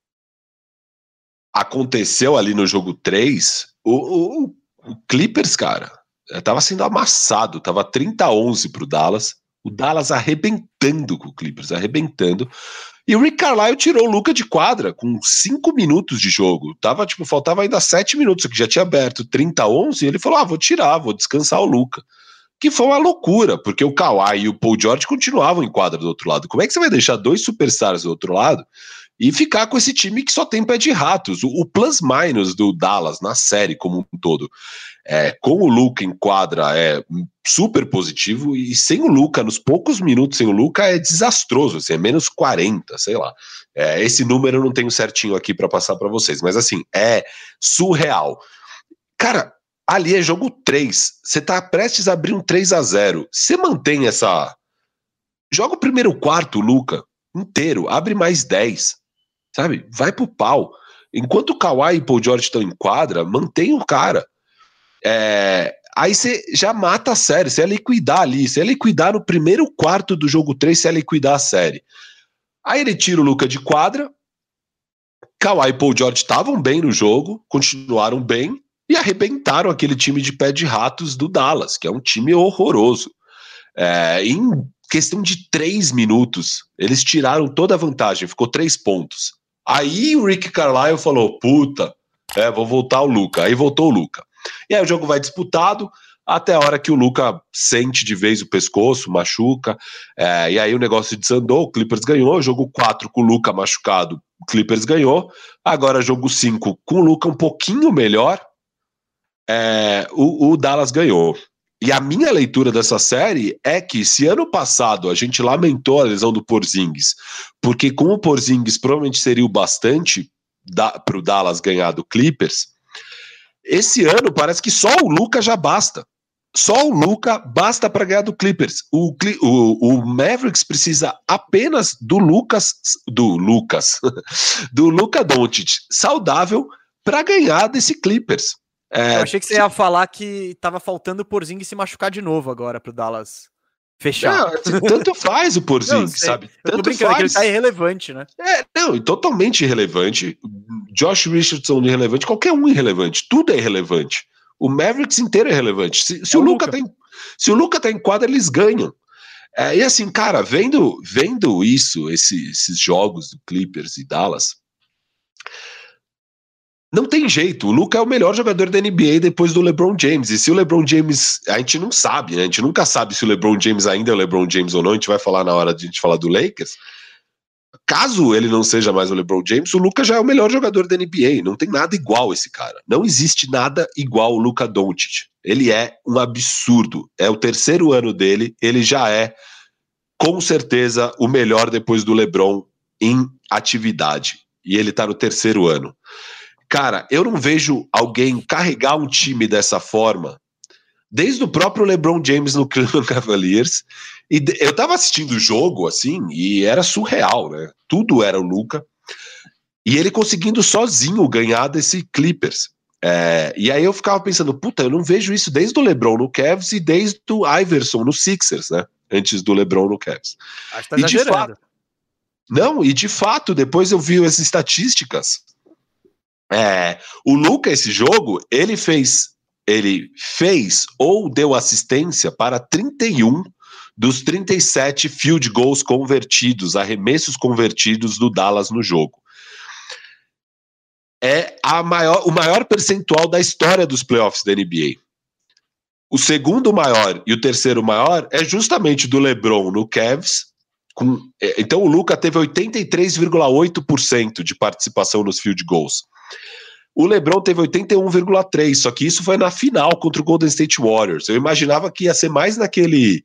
B: aconteceu ali no jogo 3, o Clippers, cara, tava sendo amassado, tava 30-11 pro Dallas, o Dallas arrebentando com o Clippers, arrebentando, e o Rick Carlisle tirou o Luka de quadra com 5 minutos de jogo, faltava ainda 7 minutos, que já tinha aberto 30-11, e ele falou, vou descansar o Luka. Que foi uma loucura, porque o Kawhi e o Paul George continuavam em quadra do outro lado. Como é que você vai deixar 2 superstars do outro lado e ficar com esse time que só tem pé de ratos? O plus-minus do Dallas na série como um todo, com o Luka em quadra, é super positivo, e sem o Luka, nos poucos minutos sem o Luka, é desastroso, assim, é menos 40, sei lá. Esse número eu não tenho certinho aqui para passar para vocês, mas assim, é surreal. Cara, ali é jogo 3, você tá prestes a abrir um 3-0, você mantém essa... Joga o primeiro quarto, Luka, inteiro, abre mais 10, sabe? Vai pro pau. Enquanto o Kawhi e o Paul George estão em quadra, mantém o cara. Aí você já mata a série, você ia liquidar ali, você ia liquidar no primeiro quarto do jogo 3, você ia liquidar a série. Aí ele tira o Luka de quadra, Kawhi e Paul George estavam bem no jogo, continuaram bem, e arrebentaram aquele time de pé de ratos do Dallas, que é um time horroroso. Em questão de 3 minutos, eles tiraram toda a vantagem, ficou 3 pontos. Aí o Rick Carlisle falou, puta, vou voltar o Luka. Aí voltou o Luka. E aí o jogo vai disputado, até a hora que o Luka sente de vez o pescoço, machuca, e aí o negócio desandou, o Clippers ganhou, jogo 4 com o Luka machucado, o Clippers ganhou, agora jogo 5 com o Luka um pouquinho melhor, o Dallas ganhou. E a minha leitura dessa série é que se ano passado a gente lamentou a lesão do Porzingis, porque com o Porzingis provavelmente seria o bastante para o Dallas ganhar do Clippers, esse ano parece que só o Luka já basta. Só o Luka basta para ganhar do Clippers. O Mavericks precisa apenas do Luka Doncic saudável para ganhar desse Clippers.
A: Eu achei que você ia falar que tava faltando o Porzingis se machucar de novo agora pro Dallas fechar.
B: Tanto faz o Porzingis, sabe?
A: Eu tô brincando, que ele tá irrelevante, né?
B: Totalmente irrelevante. Josh Richardson irrelevante, qualquer um irrelevante. Tudo é irrelevante. O Mavericks inteiro é irrelevante. Se o Luka tá em quadra, eles ganham. E assim, cara, vendo isso, esses jogos do Clippers e Dallas, não tem jeito, o Luka é o melhor jogador da NBA depois do LeBron James, e se o LeBron James, a gente não sabe, né? A gente nunca sabe se o LeBron James ainda é o LeBron James ou não, a gente vai falar na hora de a gente falar do Lakers. Caso ele não seja mais o LeBron James, o Luka já é o melhor jogador da NBA, não tem nada igual esse cara, não existe nada igual o Luka Doncic, ele é um absurdo, é o 3º ano dele, ele já é com certeza o melhor depois do LeBron em atividade, e ele tá no 3º ano. Cara, eu não vejo alguém carregar um time dessa forma, desde o próprio LeBron James no Cleveland Cavaliers, e eu tava assistindo o jogo, assim, e era surreal, né? Tudo era o Luka, e ele conseguindo sozinho ganhar desse Clippers. E aí eu ficava pensando, puta, eu não vejo isso desde o LeBron no Cavs e desde o Iverson no Sixers, né? Antes do LeBron no Cavs.
A: Acho que tá exagerando.
B: De fato, depois eu vi as estatísticas. O Luka, esse jogo, ele fez ou deu assistência para 31 dos 37 field goals convertidos, arremessos convertidos do Dallas no jogo. É o maior percentual da história dos playoffs da NBA. O segundo maior e o terceiro maior é justamente do LeBron no Cavs. Então o Luka teve 83,8% de participação nos field goals. O LeBron teve 81,3%, só que isso foi na final contra o Golden State Warriors. Eu imaginava que ia ser mais naquele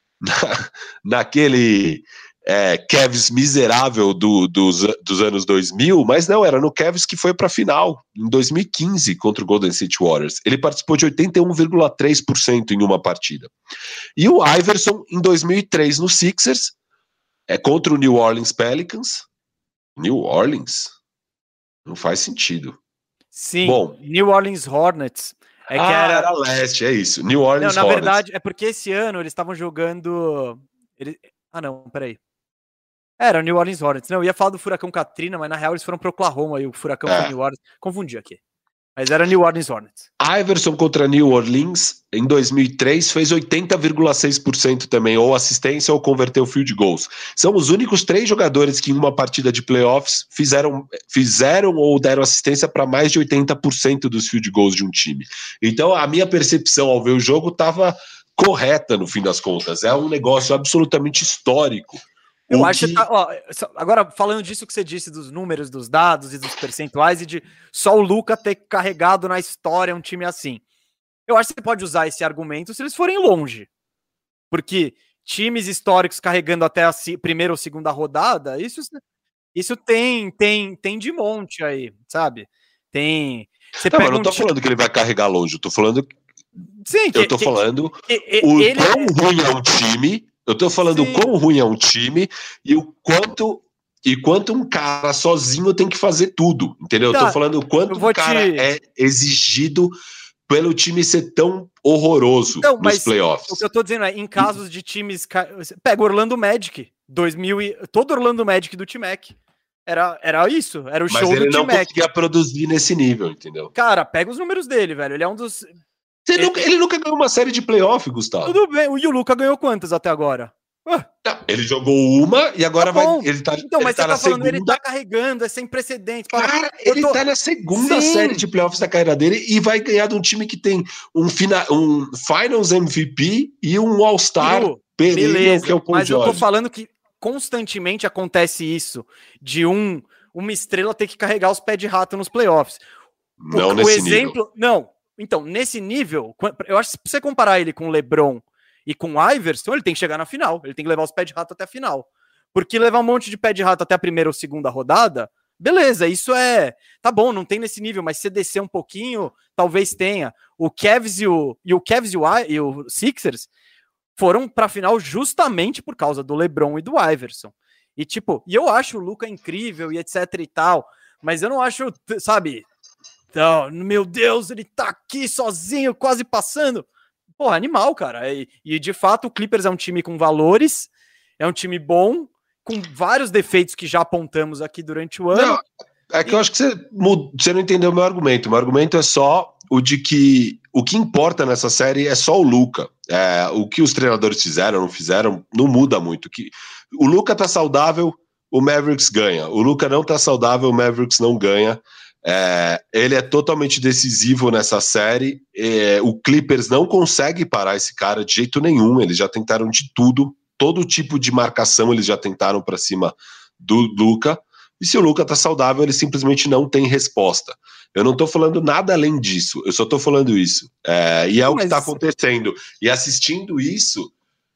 B: Cavs miserável dos anos 2000, mas não, era no Cavs que foi para a final, em 2015, contra o Golden State Warriors. Ele participou de 81,3% em uma partida. E o Iverson, em 2003, no Sixers, contra o New Orleans Pelicans. New Orleans? Não faz sentido.
A: Sim, bom, New Orleans Hornets.
B: Era leste, é isso. New Orleans Hornets.
A: Na verdade, é porque esse ano eles estavam jogando... peraí. Era o New Orleans Hornets. Não, eu ia falar do Furacão Katrina, mas na real eles foram pro Oklahoma e o Furacão foi New Orleans. Confundi aqui. Mas era New Orleans Hornets.
B: Iverson contra New Orleans, em 2003, fez 80,6% também, ou assistência ou converteu field goals. São os únicos 3 jogadores que em uma partida de playoffs fizeram ou deram assistência para mais de 80% dos field goals de um time. Então a minha percepção ao ver o jogo estava correta no fim das contas. É um negócio absolutamente histórico.
A: Eu acho que agora, falando disso que você disse, dos números, dos dados e dos percentuais, e de só o Luka ter carregado na história um time assim. Eu acho que você pode usar esse argumento se eles forem longe. Porque times históricos carregando até a primeira ou segunda rodada, isso tem de monte aí, sabe? Tem...
B: eu não tô falando que ele vai carregar longe, eu tô falando...
A: Sim,
B: eu tô falando quão ruim é um time... Eu tô falando o quão ruim é um time e o quanto um cara sozinho tem que fazer tudo, entendeu? Eu tô falando o quanto um cara é exigido pelo time ser tão horroroso nos playoffs.
A: O que eu tô dizendo é, em casos de times... Pega o Orlando Magic, todo Orlando Magic do T-Mac. Era isso, era o
B: Mas
A: show do
B: ele não
A: T-Mac.
B: conseguia produzir nesse nível, entendeu?
A: Cara, pega os números dele, velho. Ele é um dos.
B: Ele nunca ganhou uma série de playoff, Gustavo.
A: Tudo bem. E o Luka ganhou quantas até agora?
B: Não, ele jogou uma e agora vai. Ele tá,
A: então, mas
B: ele tá
A: você tá falando,
B: segunda.
A: ele tá carregando, é sem precedentes.
B: Cara, ele tá na segunda série de playoffs da carreira dele e vai ganhar de um time que tem um Finals MVP e um All-Star
A: beleza,
B: que é o Paul
A: mas
B: George.
A: Eu tô falando que constantemente acontece isso, de uma estrela ter que carregar os pés de rato nos playoffs.
B: Não nesse nível.
A: Não, então, nesse nível, eu acho que se você comparar ele com o LeBron e com o Iverson, ele tem que chegar na final, ele tem que levar os pés de rato até a final. Porque levar um monte de pé de rato até a primeira ou segunda rodada, beleza, isso tá bom, não tem nesse nível, mas se descer um pouquinho, talvez tenha. O Cavs e o Sixers foram pra final justamente por causa do LeBron e do Iverson. E eu acho o Luka incrível e etc e tal, mas eu não acho, sabe, então, meu Deus, ele tá aqui sozinho, quase passando. Porra, animal, cara. E de fato o Clippers é um time com valores, é um time bom, com vários defeitos que já apontamos aqui durante o ano.
B: Não, é que eu acho que você não entendeu o meu argumento. O meu argumento é só o de que o que importa nessa série é só o Luka. O que os treinadores fizeram, não fizeram, não muda muito. O Luka tá saudável, o Mavericks ganha. O Luka não tá saudável, o Mavericks não ganha. Ele é totalmente decisivo nessa série. O Clippers não consegue parar esse cara de jeito nenhum. Eles já tentaram de tudo. Todo tipo de marcação eles já tentaram para cima do Luka. E se o Luka tá saudável, ele simplesmente não tem resposta. Eu não tô falando nada além disso. Eu só tô falando isso. E é o que tá acontecendo. E assistindo isso,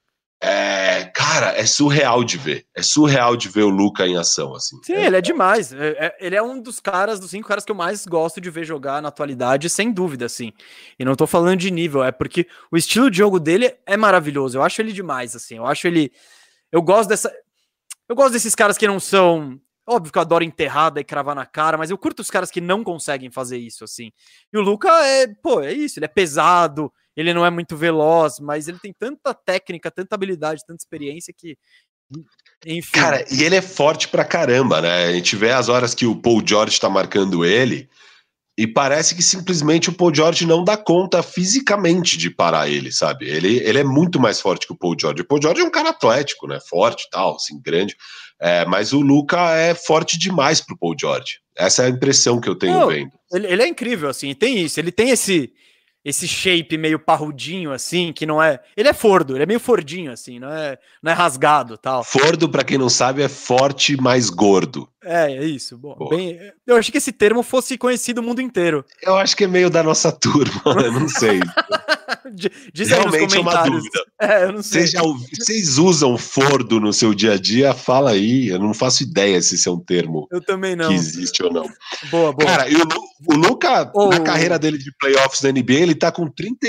B: cara, é surreal de ver. É surreal de ver o Luka em ação, assim.
A: Sim, ele é demais. Ele é um dos 5 caras que eu mais gosto de ver jogar na atualidade, sem dúvida, assim. E não tô falando de nível, é porque o estilo de jogo dele é maravilhoso. Eu acho ele demais, assim. Eu gosto desses caras que não são... Óbvio que eu adoro enterrada e cravar na cara, mas eu curto os caras que não conseguem fazer isso, assim. E o Luka é isso, ele é pesado, ele não é muito veloz, mas ele tem tanta técnica, tanta habilidade, tanta experiência que... Enfim.
B: Cara, e ele é forte pra caramba, né? A gente vê as horas que o Paul George tá marcando ele e parece que simplesmente o Paul George não dá conta fisicamente de parar ele, sabe? Ele é muito mais forte que o Paul George. O Paul George é um cara atlético, né? Forte e tal, assim, grande. Mas o Luka é forte demais pro Paul George. Essa é a impressão que eu tenho vendo.
A: Ele é incrível, assim, tem isso. Ele tem esse shape meio parrudinho, assim, que não é... Ele é fordo, ele é meio fordinho, assim, não é rasgado, tal.
B: Fordo, pra quem não sabe, é forte, mais gordo.
A: É isso. Bom, eu achei que esse termo fosse conhecido no mundo inteiro.
B: Eu acho que é meio da nossa turma, eu não sei.
A: Diz aí nos comentários.
B: É uma dúvida.
A: Eu não sei.
B: Vocês usam fordo no seu dia a dia? Fala aí, eu não faço ideia se isso é um termo
A: eu também não.
B: Que existe ou não.
A: Boa.
B: Cara, e o Luka, na carreira dele de playoffs da NBA, ele tá com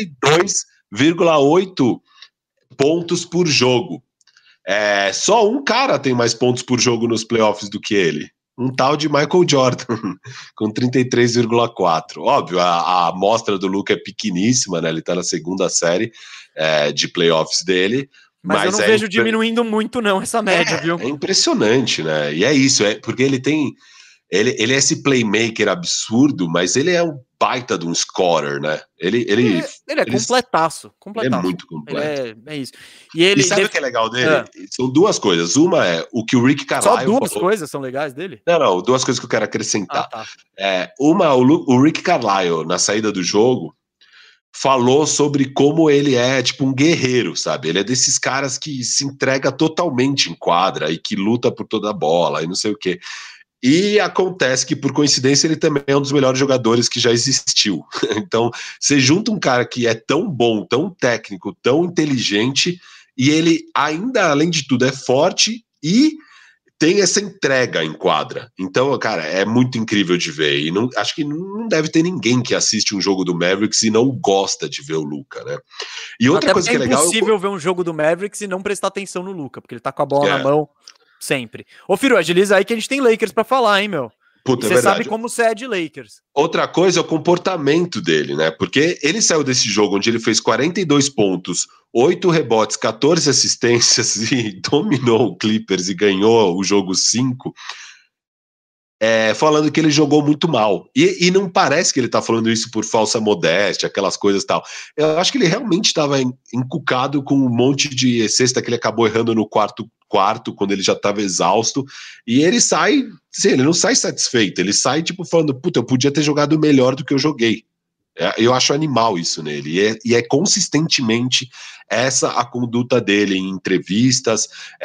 B: 32,8 pontos por jogo. Só um cara tem mais pontos por jogo nos playoffs do que ele. Um tal de Michael Jordan, com 33,4. Óbvio, a amostra do Luka é pequeníssima, né? Ele tá na segunda série de playoffs dele.
A: Mas eu não vejo diminuindo muito, não, essa média, viu?
B: É impressionante, né? E é isso, porque ele tem... Ele é esse playmaker absurdo, mas ele é um baita de um scorer, né? Ele é
A: completaço.
B: Ele é muito completo.
A: É isso. E
B: sabe o que é legal dele? São duas coisas. Uma é o que o Rick Carlisle
A: Só duas coisas são legais dele?
B: Não, duas coisas que eu quero acrescentar.
A: Tá.
B: Uma, o Rick Carlisle, na saída do jogo, falou sobre como ele é tipo um guerreiro, sabe? Ele é desses caras que se entrega totalmente em quadra e que luta por toda a bola e não sei o quê. E acontece que, por coincidência, ele também é um dos melhores jogadores que já existiu. Então, você junta um cara que é tão bom, tão técnico, tão inteligente, e ele ainda, além de tudo, é forte e tem essa entrega em quadra. Então, cara, é muito incrível de ver. E acho que não deve ter ninguém que assiste um jogo do Mavericks e não gosta de ver o Luka, né? E outra coisa que é legal...
A: É impossível ver um jogo do Mavericks e não prestar atenção no Luka, porque ele tá com a bola na mão sempre. Ô, Firo, agiliza aí que a gente tem Lakers pra falar, hein, meu?
B: Puta,
A: você sabe como você é de Lakers.
B: Outra coisa é o comportamento dele, né? Porque ele saiu desse jogo onde ele fez 42 pontos, 8 rebotes, 14 assistências e dominou o Clippers e ganhou o jogo 5, falando que ele jogou muito mal. E não parece que ele tá falando isso por falsa modéstia, aquelas coisas e tal. Eu acho que ele realmente estava encucado com um monte de cesta que ele acabou errando no quarto, quando ele já estava exausto. E ele sai, ele não sai satisfeito, ele sai tipo falando, puta, eu podia ter jogado melhor do que eu joguei. Eu acho animal isso nele, e é consistentemente essa a conduta dele em entrevistas,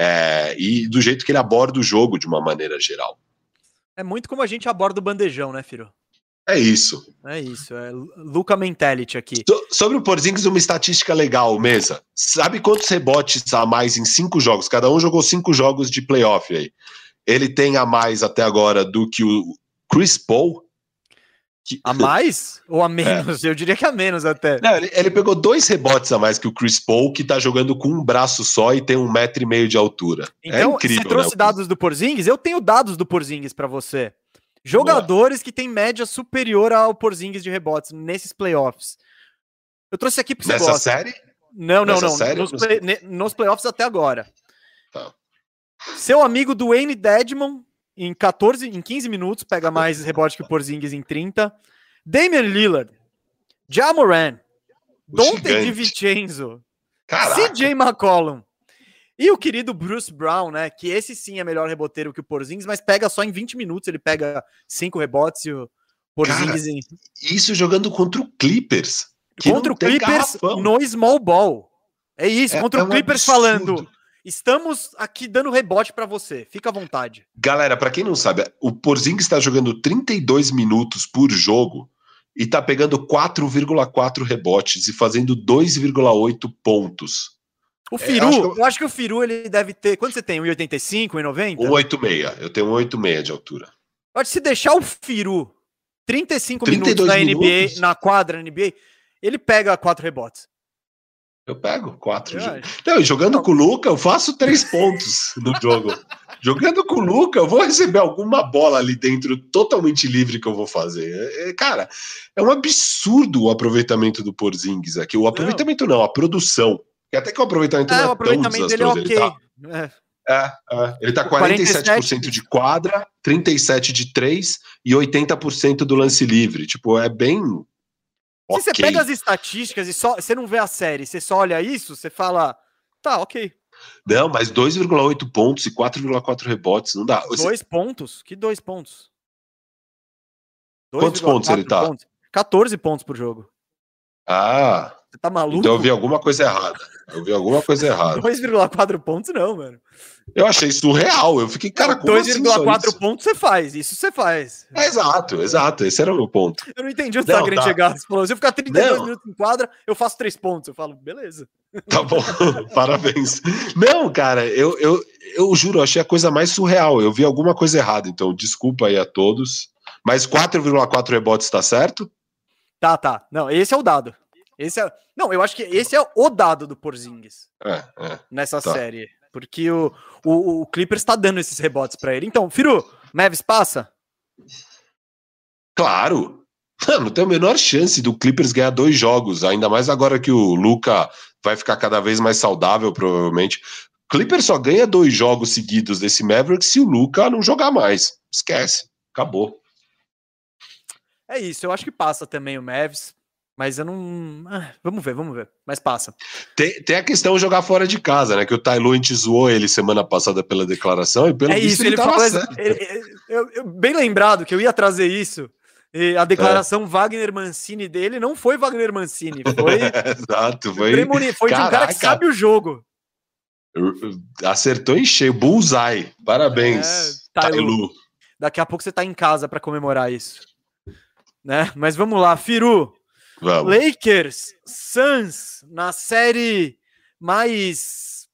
B: e do jeito que ele aborda o jogo de uma maneira geral.
A: É muito como a gente aborda o bandejão, né, Firo?
B: É isso.
A: É Luca Mentality aqui.
B: Sobre o Porzingis, uma estatística legal, Mesa. Sabe quantos rebotes a mais em 5 jogos? Cada um jogou 5 jogos de playoff aí. Ele tem a mais até agora do que o Chris Paul.
A: A mais? Ou a menos? Eu diria que a menos até.
B: Não, ele pegou 2 rebotes a mais que o Chris Paul, que tá jogando com um braço só e tem 1,5 metro de altura.
A: Então, incrível, você trouxe dados do Porzingis? Eu tenho dados do Porzingis pra você. Jogadores que têm média superior ao Porzingis de rebotes nesses playoffs. Eu trouxe aqui porque você gosta.
B: Nessa série?
A: Não. Nos playoffs até agora. Tá. Seu amigo Dwayne Dedmon, em 15 minutos, pega mais rebote que o Porzingis em 30. Damian Lillard, Ja Morant, Donte DiVincenzo, CJ McCollum e o querido Bruce Brown, né? Que esse sim é melhor reboteiro que o Porzingis, mas pega só em 20 minutos, ele pega 5 rebotes e o Porzingis
B: Isso jogando contra o Clippers.
A: Contra o Clippers no small ball. É isso, contra o Clippers falando... Estamos aqui dando rebote pra você. Fica à vontade.
B: Galera, pra quem não sabe, o Porzingis está jogando 32 minutos por jogo e tá pegando 4,4 rebotes e fazendo 2,8 pontos.
A: O Firu, eu acho que o Firu ele deve ter... Quanto você tem? 1,85, 1,90?
B: 1,86. Eu tenho 1,86 de altura.
A: Pode se deixar o Firu 35 minutos na NBA, na quadra NBA, ele pega 4 rebotes.
B: Eu pego 4. Não, jogando com o Luca, eu faço 3 pontos no jogo. Jogando com o Luca, eu vou receber alguma bola ali dentro, totalmente livre, que eu vou fazer. Cara, é um absurdo o aproveitamento do Porzingis aqui. O aproveitamento não, a produção. E até que o aproveitamento não é
A: o aproveitamento dele é ok.
B: Ele tá 47% de quadra, 37% de 3 e 80% do lance livre. Tipo, é bem...
A: Se você pega as estatísticas e você não vê a série, você só olha isso, você fala, tá, ok.
B: Não, mas 2,8 pontos e 4,4 rebotes, não dá.
A: 2 pontos? Que 2 pontos?
B: Quantos pontos ele tá?
A: 14 pontos por jogo.
B: Ah,
A: você tá maluco?
B: Então eu vi alguma coisa errada.
A: 2,4 pontos não, mano.
B: Eu achei surreal. Eu fiquei, cara, como
A: 2,4 pontos você faz. Isso você faz.
B: Exato. Esse era o meu ponto.
A: Eu não entendi onde o Zagrande chegar. Você falou, se eu ficar 32 minutos em quadra, eu faço 3 pontos. Eu falo, beleza.
B: Tá bom, parabéns. Não, cara, eu juro, eu achei a coisa mais surreal. Eu vi alguma coisa errada, então desculpa aí a todos. Mas 4,4 rebotes tá certo?
A: Tá. Não, esse é o dado. Não, eu acho que esse é o dado do Porzingis nessa série. Porque o Clippers tá dando esses rebotes pra ele. Então, Firu, Mavs passa?
B: Claro. Não tem a menor chance do Clippers ganhar 2 jogos. Ainda mais agora que o Luka vai ficar cada vez mais saudável, provavelmente. Clippers só ganha 2 jogos seguidos desse Mavericks se o Luka não jogar mais. Esquece. Acabou.
A: É isso. Eu acho que passa também o Mavs. Mas eu não... vamos ver. Mas passa.
B: Tem a questão de jogar fora de casa, né? Que o Ty Lue, a gente zoou ele semana passada pela declaração e pelo visto ele tava certo.
A: Bem lembrado que eu ia trazer isso. E a declaração Wagner Mancini dele não foi Wagner Mancini. Foi...
B: Exato. Foi
A: de um cara que sabe o jogo.
B: Acertou em cheio. Bullseye. Parabéns, Ty Lue.
A: Daqui a pouco você tá em casa para comemorar isso. Né? Mas vamos lá, Firu.
B: Vamos.
A: Lakers, Suns, na série mais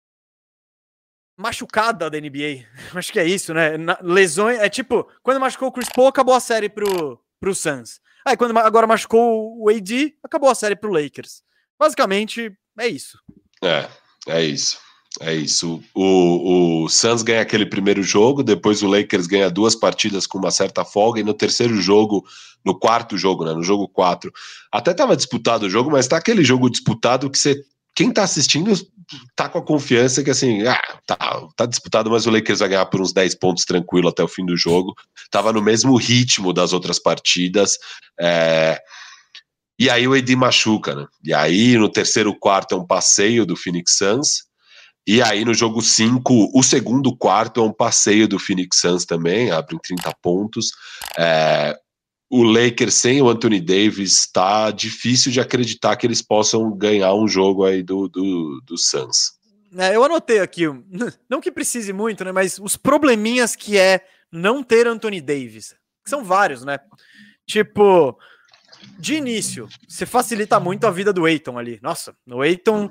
A: machucada da NBA. Acho que é isso, né? Lesões, é tipo, quando machucou o Chris Paul, acabou a série pro Suns. Aí quando agora machucou o AD, acabou a série pro Lakers. Basicamente, é isso.
B: É isso. O Suns ganha aquele primeiro jogo, depois o Lakers ganha 2 partidas com uma certa folga, e no terceiro jogo, no quarto jogo, né, no jogo 4, até tava disputado o jogo, mas tá aquele jogo disputado que você quem tá assistindo tá com a confiança que assim, tá disputado, mas o Lakers vai ganhar por uns 10 pontos tranquilo até o fim do jogo. Tava no mesmo ritmo das outras partidas. E aí o AD machuca, né? E aí no terceiro quarto é um passeio do Phoenix Suns. E aí no jogo 5, o segundo quarto é um passeio do Phoenix Suns também, abrem 30 pontos. O Lakers sem o Anthony Davis tá difícil de acreditar que eles possam ganhar um jogo aí do Suns.
A: Eu anotei aqui, não que precise muito, né? Mas os probleminhas que é não ter Anthony Davis, que são vários, né? Tipo, de início, você facilita muito a vida do Ayton ali. Nossa, o Ayton,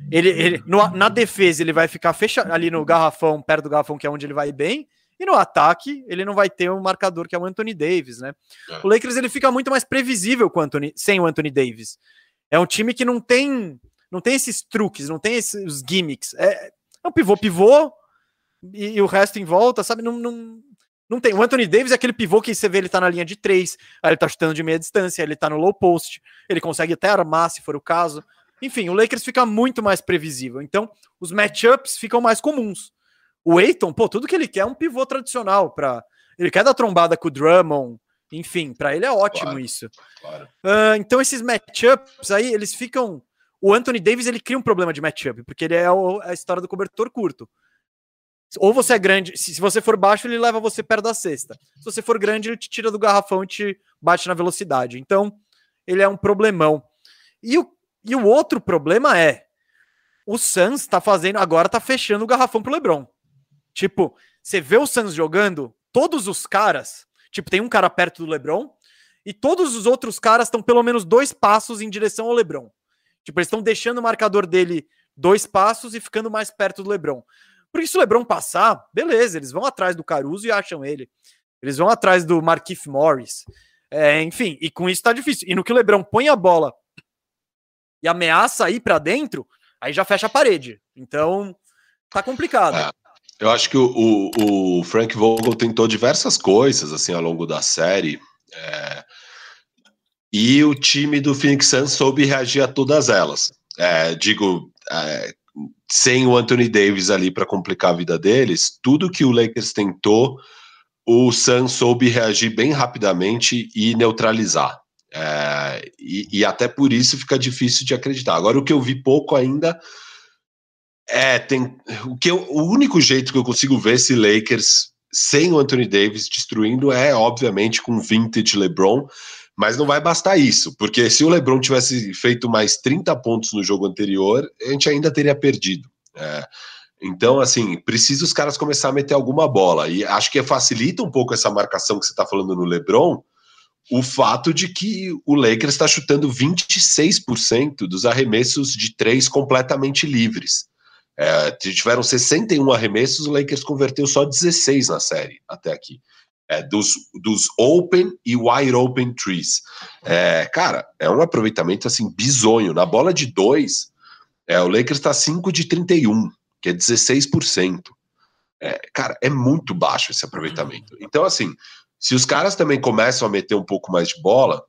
A: na defesa ele vai ficar fechado ali no garrafão, perto do garrafão, que é onde ele vai bem. E no ataque, ele não vai ter um marcador que é o Anthony Davis, né? O Lakers ele fica muito mais previsível sem o Anthony Davis. É um time que não tem esses truques, não tem esses gimmicks. É um pivô e o resto em volta, sabe? Não tem. O Anthony Davis é aquele pivô que você vê ele tá na linha de 3, aí ele tá chutando de meia distância, ele tá no low post, ele consegue até armar se for o caso. Enfim, o Lakers fica muito mais previsível. Então, os matchups ficam mais comuns. O Ayton, tudo que ele quer é um pivô tradicional. Ele quer dar trombada com o Drummond. Enfim, para ele é ótimo isso.
B: Claro.
A: Então esses matchups aí, eles ficam... O Anthony Davis, ele cria um problema de matchup, porque ele é a história do cobertor curto. Ou você é grande... Se você for baixo, ele leva você perto da cesta. Se você for grande, ele te tira do garrafão e te bate na velocidade. Então, ele é um problemão. E o outro problema é... O Suns agora tá fechando o garrafão pro LeBron. Tipo, você vê o Suns jogando, todos os caras, tipo, tem um cara perto do LeBron, e todos os outros caras estão pelo menos 2 passos em direção ao LeBron. Tipo, eles estão deixando o marcador dele 2 passos e ficando mais perto do LeBron. Porque se o LeBron passar, beleza, eles vão atrás do Caruso e acham ele. Eles vão atrás do Markieff Morris. Enfim, e com isso tá difícil. E no que o LeBron põe a bola e ameaça ir pra dentro, aí já fecha a parede. Então, tá complicado.
B: Eu acho que o Frank Vogel tentou diversas coisas assim ao longo da série, e o time do Phoenix Suns soube reagir a todas elas. Sem o Anthony Davis ali para complicar a vida deles, tudo que o Lakers tentou, o Suns soube reagir bem rapidamente e neutralizar. E até por isso fica difícil de acreditar. Agora, o que eu vi pouco ainda... o único jeito que eu consigo ver esse Lakers sem o Anthony Davis destruindo é, obviamente, com vintage LeBron, mas não vai bastar isso, porque se o LeBron tivesse feito mais 30 pontos no jogo anterior, a gente ainda teria perdido. Então, assim, precisa os caras começar a meter alguma bola, e acho que facilita um pouco essa marcação que você está falando no LeBron, o fato de que o Lakers está chutando 26% dos arremessos de 3 completamente livres. Tiveram 61 arremessos, o Lakers converteu só 16 na série até aqui. Dos open e wide open threes. Cara, é um aproveitamento assim bizonho. Na bola de 2, o Lakers está 5 de 31, que é 16%. Cara, é muito baixo esse aproveitamento. Então, assim, se os caras também começam a meter um pouco mais de bola,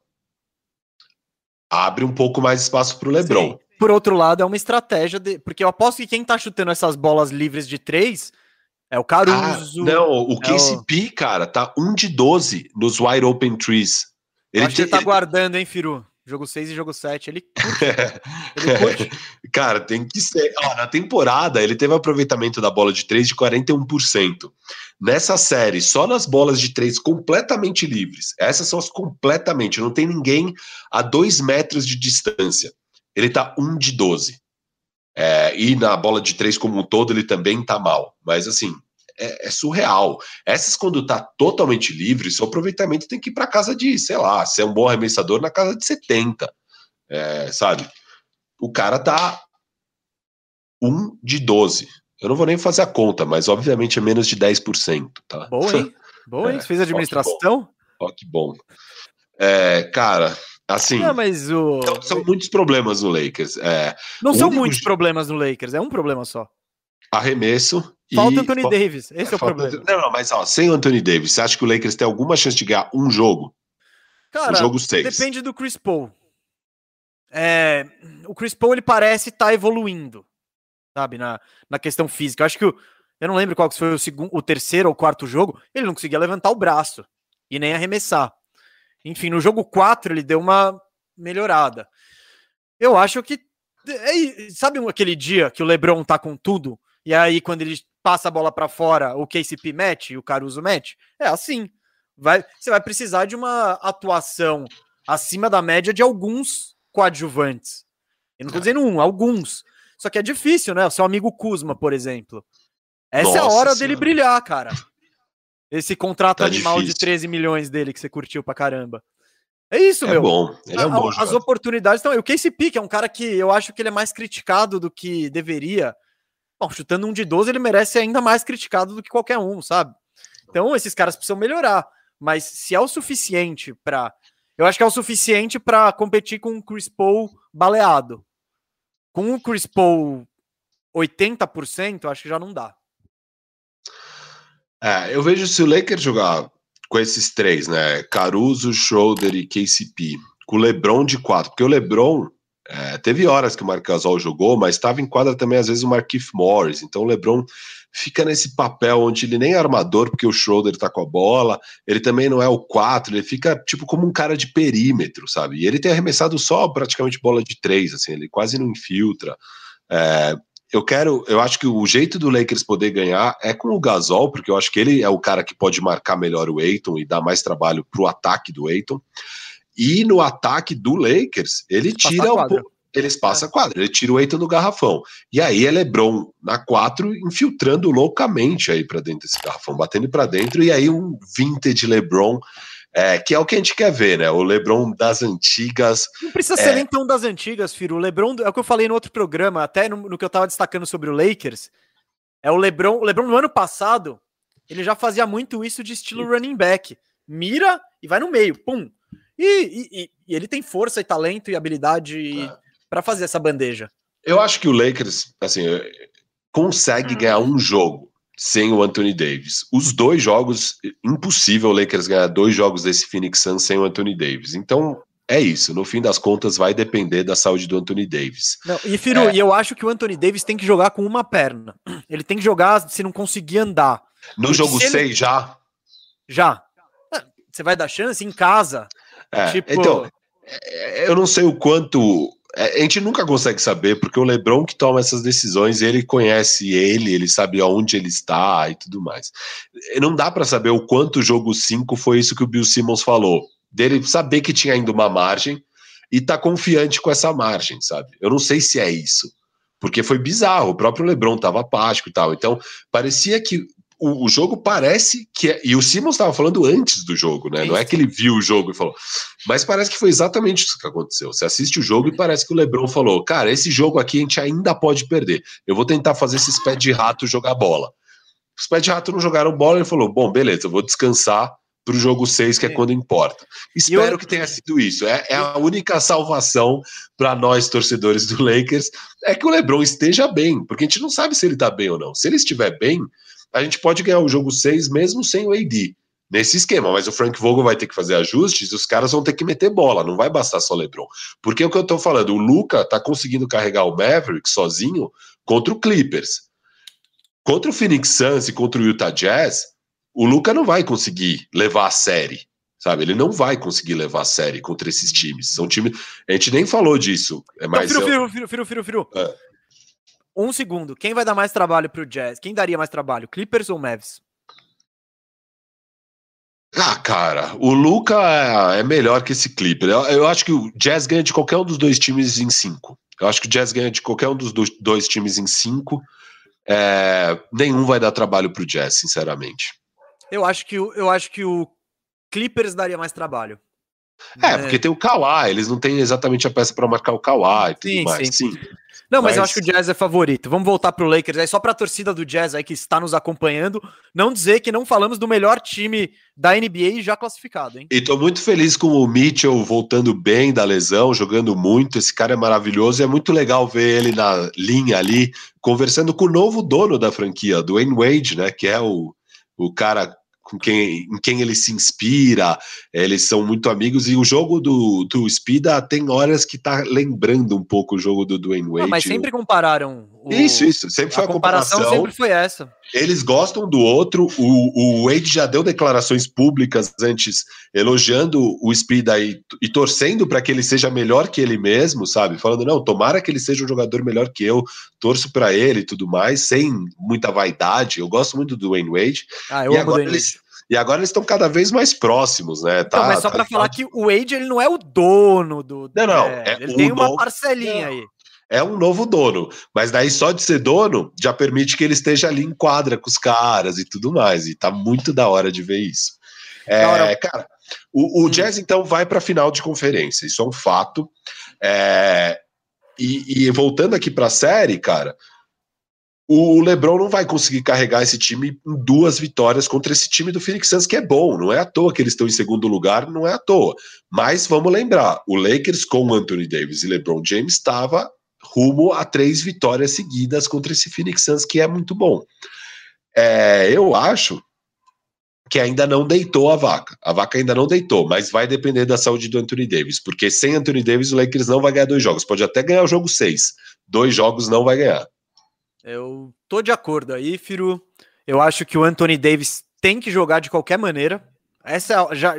B: abre um pouco mais espaço para o LeBron.
A: Sim. Por outro lado, é uma estratégia porque eu aposto que quem tá chutando essas bolas livres de 3 é o Caruso.
B: Não, o KCP, cara, tá 1 de 12 nos wide open trees.
A: Acho que ele tá guardando, hein, Firu? Jogo 6 e jogo 7, ele curte. Ele curte.
B: Cara, tem que ser. Na temporada, ele teve aproveitamento da bola de 3 de 41%. Nessa série, só nas bolas de 3 completamente livres. Essas são as completamente. Não tem ninguém a 2 metros de distância. Ele tá 1 de 12. E na bola de 3 como um todo, ele também tá mal. Mas, assim, é surreal. Essas, quando tá totalmente livre, seu aproveitamento tem que ir pra casa de, sei lá, ser um bom arremessador na casa de 70. Sabe? O cara tá 1 de 12. Eu não vou nem fazer a conta, mas obviamente é menos de 10%. Tá?
A: Bom, hein? Bom, hein? Você fez administração?
B: Ó, que bom. Cara, assim...
A: Não, mas
B: são muitos problemas no Lakers.
A: Não são muitos problemas no Lakers, é um problema só.
B: Arremesso...
A: Falta Anthony Davis, esse é o problema.
B: Não, mas sem o Anthony Davis, você acha que o Lakers tem alguma chance de ganhar um jogo?
A: Cara,
B: o jogo 6.
A: Depende do Chris Paul. o Chris Paul ele parece estar evoluindo, sabe, na questão física. Eu acho que eu não lembro qual que foi o terceiro ou quarto jogo, ele não conseguia levantar o braço e nem arremessar. Enfim, no jogo 4 ele deu uma melhorada. Eu acho que sabe aquele dia que o LeBron tá com tudo e aí quando ele passa a bola para fora, o KCP mete e o Caruso mete? É assim. Você vai precisar de uma atuação acima da média de alguns coadjuvantes. Eu não tô dizendo alguns. Só que é difícil, né? O seu amigo Kuzma, por exemplo. Essa é a hora dele brilhar, cara. Esse contrato animal difícil. De 13 milhões dele que você curtiu pra caramba. É isso, meu.
B: Bom. Ele é um bom jogador.
A: As oportunidades estão aí. O KCP, que é um cara que eu acho que ele é mais criticado do que deveria. Bom, chutando um de 12, ele merece ser ainda mais criticado do que qualquer um, sabe? Então, esses caras precisam melhorar. Mas se é o suficiente pra... Eu acho que é o suficiente pra competir com o Chris Paul baleado. Com o Chris Paul 80%, eu acho que já não dá.
B: Eu vejo se o Lakers jogar com esses três, né? Caruso, Schroeder e KCP, com o LeBron de 4, porque o LeBron teve horas que o Marc Gasol jogou, mas estava em quadra também às vezes o Markieff Morris, então o LeBron fica nesse papel onde ele nem é armador, porque o Schroeder tá com a bola, ele também não é o 4, ele fica tipo como um cara de perímetro, sabe? E ele tem arremessado só praticamente bola de 3, assim, ele quase não infiltra. Eu acho que o jeito do Lakers poder ganhar é com o Gasol, porque eu acho que ele é o cara que pode marcar melhor o Ayton e dar mais trabalho pro ataque do Ayton. E no ataque do Lakers, ele tira um pouco. Eles passam a quadra, ele tira o Ayton do garrafão. E aí é LeBron na 4, infiltrando loucamente aí pra dentro desse garrafão, batendo pra dentro, e aí um vintage LeBron, que é o que a gente quer ver, né? O LeBron das antigas.
A: Não precisa ser nem tão das antigas, Firo. O LeBron, é o que eu falei no outro programa, até no que eu tava destacando sobre o Lakers, o LeBron no ano passado, ele já fazia muito isso de estilo running back. Mira e vai no meio, pum. E ele tem força e talento e habilidade para fazer essa bandeja.
B: Eu acho que o Lakers, assim, consegue ganhar um jogo sem o Anthony Davis. Os 2 jogos, impossível o Lakers ganhar 2 jogos desse Phoenix Suns sem o Anthony Davis. Então, é isso. No fim das contas, vai depender da saúde do Anthony Davis.
A: Não, e, Firu, e eu acho que o Anthony Davis tem que jogar com uma perna. Ele tem que jogar se não conseguir andar.
B: No jogo 6 já?
A: Já. Você vai dar chance em casa.
B: Então, eu não sei o quanto... A gente nunca consegue saber, porque o LeBron que toma essas decisões, ele conhece ele sabe aonde ele está e tudo mais. Não dá para saber o quanto o jogo 5 foi isso que o Bill Simmons falou, dele saber que tinha ainda uma margem e tá confiante com essa margem, sabe? Eu não sei se é isso, porque foi bizarro, o próprio LeBron tava apático e tal, então parecia que o jogo parece que e o Simmons estava falando antes do jogo, né? Não é que ele viu o jogo e falou, mas parece que foi exatamente isso que aconteceu. Você assiste o jogo e parece que o LeBron falou, cara, esse jogo aqui a gente ainda pode perder. Eu vou tentar fazer esses pés de rato jogar bola. Os pés de rato não jogaram bola, ele falou, bom, beleza, eu vou descansar pro jogo 6, que é quando importa. Espero que tenha sido isso. É a única salvação para nós, torcedores do Lakers, é que o LeBron esteja bem, porque a gente não sabe se ele tá bem ou não. Se ele estiver bem, a gente pode ganhar o jogo 6 mesmo sem o AD, nesse esquema, mas o Frank Vogel vai ter que fazer ajustes e os caras vão ter que meter bola, não vai bastar só o LeBron. Porque é o que eu tô falando, o Luka tá conseguindo carregar o Maverick sozinho contra o Clippers. Contra o Phoenix Suns e contra o Utah Jazz, o Luka não vai conseguir levar a série, sabe? Ele não vai conseguir levar a série contra esses times. São times... A gente nem falou disso. Mas
A: Firu. Um segundo. Quem vai dar mais trabalho pro Jazz? Quem daria mais trabalho? Clippers ou Mavs?
B: Cara, o Luka é melhor que esse Clipper. Eu acho que o Jazz ganha de qualquer um dos 2 times em 5. Eu acho que o Jazz ganha de qualquer um dos 2 times em 5. Nenhum vai dar trabalho pro Jazz, sinceramente.
A: Eu acho que o Clippers daria mais trabalho.
B: Porque tem o Kawhi, eles não têm exatamente a peça para marcar o Kawhi e tudo mais. Sim.
A: Não, mas eu acho que o Jazz é favorito. Vamos voltar pro Lakers aí, só pra torcida do Jazz aí que está nos acompanhando, não dizer que não falamos do melhor time da NBA já classificado, hein?
B: E tô muito feliz com o Mitchell voltando bem da lesão, jogando muito, esse cara é maravilhoso, e é muito legal ver ele na linha ali, conversando com o novo dono da franquia, Dwayne Wade, né, que é o cara em quem ele se inspira, eles são muito amigos, e o jogo do Spida tem horas que tá lembrando um pouco o jogo do Dwayne Wade.
A: Mas sempre compararam.
B: Isso, sempre foi a comparação.
A: Sempre foi essa.
B: Eles gostam do outro, o Wade já deu declarações públicas antes, elogiando o Spida e torcendo para que ele seja melhor que ele mesmo, sabe? Falando, não, tomara que ele seja um jogador melhor que eu, torço para ele e tudo mais, sem muita vaidade. Eu gosto muito do Dwayne Wade. E agora eles estão cada vez mais próximos, né?
A: Então, mas só para falar que o Wade, ele não é o dono do...
B: Não,
A: ele tem uma parcelinha aí.
B: É um novo dono, mas daí só de ser dono já permite que ele esteja ali em quadra com os caras e tudo mais, e tá muito da hora de ver isso. Cara, o Jazz então vai para a final de conferência, isso é um fato. E voltando aqui para a série, cara, o LeBron não vai conseguir carregar esse time em 2 vitórias contra esse time do Phoenix Suns, que é bom, não é à toa que eles estão em segundo lugar, não é à toa. Mas vamos lembrar, o Lakers com Anthony Davis e LeBron James estava rumo a 3 vitórias seguidas contra esse Phoenix Suns, que é muito bom. Eu acho que ainda não deitou a vaca ainda não deitou, mas vai depender da saúde do Anthony Davis, porque sem Anthony Davis o Lakers não vai ganhar 2 jogos, pode até ganhar o jogo 6, 2 jogos não vai ganhar.
A: Eu tô de acordo aí, Firu. Eu acho que o Anthony Davis tem que jogar de qualquer maneira. Essa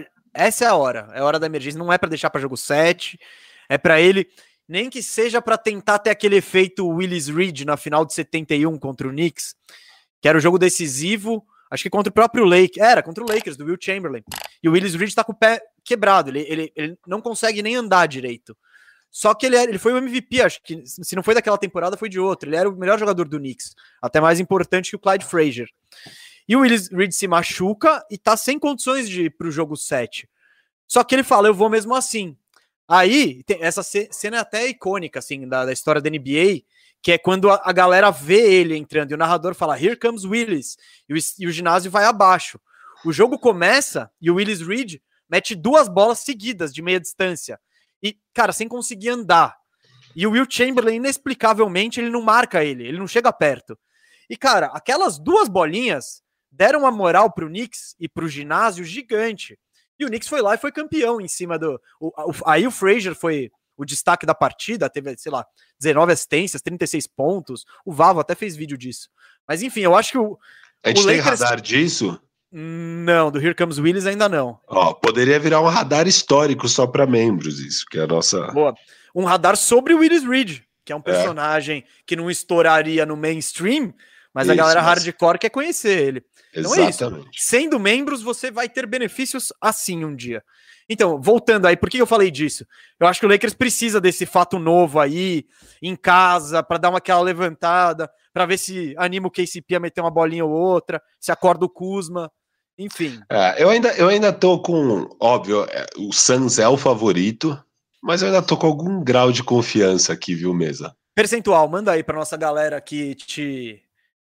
A: é a hora. É a hora da emergência. Não é para deixar para jogo 7. É para ele, nem que seja para tentar ter aquele efeito Willis Reed na final de 71 contra o Knicks, que era o jogo decisivo, acho que contra o próprio Lakers. Era, contra o Lakers, do Will Chamberlain. E o Willis Reed tá com o pé quebrado. Ele não consegue nem andar direito. Só que ele foi o MVP, acho que se não foi daquela temporada, foi de outra. Ele era o melhor jogador do Knicks, até mais importante que o Clyde Frazier. E o Willis Reed se machuca e tá sem condições de ir pro jogo 7. Só que ele fala, eu vou mesmo assim. Aí, essa cena é até icônica, assim, da história da NBA, que é quando a galera vê ele entrando e o narrador fala, here comes Willis, e o ginásio vai abaixo. O jogo começa e o Willis Reed mete 2 bolas seguidas de meia distância. E, cara, sem conseguir andar. E o Will Chamberlain, inexplicavelmente, ele não marca ele não chega perto. E, cara, aquelas 2 bolinhas deram uma moral pro Knicks e pro ginásio gigante. E o Knicks foi lá e foi campeão em cima do... Aí o Frazier foi o destaque da partida, teve, sei lá, 19 assistências, 36 pontos. O Vavo até fez vídeo disso. Mas, enfim, eu acho que
B: A gente tem radar disso?
A: Não, do Here Comes Willis ainda não.
B: Poderia virar um radar histórico só para membros, isso, que é a nossa...
A: Boa. Um radar sobre o Willis Reed, que é um personagem que não estouraria no mainstream, mas a galera hardcore quer conhecer ele. Então
B: Exatamente.
A: É isso. Sendo membros, você vai ter benefícios assim um dia. Então, voltando aí, por que eu falei disso? Eu acho que o Lakers precisa desse fato novo aí, em casa, para dar aquela levantada, para ver se anima o KCP a meter uma bolinha ou outra, se acorda o Kuzma. Enfim.
B: Eu ainda tô com, óbvio, o Suns é o favorito, mas eu ainda tô com algum grau de confiança aqui, viu, Mesa?
A: Percentual, manda aí pra nossa galera que te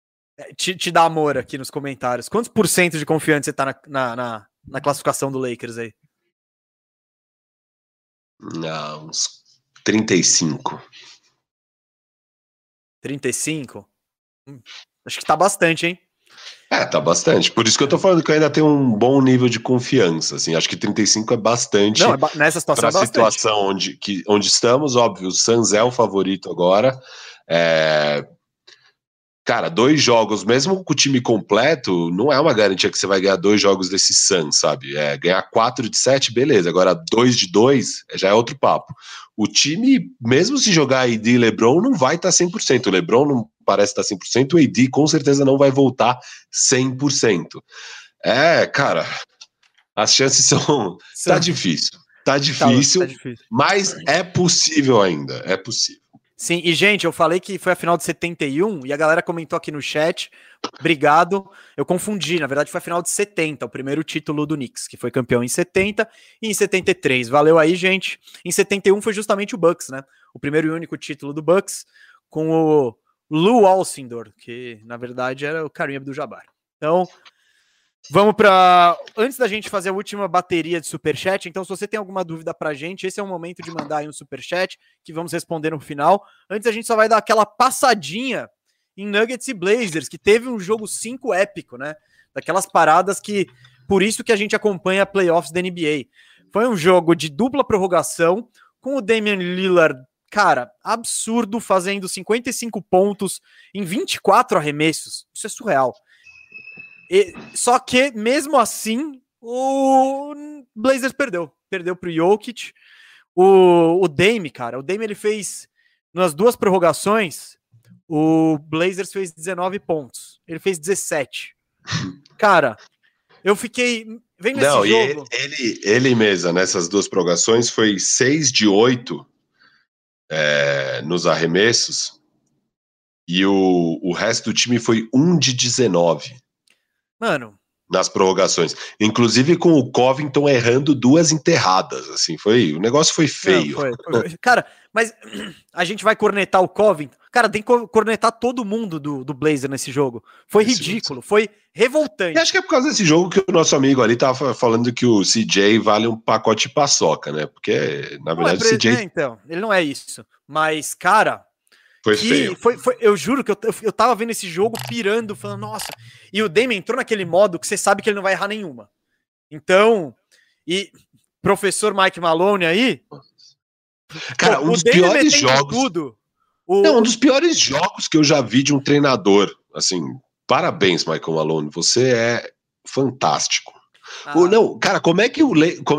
A: dá amor aqui nos comentários. Quantos % de confiança você tá na classificação do Lakers aí?
B: Uns 35.
A: 35? Acho que tá bastante, hein?
B: Tá bastante. Por isso que eu tô falando que eu ainda tenho um bom nível de confiança. Assim, acho que 35 é bastante.
A: Não, nessa situação
B: pra situação onde estamos, óbvio, o Suns é o favorito agora. Cara, 2 jogos, mesmo com o time completo, não é uma garantia que você vai ganhar 2 jogos desse Suns, sabe? Ganhar 4 de 7, beleza. Agora 2 de 2 já é outro papo. O time, mesmo se jogar AD e LeBron, não vai estar 100%. O LeBron não parece estar 100%, o AD com certeza não vai voltar 100%. Cara, as chances são... Tá difícil. Tá difícil, mas é possível ainda. É possível.
A: Sim, e gente, eu falei que foi a final de 71 e a galera comentou aqui no chat, obrigado, eu confundi, na verdade foi a final de 70, o primeiro título do Knicks, que foi campeão em 70 e em 73, valeu aí, gente. Em 71 foi justamente o Bucks, né, o primeiro e único título do Bucks, com o Lou Alcindor, que na verdade era o Kareem Abdul-Jabbar. Então, vamos para... Antes da gente fazer a última bateria de superchat, então se você tem alguma dúvida pra gente, esse é o momento de mandar aí um superchat, que vamos responder no final. Antes a gente só vai dar aquela passadinha em Nuggets e Blazers, que teve um jogo 5 épico, né? Daquelas paradas que por isso que a gente acompanha playoffs da NBA. Foi um jogo de dupla prorrogação, com o Damian Lillard, cara, absurdo, fazendo 55 pontos em 24 arremessos. Isso é surreal. Só que, mesmo assim, o Blazers perdeu pro Jokic. O Dame, cara, o Dame ele fez, nas duas prorrogações, o Blazers fez 19 pontos, ele fez 17. Cara, eu fiquei vendo esse jogo.
B: Ele mesmo, nessas duas prorrogações, foi 6 de 8 nos arremessos, e o resto do time foi 1 de 19.
A: Mano,
B: nas prorrogações, inclusive com o Covington errando 2 enterradas, assim, o negócio foi feio.
A: Não, cara, mas a gente vai cornetar o Covington, cara, tem que cornetar todo mundo do Blazer nesse jogo, foi ridículo, foi revoltante.
B: E acho que é por causa desse jogo que o nosso amigo ali tava falando que o CJ vale um pacote de paçoca, né, porque na verdade o CJ...
A: Então, ele não é isso, mas, cara...
B: Foi feio.
A: Eu juro que eu tava vendo esse jogo pirando, falando, nossa. E o Dame entrou naquele modo que você sabe que ele não vai errar nenhuma. Então, e professor Mike Maloney aí...
B: Cara, um dos piores jogos... um dos piores jogos que eu já vi de um treinador. Assim, parabéns, Michael Maloney. Você é fantástico. Não, cara, como é que o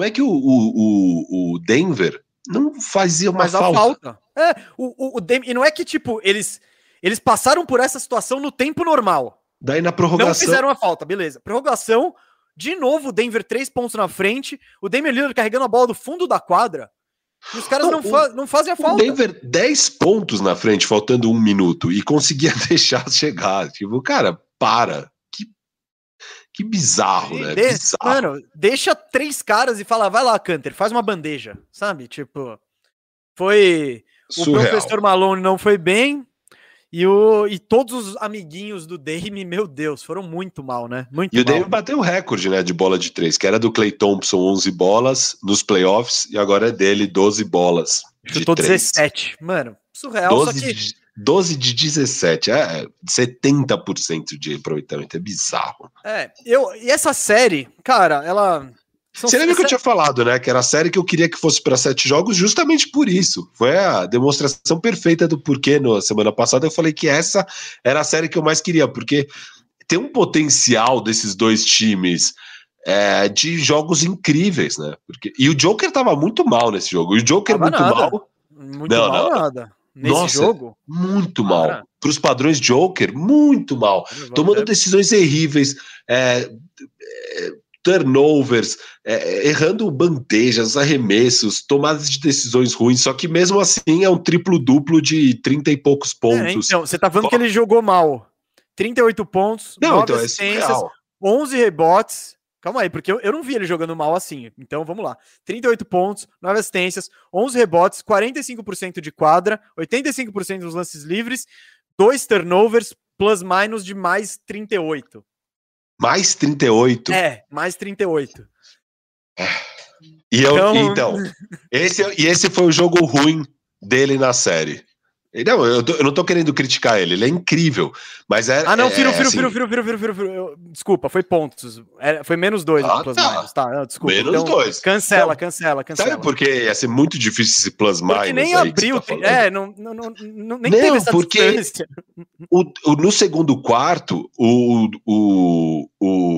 B: Denver não fazia uma falta?
A: O Dame, e não é que, tipo, eles passaram por essa situação no tempo normal.
B: Daí na prorrogação...
A: Não fizeram a falta, beleza. Prorrogação, de novo o Denver 3 pontos na frente, o Damian Lillard carregando a bola do fundo da quadra, e os caras não fazem a falta.
B: O Denver 10 pontos na frente, faltando 1 minuto, e conseguia deixar chegar. Tipo, cara, para. Que bizarro, né? Bizarro.
A: Mano, deixa 3 caras e fala, vai lá, Canter, faz uma bandeja, sabe? Tipo, foi...
B: Surreal.
A: O professor Malone não foi bem e todos os amiguinhos do Dame, meu Deus, foram muito mal, né? Muito
B: e mal. O Dame bateu o recorde, né, de bola de 3, que era do Klay Thompson, 11 bolas nos playoffs, e agora é dele 12 bolas
A: Chutou
B: de 3.
A: 17, mano, surreal.
B: 12 de 17, 70% de aproveitamento, é bizarro.
A: E essa série, cara, ela...
B: Você lembra que eu tinha falado, né? Que era a série que eu queria que fosse para 7 jogos justamente por isso. Foi a demonstração perfeita do porquê na semana passada. Eu falei que essa era a série que eu mais queria, porque tem um potencial desses dois times de jogos incríveis, né? E o Joker tava muito mal nesse jogo. E o Joker muito mal.
A: Muito mal nada. Nesse jogo?
B: Muito mal. Para os padrões Joker, muito mal. Tomando decisões terríveis. Turnovers, errando bandejas, arremessos, tomadas de decisões ruins, só que mesmo assim é um triplo-duplo de 30 e poucos pontos.
A: Então, você tá falando que ele jogou mal. 38 pontos, 9 assistências, 11 rebotes. Calma aí, porque eu não vi ele jogando mal assim. Então, vamos lá. 38 pontos, 9 assistências, 11 rebotes, 45% de quadra, 85% dos lances livres, 2 turnovers, plus-minus de mais 38.
B: Mais 38?
A: Mais 38.
B: Então, esse foi o jogo ruim dele na série. Não, eu não tô querendo criticar ele é incrível, mas
A: Firo. Desculpa, foi pontos. Foi menos 2 plus minus, tá? Desculpa.
B: Menos então, 2.
A: Cancela.
B: Sabe por que ia ser muito difícil esse plus minus?
A: Porque nem abriu, nem teve essa distância.
B: No segundo quarto, o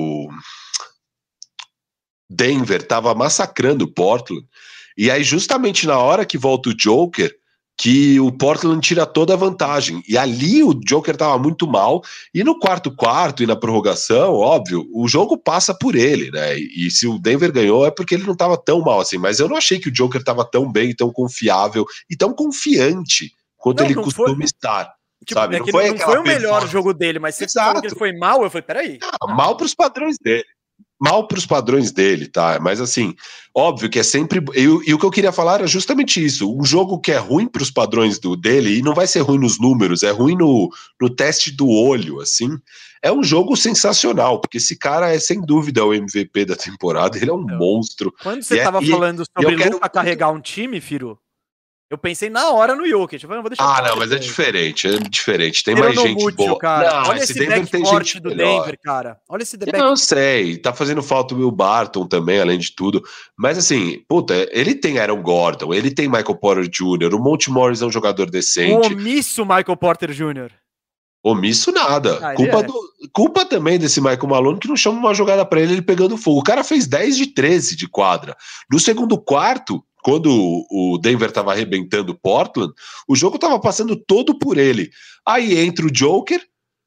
B: Denver tava massacrando o Portland, e aí justamente na hora que volta o Joker, que o Portland tira toda a vantagem. E ali o Joker estava muito mal, e no quarto e na prorrogação, óbvio, o jogo passa por ele, né? E se o Denver ganhou é porque ele não estava tão mal assim, mas eu não achei que o Joker estava tão bem, tão confiável e tão confiante quanto ele costuma estar.
A: Tipo, sabe? Não foi o melhor jogo dele, mas se falou que ele foi mal, eu falei, peraí.
B: Mal para os padrões dele. Mal para os padrões dele, tá? Mas assim, óbvio que é sempre... E o que eu queria falar era justamente isso. Um jogo que é ruim para os padrões dele, e não vai ser ruim nos números, é ruim no teste do olho, assim. É um jogo sensacional, porque esse cara é sem dúvida o MVP da temporada, ele é um monstro.
A: Quando você estava falando sobre Luka carregar um time, Firo, Eu pensei na hora no Jokic. Eu falei, vou deixar
B: não, mas é diferente. Tem mais gente boa.
A: Cara.
B: Não,
A: olha esse Denver tem gente do melhor. Denver, cara. Olha esse
B: back. Eu sei. Tá fazendo falta o Will Barton também, além de tudo. Mas assim, puta, ele tem Aaron Gordon, ele tem Michael Porter Jr., o Monte Morris é um jogador decente.
A: O omisso Michael Porter Jr.
B: Omisso nada. Culpa também desse Michael Malone que não chama uma jogada pra ele pegando fogo. O cara fez 10 de 13 de quadra. No segundo quarto, quando o Denver tava arrebentando Portland, o jogo tava passando todo por ele. Aí entra o Joker,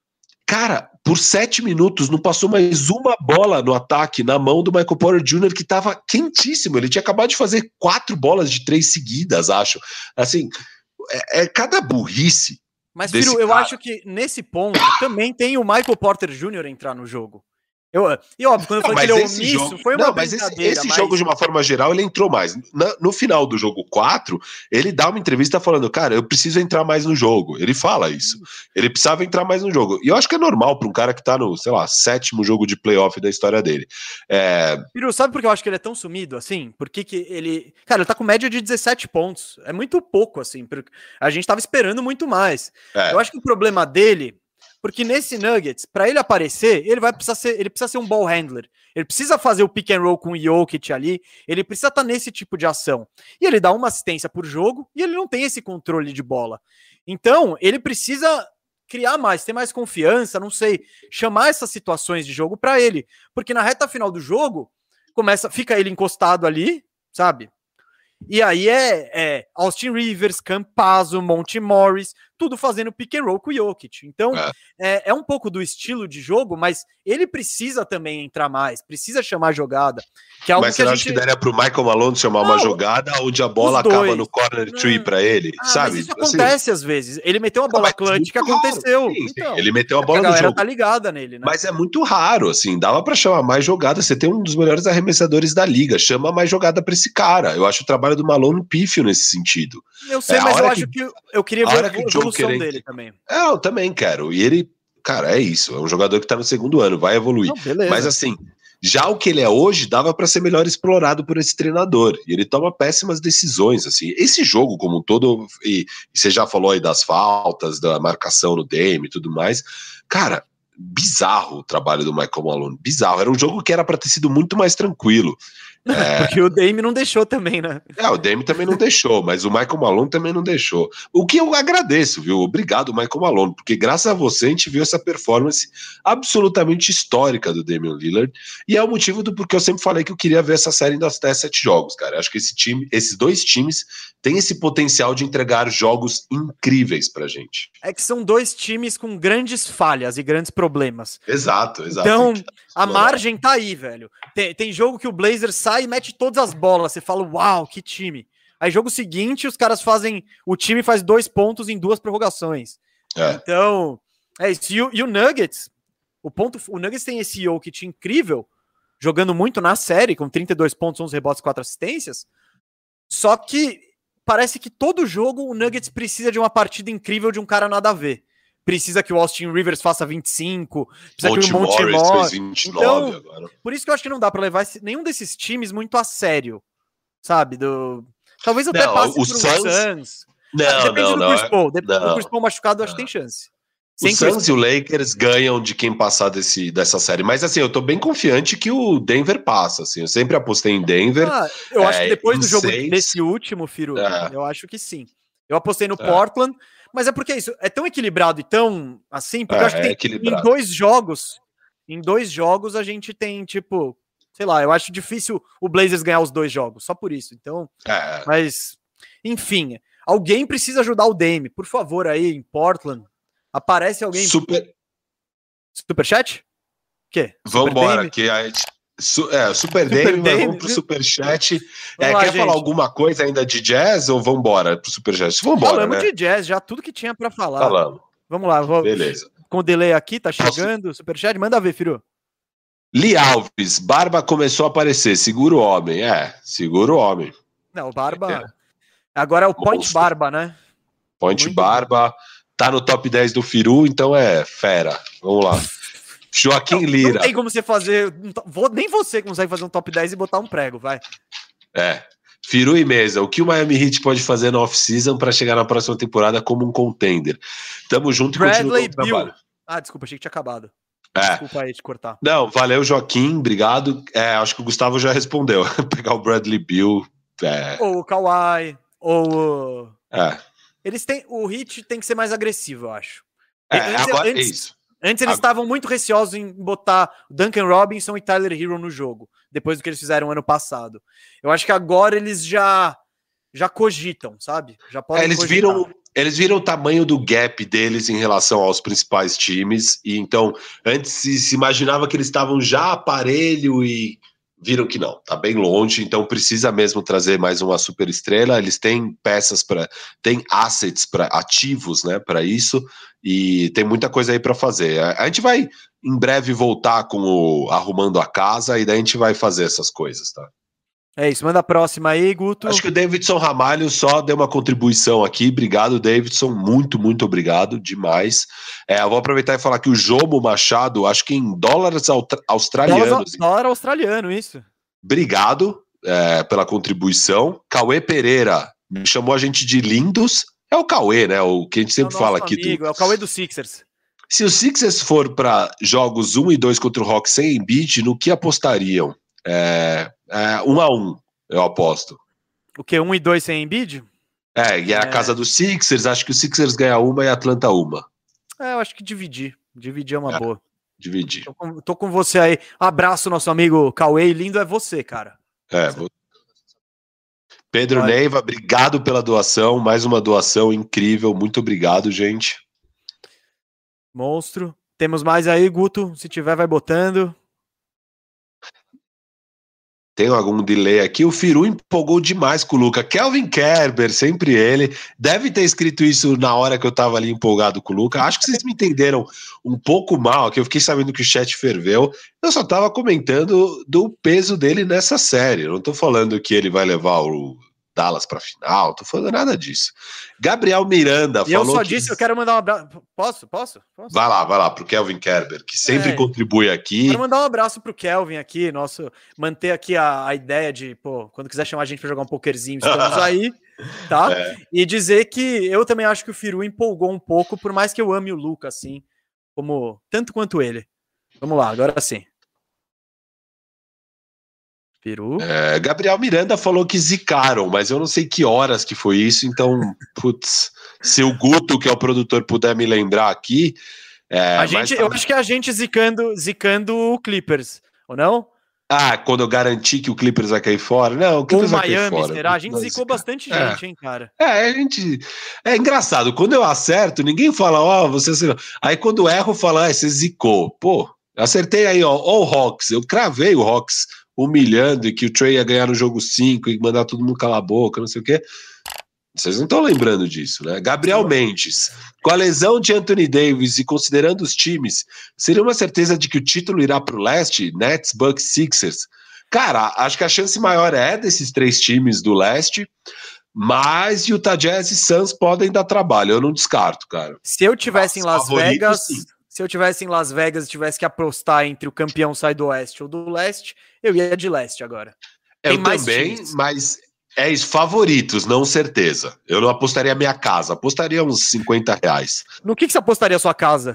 B: cara, por 7 minutos não passou mais uma bola no ataque na mão do Michael Porter Jr., que tava quentíssimo. Ele tinha acabado de fazer 4 bolas de 3 seguidas, acho. Assim, é cada burrice.
A: Mas, Firo, eu acho que nesse ponto também tem o Michael Porter Jr. entrar no jogo. E óbvio, quando eu falei que ele é omisso, foi uma brincadeira.
B: Esse jogo, de uma forma geral, ele entrou mais. No final do jogo 4, ele dá uma entrevista falando, cara, eu preciso entrar mais no jogo. Ele fala isso. Ele precisava entrar mais no jogo. E eu acho que é normal para um cara que tá no, sei lá, 7º jogo de playoff da história dele.
A: Piru, sabe por que eu acho que ele é tão sumido assim? Porque que ele... Cara, ele tá com média de 17 pontos. É muito pouco, assim. A gente tava esperando muito mais. Eu acho que o problema dele... Porque nesse Nuggets, para ele aparecer, ele precisa ser um ball handler. Ele precisa fazer o pick and roll com o Jokic ali. Ele precisa estar nesse tipo de ação. E ele dá uma assistência por jogo e ele não tem esse controle de bola. Então, ele precisa criar mais, ter mais confiança, não sei, chamar essas situações de jogo para ele. Porque na reta final do jogo, fica ele encostado ali, sabe? E aí Austin Rivers, Campazzo, Monte Morris, tudo fazendo pick and roll com o Jokic. Então, é um pouco do estilo de jogo, mas ele precisa também entrar mais, precisa chamar a jogada. Que é algo
B: mas você acha que daria pro Michael Malone chamar uma jogada onde a bola acaba no corner tree pra ele, sabe?
A: Mas isso acontece às vezes. Ele meteu uma bola clutch que aconteceu.
B: Sim, então, ele meteu a bola no jogo.
A: A galera tá ligada nele, né?
B: Mas é muito raro, assim, dava pra chamar mais jogada. Você tem um dos melhores arremessadores da liga, chama mais jogada pra esse cara. Eu acho o trabalho do Malone pífio nesse sentido.
A: Eu sei, mas eu acho que eu queria ver a evolução dele também.
B: Eu também quero. E ele, cara, é isso. É um jogador que tá no 2º ano, vai evoluir.
A: Não,
B: mas assim, já o que ele é hoje dava para ser melhor explorado por esse treinador. E ele toma péssimas decisões, assim. Esse jogo como um todo, e você já falou aí das faltas, da marcação no Dame e tudo mais. Cara, bizarro o trabalho do Michael Malone. Bizarro. Era um jogo que era para ter sido muito mais tranquilo.
A: Porque o Dame não deixou também, né?
B: O Dame também não deixou, mas o Michael Malone também não deixou. O que eu agradeço, viu? Obrigado, Michael Malone, porque graças a você a gente viu essa performance absolutamente histórica do Damian Lillard, e é o motivo do porque eu sempre falei que eu queria ver essa série das 7 jogos, cara. Eu acho que esses 2 times têm esse potencial de entregar jogos incríveis pra gente.
A: É que são 2 times com grandes falhas e grandes problemas.
B: Exato.
A: Então, a margem tá aí, velho. Tem jogo que o Blazers sai e mete todas as bolas. Você fala, uau, que time. Aí jogo seguinte, os caras o time faz 2 pontos em 2 prorrogações. Então, é isso. E o Nuggets, o Nuggets tem esse Jokic incrível, jogando muito na série, com 32 pontos, 11 rebotes, 4 assistências. Só que parece que todo jogo o Nuggets precisa de uma partida incrível de um cara nada a ver. Precisa que o Austin Rivers faça 25, precisa que o Monte Morris
B: fez 29
A: então,
B: agora.
A: Por isso que eu acho que não dá pra levar nenhum desses times muito a sério, sabe? Talvez até passe pro Suns. Depende do Chris Paul. Do Chris Paul machucado, eu acho que tem chance.
B: O Suns e o Lakers ganham de quem passar dessa série. Mas assim, eu tô bem confiante que o Denver passa. Assim, eu sempre apostei em Denver.
A: Eu acho que depois do jogo desse último, Firu, eu acho que sim. Eu apostei no Portland. Mas é porque isso é tão equilibrado e tão assim, porque eu acho que em 2 jogos a gente tem, tipo, sei lá, eu acho difícil o Blazers ganhar os 2 jogos, só por isso. Então, mas, enfim, alguém precisa ajudar o Dame, por favor, aí em Portland. Aparece alguém. Superchat? O quê?
B: Vambora, que a gente... Super Dame, vamos pro Superchat. Quer falar alguma coisa ainda de jazz ou vambora pro Superchat? Vambora,
A: falamos de jazz, já tudo que tinha pra falar.
B: Falamos.
A: Vamos lá.
B: Beleza.
A: Com o delay aqui, tá chegando. Superchat, manda ver, Firu.
B: Lee Alves, Barba começou a aparecer. Segura o homem. Segura o homem.
A: Não, o Barba... Agora é o Point Barba, né?
B: Point Barba. Tá no top 10 do Firu, então é fera. Vamos lá. Joaquim Lira.
A: Não tem como você fazer. Nem você consegue fazer um top 10 e botar um prego, vai.
B: Firu e Mesa, o que o Miami Heat pode fazer na off-season para chegar na próxima temporada como um contender? Tamo junto e continua o trabalho.
A: Desculpa, achei que tinha acabado.
B: É.
A: Desculpa aí te cortar.
B: Não, valeu, Joaquim, obrigado. Acho que o Gustavo já respondeu. Pegar o Bradley Beal.
A: Ou o Kawhi, ou...
B: Eles
A: têm... O Heat tem que ser mais agressivo, eu acho.
B: Agora é isso.
A: Antes eles estavam muito receosos em botar Duncan Robinson e Tyler Hero no jogo, depois do que eles fizeram ano passado. Eu acho que agora eles já cogitam, sabe? Já podem
B: Eles viram o tamanho do gap deles em relação aos principais times, e então antes se imaginava que eles estavam já aparelho e viram que não, tá bem longe, então precisa mesmo trazer mais uma super estrela. Eles têm peças tem assets ativos, né, para isso, e tem muita coisa aí para fazer. A gente vai em breve voltar com arrumando a casa, e daí a gente vai fazer essas coisas, tá?
A: É isso, manda a próxima aí, Guto.
B: Acho que o Davidson Ramalho só deu uma contribuição aqui. Obrigado, Davidson. Muito, muito obrigado. Demais. Eu vou aproveitar e falar que o Jomo Machado, acho que em dólares australianos.
A: Dólar australiano, isso.
B: Obrigado pela contribuição. Cauê Pereira me chamou a gente de lindos. É o Cauê, né? O que a gente sempre fala aqui.
A: É o Cauê do Sixers.
B: Se o Sixers for para jogos 1 e 2 contra o Hawks sem Embiid, no que apostariam? 1-1, eu aposto.
A: O que? 1 e 2 sem Embiid?
B: E é a casa dos Sixers. Acho que o Sixers ganha uma e a Atlanta uma.
A: Eu acho que dividir. Dividir é uma boa.
B: Dividir.
A: Tô com você aí. Abraço, nosso amigo Cauê. Lindo é você, cara.
B: Pedro Neiva, obrigado pela doação. Mais uma doação incrível. Muito obrigado, gente.
A: Monstro. Temos mais aí, Guto. Se tiver, vai botando.
B: Tem algum delay aqui? O Firu empolgou demais com o Luca. Kelvin Kerber, sempre ele. Deve ter escrito isso na hora que eu tava ali empolgado com o Luca. Acho que vocês me entenderam um pouco mal, que eu fiquei sabendo que o chat ferveu. Eu só tava comentando do peso dele nessa série. Eu não tô falando que ele vai levar o Dallas pra final, não tô falando nada disso. Gabriel Miranda
A: falou. Eu só disse, eu quero mandar um abraço. Posso?
B: Vai lá, pro Kelvin Kerber, que sempre contribui aqui.
A: Quero mandar um abraço pro Kelvin aqui, manter aqui a ideia de, quando quiser chamar a gente pra jogar um pokerzinho, estamos aí, tá? E dizer que eu também acho que o Firu empolgou um pouco, por mais que eu ame o Luca, assim, tanto quanto ele. Vamos lá, agora sim. Firu.
B: Gabriel Miranda falou que zicaram, mas eu não sei que horas que foi isso, então, se o Guto, que é o produtor, puder me lembrar aqui.
A: Eu acho que é a gente zicando o Clippers, ou não?
B: Quando eu garanti que o Clippers vai cair fora. Não, o Clippers vai cair fora.
A: Será? A gente zicou bastante gente, hein, cara?
B: A gente... É engraçado, quando eu acerto, ninguém fala, você acertou. Aí quando eu erro, fala, você zicou. Pô, acertei aí, ó o Hawks, eu cravei o Hawks humilhando e que o Trey ia ganhar no jogo 5 e mandar todo mundo calar a boca, não sei o quê. Vocês não estão lembrando disso, né? Gabriel Mendes, com a lesão de Anthony Davis e considerando os times, seria uma certeza de que o título irá para o leste? Nets, Bucks, Sixers? Cara, acho que a chance maior é desses 3 times do leste, mas Utah Jazz e Suns podem dar trabalho, eu não descarto, cara.
A: Se eu tivesse em Las Vegas... Sim. Se eu tivesse em Las Vegas e tivesse que apostar entre o campeão sai do oeste ou do leste, eu ia de leste agora.
B: Eu também, mas é isso, favoritos, não certeza. Eu não apostaria a minha casa, apostaria uns R$50.
A: No que você apostaria a sua casa?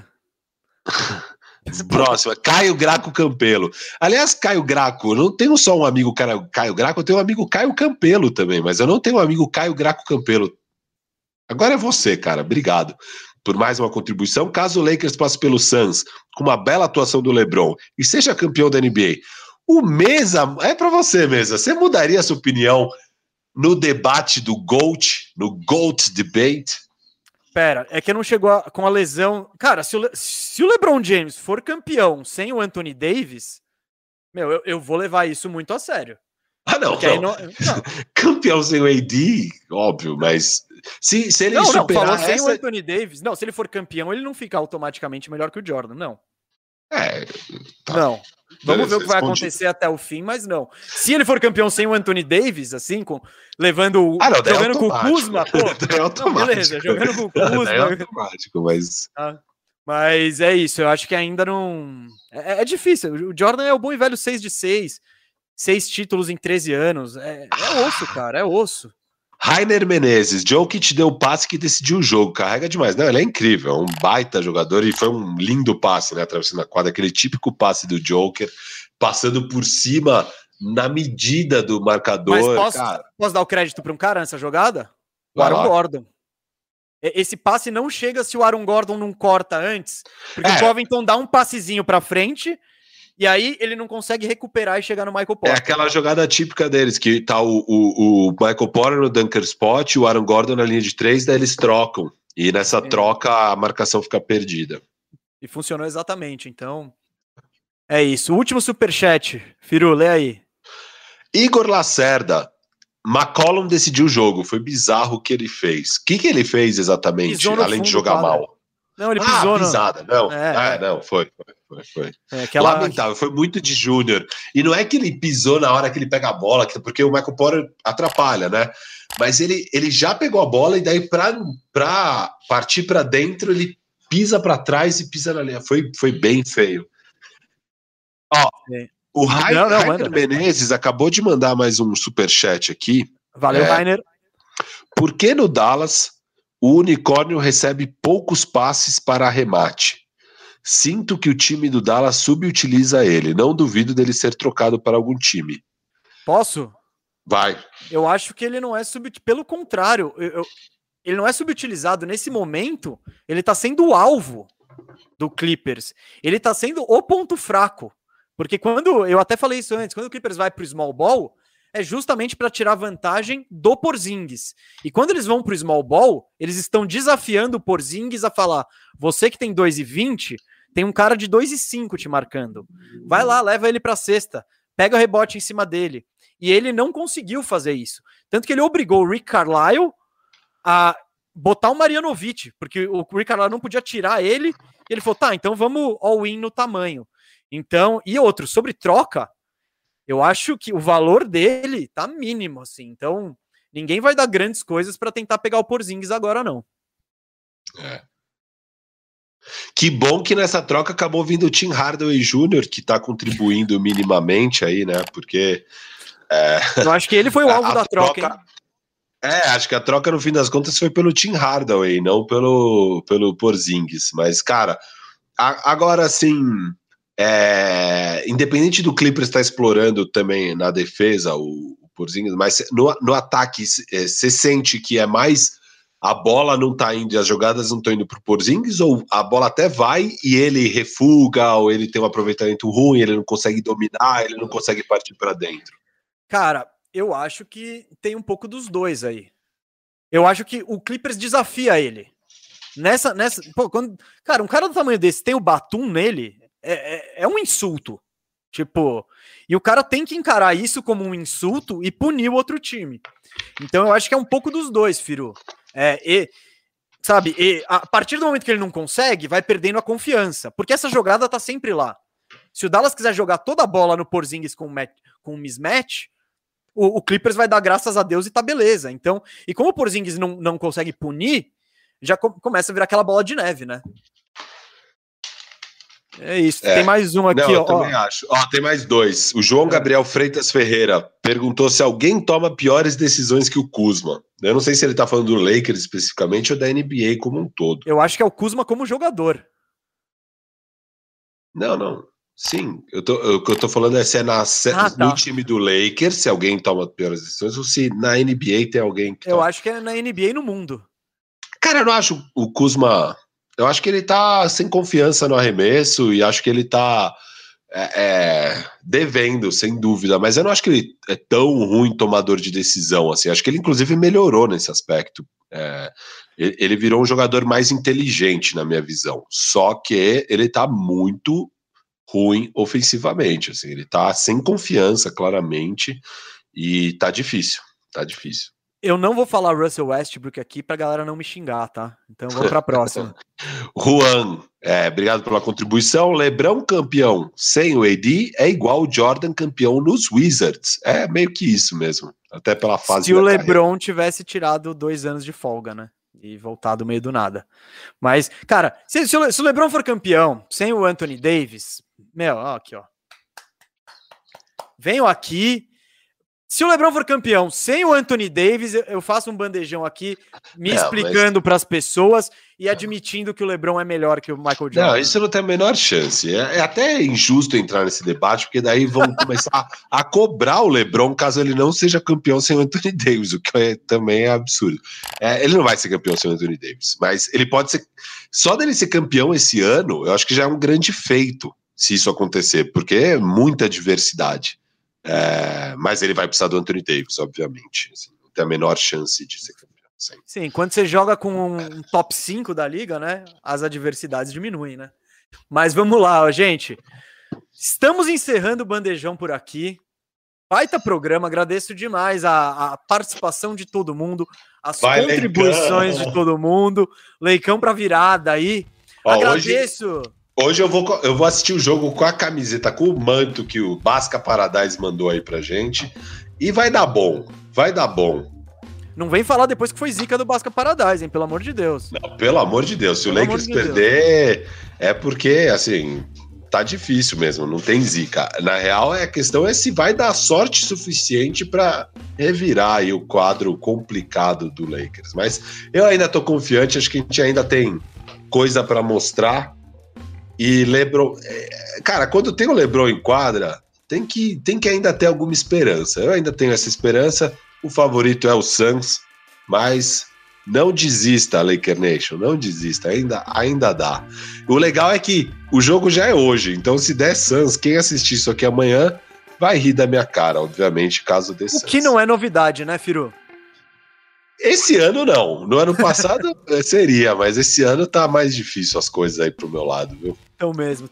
B: Próxima, Caio Graco Campelo. Aliás, Caio Graco, eu não tenho só um amigo Caio Graco, eu tenho um amigo Caio Campelo também, mas eu não tenho um amigo Caio Graco Campelo. Agora é você, cara, obrigado por mais uma contribuição. Caso o Lakers passe pelo Suns com uma bela atuação do LeBron e seja campeão da NBA, o Mesa, é pra você, Mesa, você mudaria a sua opinião no debate do GOAT, no GOAT debate?
A: Pera, é que não chegou com a lesão. Cara, se o LeBron James for campeão sem o Anthony Davis, eu vou levar isso muito a sério.
B: Não. Campeão sem o AD, óbvio, mas se ele superar
A: falou sem o Anthony Davis. Não, se ele for campeão, ele não fica automaticamente melhor que o Jordan, não.
B: Tá.
A: Não. Vamos ver o que vai acontecer até o fim, mas não. Se ele for campeão sem o Anthony Davis, assim, jogando com o Kuzma, beleza, jogando com o Kuzma.
B: É automático, mas...
A: Mas é isso, eu acho que ainda não... É difícil, o Jordan é o bom e velho 6 de 6, 6 títulos em 13 anos. É osso, cara, é osso.
B: Rainer Menezes, Jokic deu o passe que decidiu o jogo, carrega demais. Não, ele é incrível, é um baita jogador e foi um lindo passe, né, atravessando a quadra, aquele típico passe do Joker, passando por cima na medida do marcador.
A: Mas
B: cara.
A: Posso dar o crédito para um cara nessa jogada? O
B: Vai
A: Aaron
B: lá.
A: Gordon. Esse passe não chega se o Aaron Gordon não corta antes, porque o Covington dá um passezinho para frente e aí ele não consegue recuperar e chegar no Michael Porter.
B: É aquela jogada típica deles, que tá o Michael Porter no dunker spot e o Aaron Gordon na linha de 3, daí eles trocam. E nessa troca a marcação fica perdida.
A: E funcionou exatamente, então... É isso. O último superchat, Firu, lê aí.
B: Igor Lacerda. McCollum decidiu o jogo, foi bizarro o que ele fez. O que ele fez exatamente, além de jogar mal?
A: Não, ele pisou.
B: Pisada. Não, foi. Lamentável, foi muito de Júnior. E não é que ele pisou na hora que ele pega a bola, porque o Michael Porter atrapalha, né? Mas ele já pegou a bola e daí pra partir pra dentro, ele pisa pra trás e pisa na linha. Foi bem feio. Ó, o Rainer Menezes acabou de mandar mais um superchat aqui.
A: Valeu, Rainer.
B: Por que no Dallas o unicórnio recebe poucos passes para arremate? Sinto que o time do Dallas subutiliza ele. Não duvido dele ser trocado para algum time.
A: Posso?
B: Vai.
A: Eu acho que ele não é pelo contrário, ele não é subutilizado nesse momento. Ele tá sendo o alvo do Clippers. Ele tá sendo o ponto fraco. Porque eu até falei isso antes, quando o Clippers vai pro small ball, é justamente para tirar vantagem do Porzingis. E quando eles vão pro small ball, eles estão desafiando o Porzingis a falar: você que tem 2,20, tem um cara de 2,5 te marcando. Vai lá, leva ele pra cesta, pega o rebote em cima dele. E ele não conseguiu fazer isso. Tanto que ele obrigou o Rick Carlisle a botar o Marjanovic, porque o Rick Carlisle não podia tirar ele. E ele falou: tá, então vamos all-in no tamanho. Então, e outro, sobre troca, eu acho que o valor dele tá mínimo, assim. Então, ninguém vai dar grandes coisas para tentar pegar o Porzingis agora, não.
B: Que bom que nessa troca acabou vindo o Tim Hardaway Jr., que tá contribuindo minimamente aí, né? Porque...
A: eu acho que ele foi o alvo da troca, hein?
B: Acho que a troca, no fim das contas, foi pelo Tim Hardaway, não pelo Porzingis. Mas, cara, agora, assim... independente do Clippers estar explorando também na defesa o Porzingis, mas no ataque você sente que é mais a bola não tá indo e as jogadas não estão indo pro Porzingis, ou a bola até vai e ele refuga, ou ele tem um aproveitamento ruim, ele não consegue dominar, ele não consegue partir para dentro?
A: Cara, eu acho que tem um pouco dos dois aí. Eu acho que o Clippers desafia ele. Cara, um cara do tamanho desse tem o Batum nele, é um insulto. Tipo, e o cara tem que encarar isso como um insulto e punir o outro time. Então eu acho que é um pouco dos dois, Firu. A partir do momento que ele não consegue, vai perdendo a confiança. Porque essa jogada tá sempre lá. Se o Dallas quiser jogar toda a bola no Porzingis com um mismatch, o Clippers vai dar graças a Deus e tá beleza. Então, e como o Porzingis não consegue punir, já começa a virar aquela bola de neve, né? É isso. Tem mais um aqui,
B: eu também acho. Tem mais dois. O João Gabriel Freitas Ferreira perguntou se alguém toma piores decisões que o Kuzma. Eu não sei se ele tá falando do Lakers especificamente ou da NBA como um todo.
A: Eu acho que é o Kuzma como jogador.
B: Não. Sim, o que eu tô falando é se no time do Lakers, se alguém toma piores decisões, ou se na NBA tem alguém que
A: Eu acho que é na NBA e no mundo.
B: Cara, eu não acho o Kuzma... Eu acho que ele tá sem confiança no arremesso e acho que ele tá devendo, sem dúvida, mas eu não acho que ele é tão ruim tomador de decisão, assim. Acho que ele, inclusive, melhorou nesse aspecto. Ele virou um jogador mais inteligente, na minha visão. Só que ele tá muito ruim ofensivamente, assim. Ele tá sem confiança, claramente, e tá difícil.
A: Eu não vou falar Russell Westbrook aqui pra galera não me xingar, tá? Então vamos pra próxima.
B: Juan, obrigado pela contribuição. LeBron campeão sem o AD é igual o Jordan campeão nos Wizards. É meio que isso mesmo, até pela fase.
A: Se o LeBron tivesse tirado 2 anos de folga, né? E voltado meio do nada. Mas, cara, se o LeBron for campeão sem o Anthony Davis, aqui, ó. venho aqui. Se o LeBron for campeão sem o Anthony Davis, eu faço um bandejão aqui me explicando para as pessoas e admitindo que o LeBron é melhor que o Michael Jordan.
B: Não, isso não tem a menor chance. É até injusto entrar nesse debate, porque daí vão começar a cobrar o LeBron caso ele não seja campeão sem o Anthony Davis, o que também é absurdo. Ele não vai ser campeão sem o Anthony Davis, mas ele pode ser... Só dele ser campeão esse ano, eu acho que já é um grande feito, se isso acontecer, porque é muita diversidade. Mas ele vai precisar do Anthony Davis, obviamente. Assim, não tem a menor chance de ser campeão.
A: Sim, quando você joga com um top 5 da liga, né? As adversidades diminuem, né? Mas vamos lá, ó, gente. Estamos encerrando o bandejão por aqui. Baita programa, agradeço demais a participação de todo mundo, as contribuições Leicão. De todo mundo. Leicão pra virada aí. Ó, agradeço.
B: Hoje eu vou assistir o jogo com a camiseta, com o manto que o Basca Paradise mandou aí pra gente. E vai dar bom, vai dar bom.
A: Não vem falar depois que foi zica do Basca Paradise, hein? Pelo amor de Deus.
B: Não, pelo amor de Deus. Se o Lakers perder, é porque, assim, tá difícil mesmo, não tem zica. Na real, a questão é se vai dar sorte suficiente pra revirar aí o quadro complicado do Lakers. Mas eu ainda tô confiante, acho que a gente ainda tem coisa pra mostrar. E LeBron, cara, quando tem o LeBron em quadra, tem que ainda ter alguma esperança. Eu ainda tenho essa esperança. O favorito é o Suns, mas não desista, Laker Nation, não desista, ainda dá. O legal é que o jogo já é hoje, então se der Suns, quem assistir isso aqui amanhã vai rir da minha cara, obviamente, caso dê Suns.
A: O que não é novidade, né, Firu?
B: Esse ano não. No ano passado seria, mas esse ano tá mais difícil as coisas aí pro meu lado, viu?
A: Tão mesmo.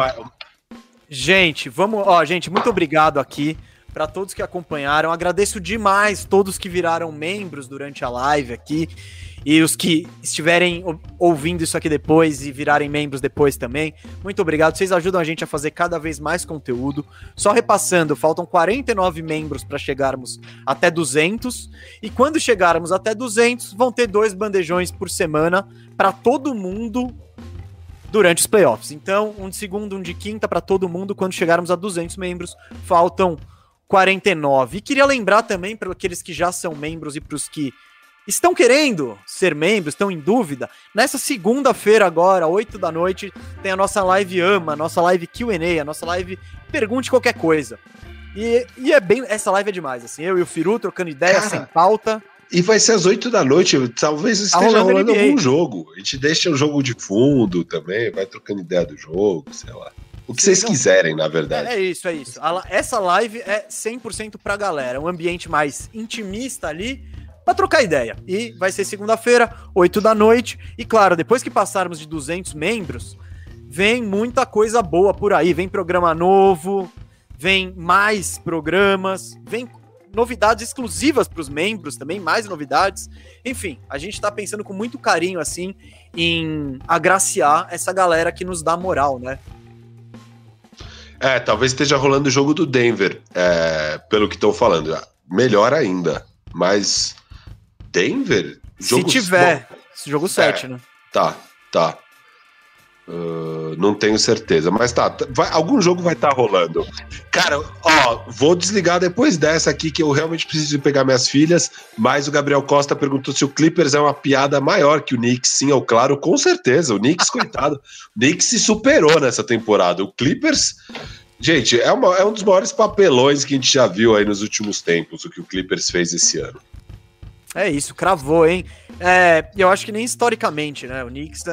A: Gente, gente, muito obrigado aqui para todos que acompanharam. Agradeço demais todos que viraram membros durante a live aqui e os que estiverem ouvindo isso aqui depois e virarem membros depois também. Muito obrigado, vocês ajudam a gente a fazer cada vez mais conteúdo. Só repassando, faltam 49 membros para chegarmos até 200 e quando chegarmos até 200, vão ter 2 bandejões por semana para todo mundo durante os playoffs. Então, um de segunda, um de quinta para todo mundo. Quando chegarmos a 200 membros, faltam 49. E queria lembrar também para aqueles que já são membros e para os que estão querendo ser membros, estão em dúvida, nessa segunda-feira agora, 8 da noite, tem a nossa live AMA, a nossa live Q&A, a nossa live Pergunte Qualquer Coisa. E essa live é demais, assim, eu e o Firu trocando ideia sem pauta.
B: E vai ser às 8 da noite, talvez esteja rolando algum jogo. A gente deixa o jogo de fundo também, vai trocando ideia do jogo, sei lá. O que vocês quiserem, na verdade.
A: É isso. Essa live é 100% pra galera, um ambiente mais intimista ali, pra trocar ideia. E vai ser segunda-feira, 8 da noite. E claro, depois que passarmos de 200 membros, vem muita coisa boa por aí. Vem programa novo, vem mais programas, vem novidades exclusivas para os membros também, mais novidades. Enfim, a gente tá pensando com muito carinho, assim, em agraciar essa galera que nos dá moral, né?
B: Talvez esteja rolando o jogo do Denver, pelo que estão falando. Melhor ainda, mas Denver?
A: Se tiver, jogo 7, né?
B: Tá. Não tenho certeza, mas algum jogo vai estar rolando. Cara, vou desligar depois dessa aqui, que eu realmente preciso pegar minhas filhas, mas o Gabriel Costa perguntou se o Clippers é uma piada maior que o Knicks. Sim, claro, com certeza. O Knicks, coitado, o Knicks se superou nessa temporada. O Clippers, gente, é um dos maiores papelões que a gente já viu aí nos últimos tempos, o que o Clippers fez esse ano.
A: É isso, cravou, hein? Eu acho que nem historicamente, né? O Knicks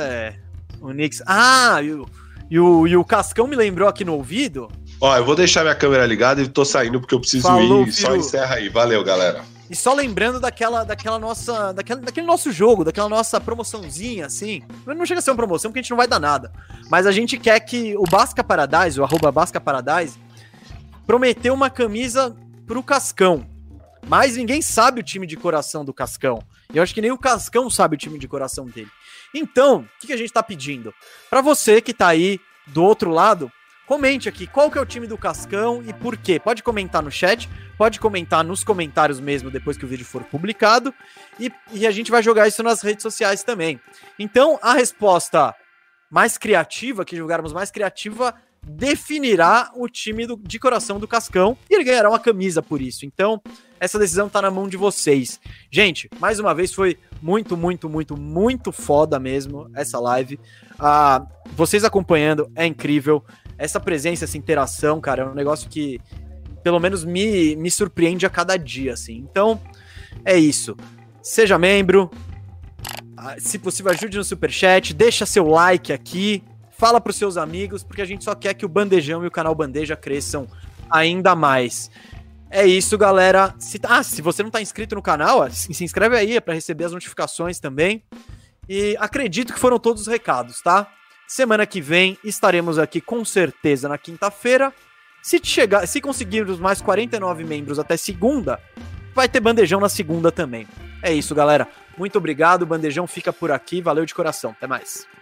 A: e o Cascão me lembrou aqui no ouvido.
B: Eu vou deixar minha câmera ligada e tô saindo porque eu preciso ir. Só encerra aí. Valeu, galera.
A: E só lembrando daquele nosso jogo, daquela nossa promoçãozinha, assim. Não chega a ser uma promoção porque a gente não vai dar nada. Mas a gente quer que o Basca Paradise, o @BascaParadise, prometeu uma camisa pro Cascão. Mas ninguém sabe o time de coração do Cascão. E eu acho que nem o Cascão sabe o time de coração dele. Então, o que a gente tá pedindo? Pra você que tá aí do outro lado, comente aqui qual que é o time do Cascão e por quê. Pode comentar no chat, pode comentar nos comentários mesmo depois que o vídeo for publicado. E a gente vai jogar isso nas redes sociais também. Então, a resposta mais criativa, que jogarmos mais criativa, definirá o time de coração do Cascão e ele ganhará uma camisa por isso. Então, essa decisão tá na mão de vocês. Gente, mais uma vez foi muito, muito, muito, muito foda mesmo essa live. Vocês acompanhando é incrível. Essa presença, essa interação, cara, é um negócio que pelo menos me surpreende a cada dia, assim. Então, é isso. Seja membro. Se possível, ajude no Superchat. Deixa seu like aqui. Fala pros seus amigos, porque a gente só quer que o Bandejão e o canal Bandeja cresçam ainda mais. É isso, galera. Se você não tá inscrito no canal, se inscreve aí para receber as notificações também. E acredito que foram todos os recados, tá? Semana que vem estaremos aqui com certeza na quinta-feira. Se conseguirmos mais 49 membros até segunda, vai ter Bandejão na segunda também. É isso, galera. Muito obrigado. O Bandejão fica por aqui. Valeu de coração. Até mais.